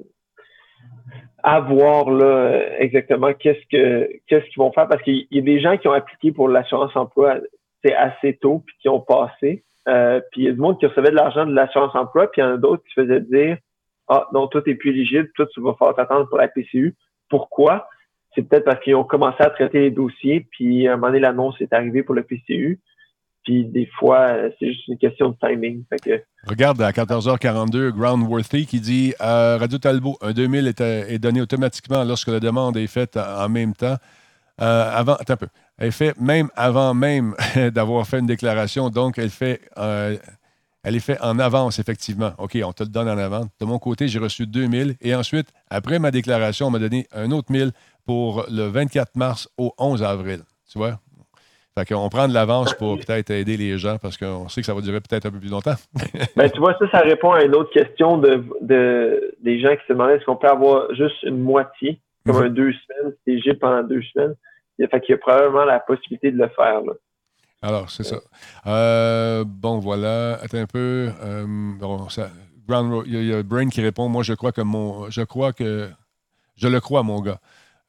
à voir là, exactement qu'est-ce, que, qu'est-ce qu'ils vont faire parce qu'il y a des gens qui ont appliqué pour l'assurance emploi assez tôt puis qui ont passé. Euh, puis il y a du monde qui recevait de l'argent de l'assurance emploi puis il y en a d'autres qui faisaient dire « Ah, non, toi, tu n'es plus éligible. Toi, tu vas falloir t'attendre pour la P C U. » Pourquoi? C'est peut-être parce qu'ils ont commencé à traiter les dossiers, puis à un moment donné, l'annonce est arrivée pour le P C U. Puis des fois, c'est juste une question de timing. Fait que... Regarde, à quatorze heures quarante-deux, Groundworthy qui dit euh, Radio Talbot, un deux mille est, est donné automatiquement lorsque la demande est faite en même temps. Euh, avant, attends un peu. Elle est faite même avant même d'avoir fait une déclaration. Donc, elle fait... Euh, Elle est faite en avance, effectivement. OK, on te le donne en avance. De mon côté, j'ai reçu deux mille. Et ensuite, après ma déclaration, on m'a donné un autre mille pour le vingt-quatre mars au onze avril. Tu vois? Fait qu'on prend de l'avance pour peut-être aider les gens parce qu'on sait que ça va durer peut-être un peu plus longtemps. Ben, tu vois, ça, ça répond à une autre question de, de des gens qui se demandaient est-ce qu'on peut avoir juste une moitié, comme mm-hmm. un deux semaines, si t'es pendant deux semaines. Fait qu'il y a probablement la possibilité de le faire, là. Alors, c'est ça. Euh, bon, voilà. Attends un peu. Euh, bon, ça, Ground, il y a Brain qui répond. Moi, je crois que mon. Je crois que. Je le crois, mon gars.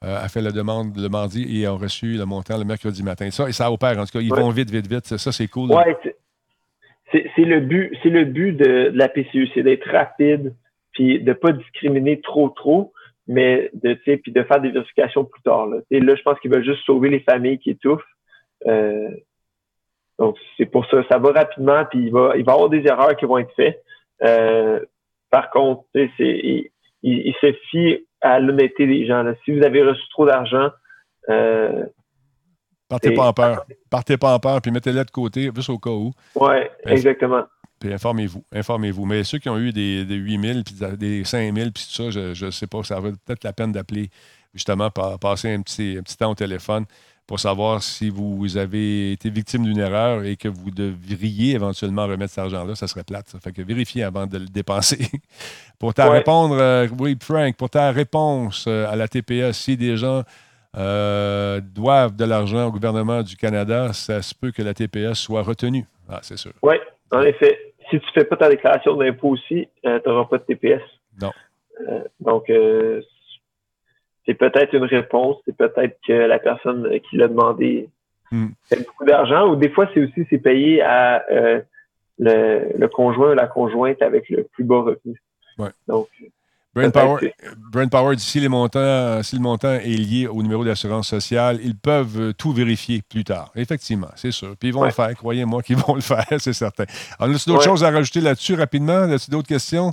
euh, a fait la demande le mardi et a reçu le montant le mercredi matin. Ça, et ça opère. En tout cas, ils ouais. vont vite, vite, vite. Ça, c'est cool. Oui, c'est, c'est le but, c'est le but de, de la P C U, c'est d'être rapide, puis de ne pas discriminer trop, trop, mais de, tu sais, puis de faire des vérifications plus tard. Là, là je pense qu'ils veulent juste sauver les familles qui étouffent. Euh, donc, c'est pour ça. Ça va rapidement, puis il va, il va y avoir des erreurs qui vont être faites. Euh, par contre, c'est, il, il, il se fie à l'honnêteté des gens. Là. Si vous avez reçu trop d'argent, euh, partez pas en peur. Partez pas en peur, puis mettez-le de côté, juste au cas où. Oui, exactement. Puis informez-vous, informez-vous. Mais ceux qui ont eu des, des huit mille, puis des cinq mille, puis tout ça, je ne sais pas, ça vaut peut-être la peine d'appeler, justement, par, passer un petit, un petit temps au téléphone pour savoir si vous avez été victime d'une erreur et que vous devriez éventuellement remettre cet argent-là. Ça serait plate. Ça fait que vérifiez avant de le dépenser. Pour ta ouais. répondre, euh, oui, Frank, pour ta réponse euh, à la T P A, si des gens euh, doivent de l'argent au gouvernement du Canada, ça se peut que la T P A soit retenue. Ah, c'est sûr. Oui, en effet. Si tu ne fais pas ta déclaration d'impôt aussi, euh, tu n'auras pas de T P S. Non. Euh, donc, euh, c'est peut-être une réponse. C'est peut-être que la personne qui l'a demandé mm. fait beaucoup d'argent. Ou des fois, c'est aussi c'est payé à euh, le, le conjoint ou la conjointe avec le plus bas revenu. Ouais. Donc, Brain Power, Brain Power, si, les montants, si le montant est lié au numéro d'assurance sociale, ils peuvent tout vérifier plus tard. Effectivement, c'est sûr. Puis ils vont ouais. le faire, croyez-moi qu'ils vont le faire, c'est certain. Alors, as-tu d'autres ouais. choses à rajouter là-dessus rapidement? As-tu d'autres questions?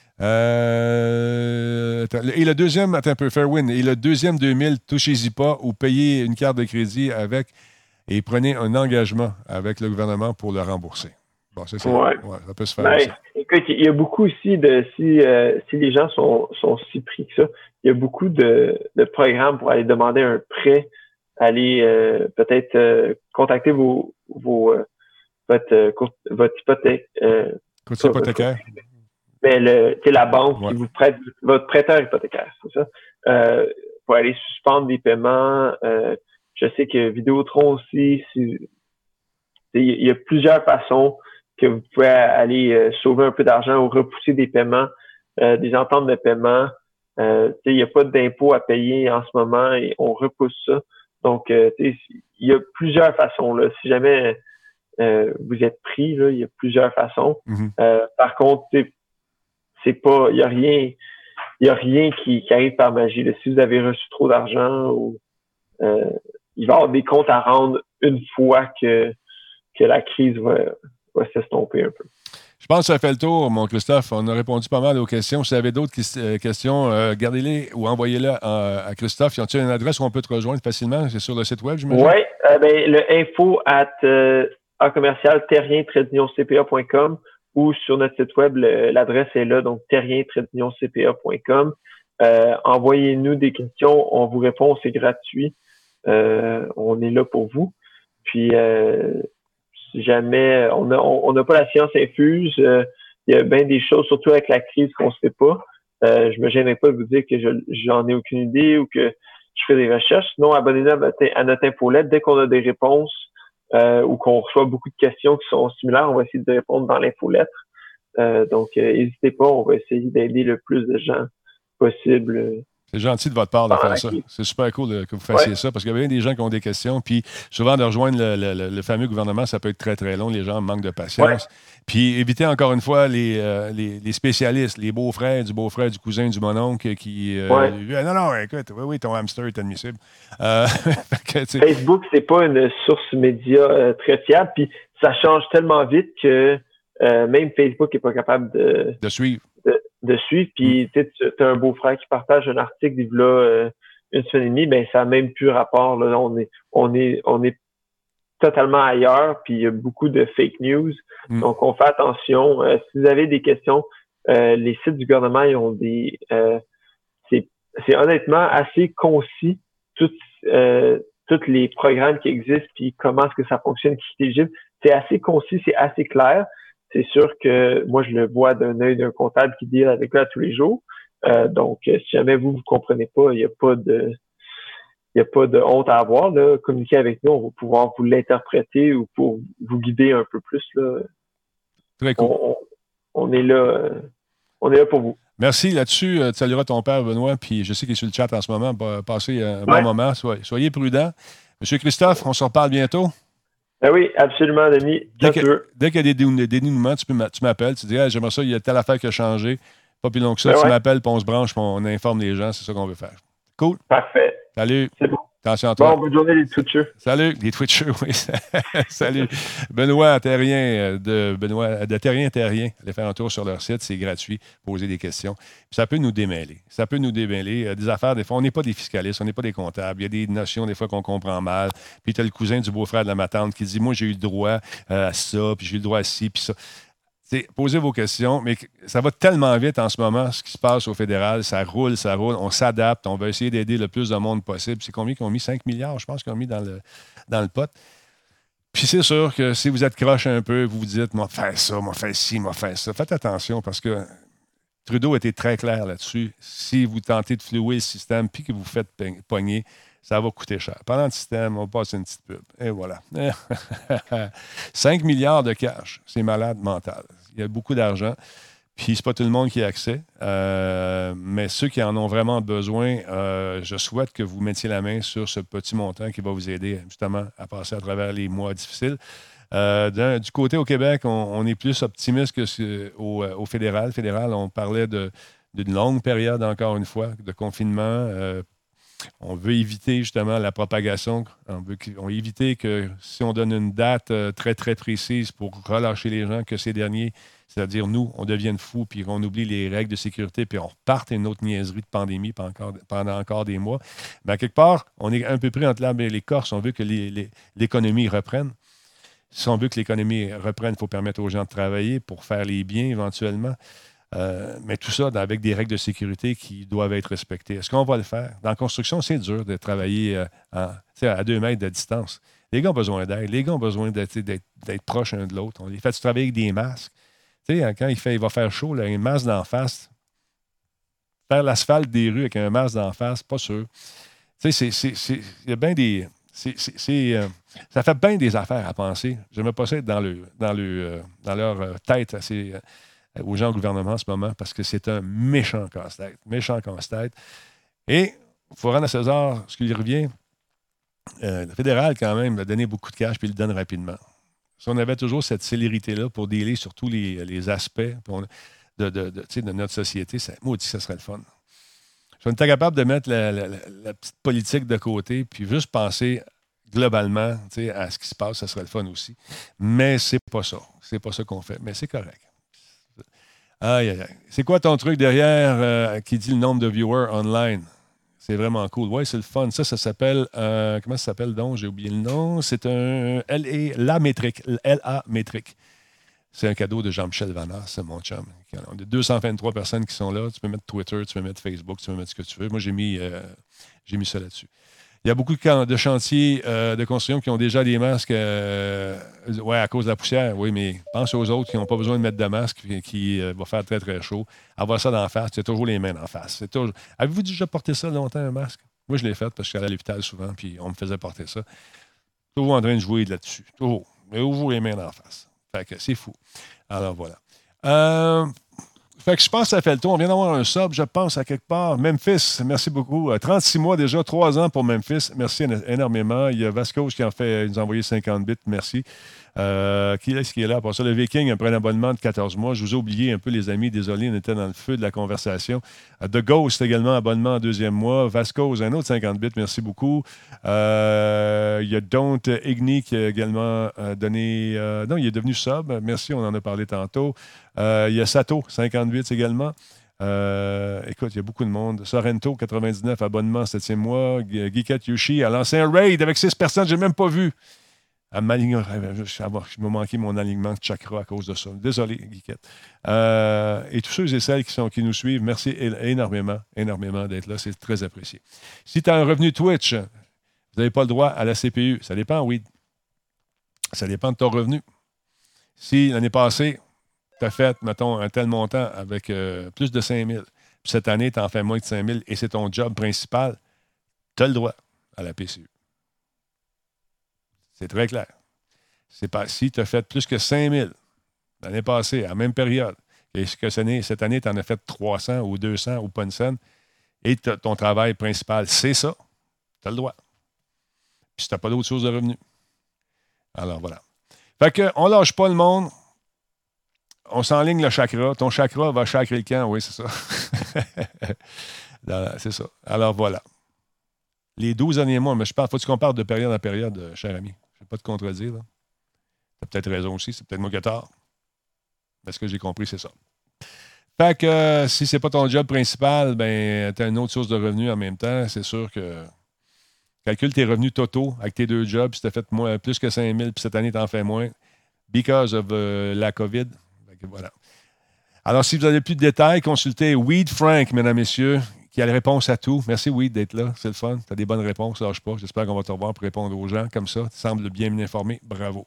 Euh, et le deuxième, attends un peu, Fairwin, et le deuxième deux mille, touchez-y pas ou payez une carte de crédit avec et prenez un engagement avec le gouvernement pour le rembourser. Bon, c'est ça. Ouais. Ouais, ça peut se faire. Ben, écoute, il y a beaucoup aussi de, si, euh, si les gens sont, sont si pris que ça, il y a beaucoup de, de programmes pour aller demander un prêt, aller euh, peut-être euh, contacter vos, vos, euh, votre, euh, votre hypothèque. Euh, Courtier hypothécaire. Mais le, c'est la banque ouais. qui vous prête, votre prêteur hypothécaire, c'est ça? Euh, pour aller suspendre des paiements. Euh, je sais que Vidéotron aussi, si, il y a plusieurs façons que vous pouvez aller euh, sauver un peu d'argent ou repousser des paiements, euh, des ententes de paiement. Euh, il n'y a pas d'impôt à payer en ce moment et on repousse ça. Donc, euh, il y a plusieurs façons. Là. Si jamais euh, vous êtes pris, là, il y a plusieurs façons. Mm-hmm. Euh, par contre, c'est pas, il y a rien, il y a rien qui, qui arrive par magie. Là. Si vous avez reçu trop d'argent, ou euh, il va y avoir des comptes à rendre une fois que que la crise va, va s'estomper un peu. Je pense que ça fait le tour, mon Christophe. On a répondu pas mal aux questions. Si vous avez d'autres questions, euh, gardez-les ou envoyez-les à, à Christophe. Y a-t-il une adresse où on peut te rejoindre facilement? C'est sur le site web, j'imagine? Oui, euh, ben, le info at euh, en commercial terrien trait d'union c p a point com ou sur notre site web, le, l'adresse est là, donc terrien trait d'union c p a point com. Euh, envoyez-nous des questions, on vous répond, c'est gratuit. Euh, on est là pour vous. Puis, euh, si jamais on n'a on, on a pas la science infuse, euh, il y a bien des choses, surtout avec la crise, qu'on ne sait pas. Euh, je me gênerai pas de vous dire que je j'en ai aucune idée ou que je fais des recherches. Sinon, abonnez-vous à notre, à notre infolette. Dès qu'on a des réponses euh, ou qu'on reçoit beaucoup de questions qui sont similaires, on va essayer de répondre dans l'infolettre. Euh, donc, n'hésitez euh, pas, on va essayer d'aider le plus de gens possible. C'est gentil de votre part de faire ça. C'est super cool de, que vous fassiez ouais. ça, parce qu'il y a bien des gens qui ont des questions. Puis souvent, de rejoindre le, le, le fameux gouvernement, ça peut être très, très long. Les gens manquent de patience. Ouais. Puis évitez encore une fois les, euh, les, les spécialistes, les beaux-frères, du beau-frère, du cousin, du mononcle qui... Euh, ouais. Non, non, écoute, oui, oui, ton hamster est admissible. Euh, que, Facebook, c'est pas une source média euh, très fiable. Puis ça change tellement vite que euh, même Facebook n'est pas capable de... De suivre. De, de suivre, puis mm. tu as un beau-frère qui partage un article d'il y a euh, une semaine et demie, ben ça n'a même plus rapport. Là. On est on est on est totalement ailleurs, puis il y a beaucoup de fake news. Mm. Donc on fait attention. Euh, si vous avez des questions, euh, les sites du gouvernement, ils ont des euh, c'est c'est honnêtement assez concis tous euh, tous les programmes qui existent, puis comment est-ce que ça fonctionne, qui est éligible. C'est assez concis, c'est assez clair. C'est sûr que moi, je le vois d'un œil d'un comptable qui deal avec là tous les jours. Euh, donc, si jamais vous ne comprenez pas, il n'y a pas de il n'y a pas de honte à avoir. Là. Communiquez avec nous, on va pouvoir vous l'interpréter ou pour vous guider un peu plus. Là. Très cool. On, on est là, on est là pour vous. Merci là-dessus. Tu salueras ton père, Benoît, puis je sais qu'il est sur le chat en ce moment. Passez un ouais. bon moment. Soyez, soyez prudents. Monsieur Christophe, on se reparle bientôt. Ben oui, absolument, Denis. Dès, que, dès qu'il y a des, des dénouements, tu, peux, tu m'appelles. Tu dis hey, j'aimerais ça, il y a telle affaire qui a changé. Pas plus long que ça. Ben tu ouais. m'appelles, puis on se branche, puis on informe les gens. C'est ça qu'on veut faire. Cool. Parfait. Salut. C'est bon. Attention à toi. Bon, bonne journée, les Twitchers. Salut, les Twitchers, oui. Salut. Benoît Terrien de Benoît de Terrien Terrien. Allez faire un tour sur leur site, c'est gratuit. Poser des questions. Puis ça peut nous démêler. Ça peut nous démêler. Euh, des affaires, des fois, on n'est pas des fiscalistes, on n'est pas des comptables. Il y a des notions, des fois, qu'on comprend mal. Puis tu as le cousin du beau-frère de la ma tante qui dit moi, j'ai eu le droit euh, à ça, puis j'ai eu le droit à ci, puis ça. T'sais, posez vos questions, mais ça va tellement vite en ce moment, ce qui se passe au fédéral. Ça roule, ça roule. On s'adapte. On va essayer d'aider le plus de monde possible. C'est combien qu'ils ont mis? cinq milliards, je pense, qu'ils ont mis dans le, dans le pot. Puis c'est sûr que si vous êtes croche un peu, vous vous dites « moi, faire ça, moi, faire ci, moi, faire ça ». Faites attention parce que Trudeau était très clair là-dessus. Si vous tentez de flouer le système puis que vous faites pogner, ça va coûter cher. Pendant le système, on passe une petite pub. Et voilà. cinq milliards de cash. C'est malade mental. Il y a beaucoup d'argent. Puis, c'est pas tout le monde qui a accès. Euh, mais ceux qui en ont vraiment besoin, euh, je souhaite que vous mettiez la main sur ce petit montant qui va vous aider justement à passer à travers les mois difficiles. Euh, du côté au Québec, on, on est plus optimiste que au, au fédéral. Fédéral, on parlait de, d'une longue période, encore une fois, de confinement. Euh, On veut éviter justement la propagation. On veut, on veut éviter que si on donne une date euh, très, très précise pour relâcher les gens, que ces derniers, c'est-à-dire nous, on devienne fous puis qu'on oublie les règles de sécurité puis on reparte une autre niaiserie de pandémie pendant encore, pendant encore des mois. Mais à quelque part, on est un peu pris entre l'arbre et l'écorce. On veut que les, les, l'économie reprenne. Si on veut que l'économie reprenne, il faut permettre aux gens de travailler pour faire les biens éventuellement. Euh, mais tout ça avec des règles de sécurité qui doivent être respectées. Est-ce qu'on va le faire? Dans la construction, c'est dur de travailler euh, en, à deux mètres de distance. Les gars ont besoin d'aide. Les gars ont besoin d'être, d'être, d'être proches l'un de l'autre. On les fait travailler avec des masques. Tu sais, quand il, fait, il va faire chaud, là, un masque d'en face, faire l'asphalte des rues avec un masque d'en face, pas sûr. Tu sais, c'est, c'est, c'est, il y a bien des... C'est, c'est, c'est, euh, ça fait bien des affaires à penser. J'aimerais pas ça être dans, le, dans, le, euh, dans leur tête assez... Euh, aux gens au gouvernement en ce moment parce que c'est un méchant casse-tête. Méchant casse-tête. Et il faut rendre à César ce qui lui revient. Euh, le fédéral, quand même, a donné beaucoup de cash puis il le donne rapidement. Si on avait toujours cette célérité-là pour dealer sur tous les, les aspects on, de, de, de, de notre société, ça, moi, ça serait le fun. Si on était capable de mettre la, la, la, la petite politique de côté puis juste penser globalement à ce qui se passe, ça serait le fun aussi. Mais c'est pas ça. C'est pas ça qu'on fait. Mais c'est correct. Aïe, aïe, aïe. C'est quoi ton truc derrière euh, qui dit le nombre de viewers online? C'est vraiment cool. Oui, c'est le fun. Ça, ça s'appelle... Euh, comment ça s'appelle donc? J'ai oublié le nom. C'est un L A métrique. L A métrique. C'est un cadeau de Jean-Michel Vanas, c'est mon chum. On a deux cent vingt-trois personnes qui sont là. Tu peux mettre Twitter, tu peux mettre Facebook, tu peux mettre ce que tu veux. Moi, j'ai mis, euh, j'ai mis ça là-dessus. Il y a beaucoup de chantiers euh, de construction qui ont déjà des masques euh, ouais, à cause de la poussière. Oui, mais pense aux autres qui n'ont pas besoin de mettre de masque et qui euh, va faire très, très chaud. Avoir ça d'en face, c'est toujours les mains en face. C'est toujours... Avez-vous déjà porté ça longtemps, un masque? Moi, je l'ai fait parce que je suis allé à l'hôpital souvent puis on me faisait porter ça. Toujours en train de jouer là-dessus. Toujours. Mais ouvrez les mains en face. Fait que c'est fou. Alors, voilà. Euh... Fait que je pense que ça fait le tour. On vient d'avoir un sub, je pense, à quelque part. Memphis, merci beaucoup. trente-six mois déjà, trois ans pour Memphis. Merci énormément. Il y a Vasco qui en fait, il nous a envoyé cinquante bits. Merci. Euh, qui est-ce qui est là? Pour ça, le Viking a pris un abonnement de quatorze mois. Je vous ai oublié un peu, les amis. Désolé, on était dans le feu de la conversation. Uh, The Ghost également, abonnement en deuxième mois. Vasco, un autre cinquante bits. Merci beaucoup. Euh, il y a Don't Igni qui a également euh, donné... Euh, non, il est devenu sub. Merci, on en a parlé tantôt. Euh, il y a Sato, cinquante bits également. Euh, écoute, il y a beaucoup de monde. Sorrento, quatre-vingt-dix-neuf, abonnement, septième mois. Geekat Yoshi a lancé un raid avec six personnes. Je n'ai même pas vu. À je m'ai manqué mon alignement de chakra à cause de ça. Désolé, Geekette. Euh, et tous ceux et celles qui, sont, qui nous suivent, merci énormément, énormément d'être là. C'est très apprécié. Si tu as un revenu Twitch, vous n'avez pas le droit à la C P U. Ça dépend, oui. Ça dépend de ton revenu. Si l'année passée, tu as fait, mettons, un tel montant avec euh, plus de cinq mille, puis cette année, tu en fais moins de cinq mille et c'est ton job principal, tu as le droit à la P C U. C'est très clair. C'est pas, si tu as fait plus que cinq mille l'année passée, à la même période, et que cette année, tu en as fait trois cents ou deux cents ou pas une scène, et ton travail principal, c'est ça, tu as le droit. Puis si tu n'as pas d'autre chose de revenu. Alors, voilà. Fait qu'on ne lâche pas le monde. On s'enligne le chakra. Ton chakra va chakrer le camp. Oui, c'est ça. C'est ça. Alors, voilà. Les douze derniers mois, mais je pense, faut que tu compares de période en période, cher ami. Je ne vais pas te contredire. Tu as peut-être raison aussi. C'est peut-être moi qui ai tort. Mais ce que j'ai compris, c'est ça. Fait que euh, si c'est pas ton job principal, ben tu as une autre source de revenus en même temps. C'est sûr que calcule tes revenus totaux avec tes deux jobs. Si tu as fait moins, plus que cinq mille, puis cette année, tu en fais moins. Because of uh, la COVID. Voilà. Alors, si vous avez plus de détails, consultez Weed Frank, mesdames, messieurs, qui a la réponse à tout. Merci, Weed, d'être là. C'est le fun. Tu as des bonnes réponses. Lâche pas. J'espère qu'on va te revoir pour répondre aux gens comme ça. Tu sembles bien informé. Bravo.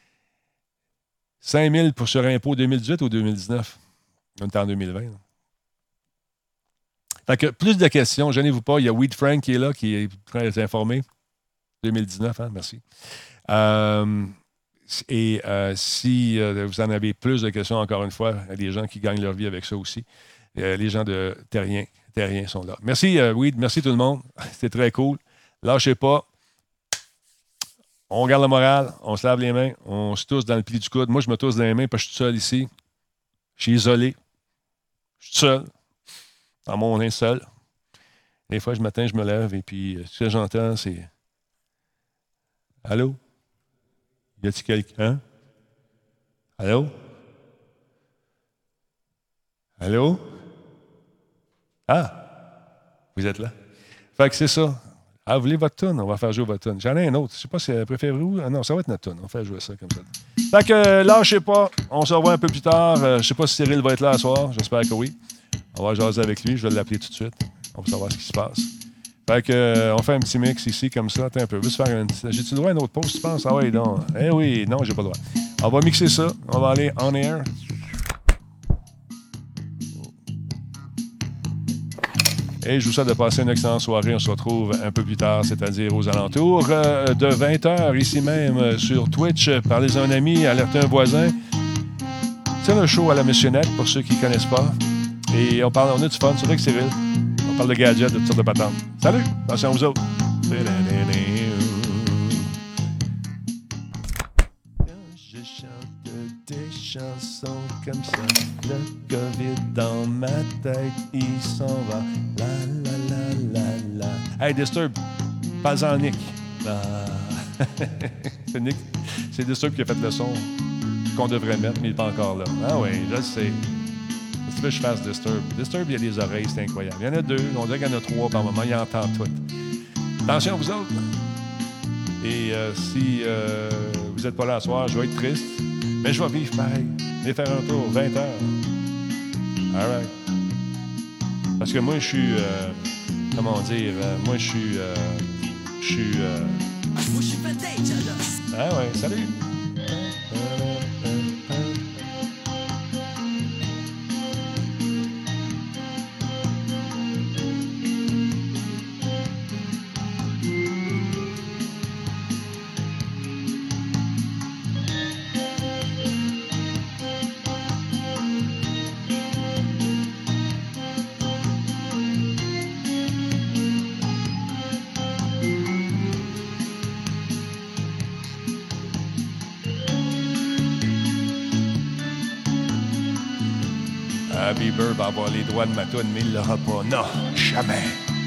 cinq mille pour sur impôt deux mille dix-huit ou deux mille dix-neuf? On est en deux mille vingt. Là. Fait que plus de questions. Gênez-vous pas. Il y a Weed Frank qui est là, qui est très informé. deux mille dix-neuf, hein? Merci. Euh, Et euh, si euh, vous en avez plus de questions, encore une fois, il y a des gens qui gagnent leur vie avec ça aussi. Euh, les gens de Terrien, Terrien sont là. Merci, euh, Weed. Merci tout le monde. C'était très cool. Lâchez pas. On garde la morale. On se lave les mains. On se tousse dans le pli du coude. Moi, je me tousse dans les mains parce que je suis seul ici. Je suis isolé. Je suis seul. Dans mon nez seul. Des fois, je matin, je me lève et puis ce que j'entends, c'est « Allô? Y a-t-il quelqu'un? Allô? Allô? Ah! Vous êtes là? Fait que c'est ça. Ah, vous voulez votre tune? On va faire jouer votre tune. J'en ai un autre. Je sais pas si elle préfère vous. Ah non, ça va être notre tune. On va faire jouer ça comme ça. Fait que euh, lâchez pas. On se revoit un peu plus tard. Euh, je sais pas si Cyril va être là ce soir. J'espère que oui. On va jaser avec lui. Je vais l'appeler tout de suite. On va savoir ce qui se passe. Fait que, euh, on fait un petit mix ici, comme ça. Attends un peu. Juste faire une... J'ai-tu le droit à une autre pause, tu penses? Ah oui, non. Eh oui, non, j'ai pas le droit. On va mixer ça. On va aller on air. Et je vous souhaite de passer une excellente soirée. On se retrouve un peu plus tard, c'est-à-dire aux alentours euh, de vingt heures, ici même, euh, sur Twitch. Parlez à un ami, alertez un voisin. C'est un show à la missionnette, pour ceux qui ne connaissent pas. Et on parle, on a du fun, c'est vrai que c'est Cyril. On parle de gadgets, de toutes sortes de patentes. Salut! Attention à vous autres! Quand je chante des chansons comme ça, le COVID dans ma tête, il s'en va. La la la la la. Hey, Disturb! Pas-en Nick. Ah. c'est Nick. C'est Disturb qui a fait le son qu'on devrait mettre, mais il n'est pas encore là. Ah oui, je le sais. Si tu veux que je fasse Disturb. Disturb, il y a des oreilles, c'est incroyable. Il y en a deux, on dirait qu'il y en a trois par moment, il entend tout. Attention à vous autres. Et euh, si euh, vous n'êtes pas là ce soir, je vais être triste, mais je vais vivre pareil. Venez faire un tour, vingt heures. All right. Parce que moi, je suis, euh, comment dire, euh, moi, je suis, euh, je suis, euh... ah ouais, salut. Bieber va avoir les droits de ma toune, mais il ne l'aura pas. Non, jamais.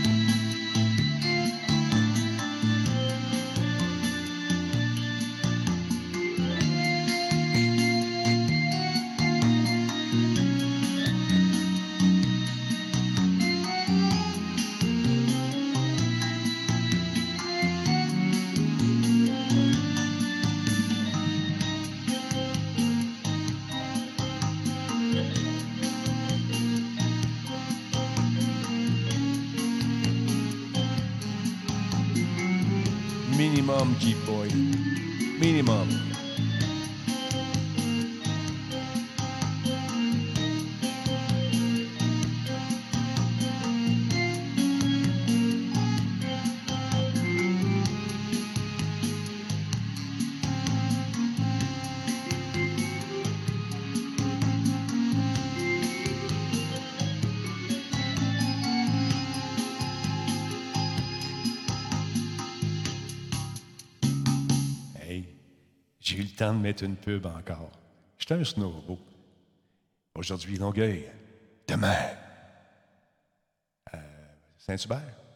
Minimum, G-Boy. Minimum. J'ai eu le temps de mettre une pub encore. J'étais un snowbo. Aujourd'hui, Longueuil. Demain, euh, Saint-Hubert.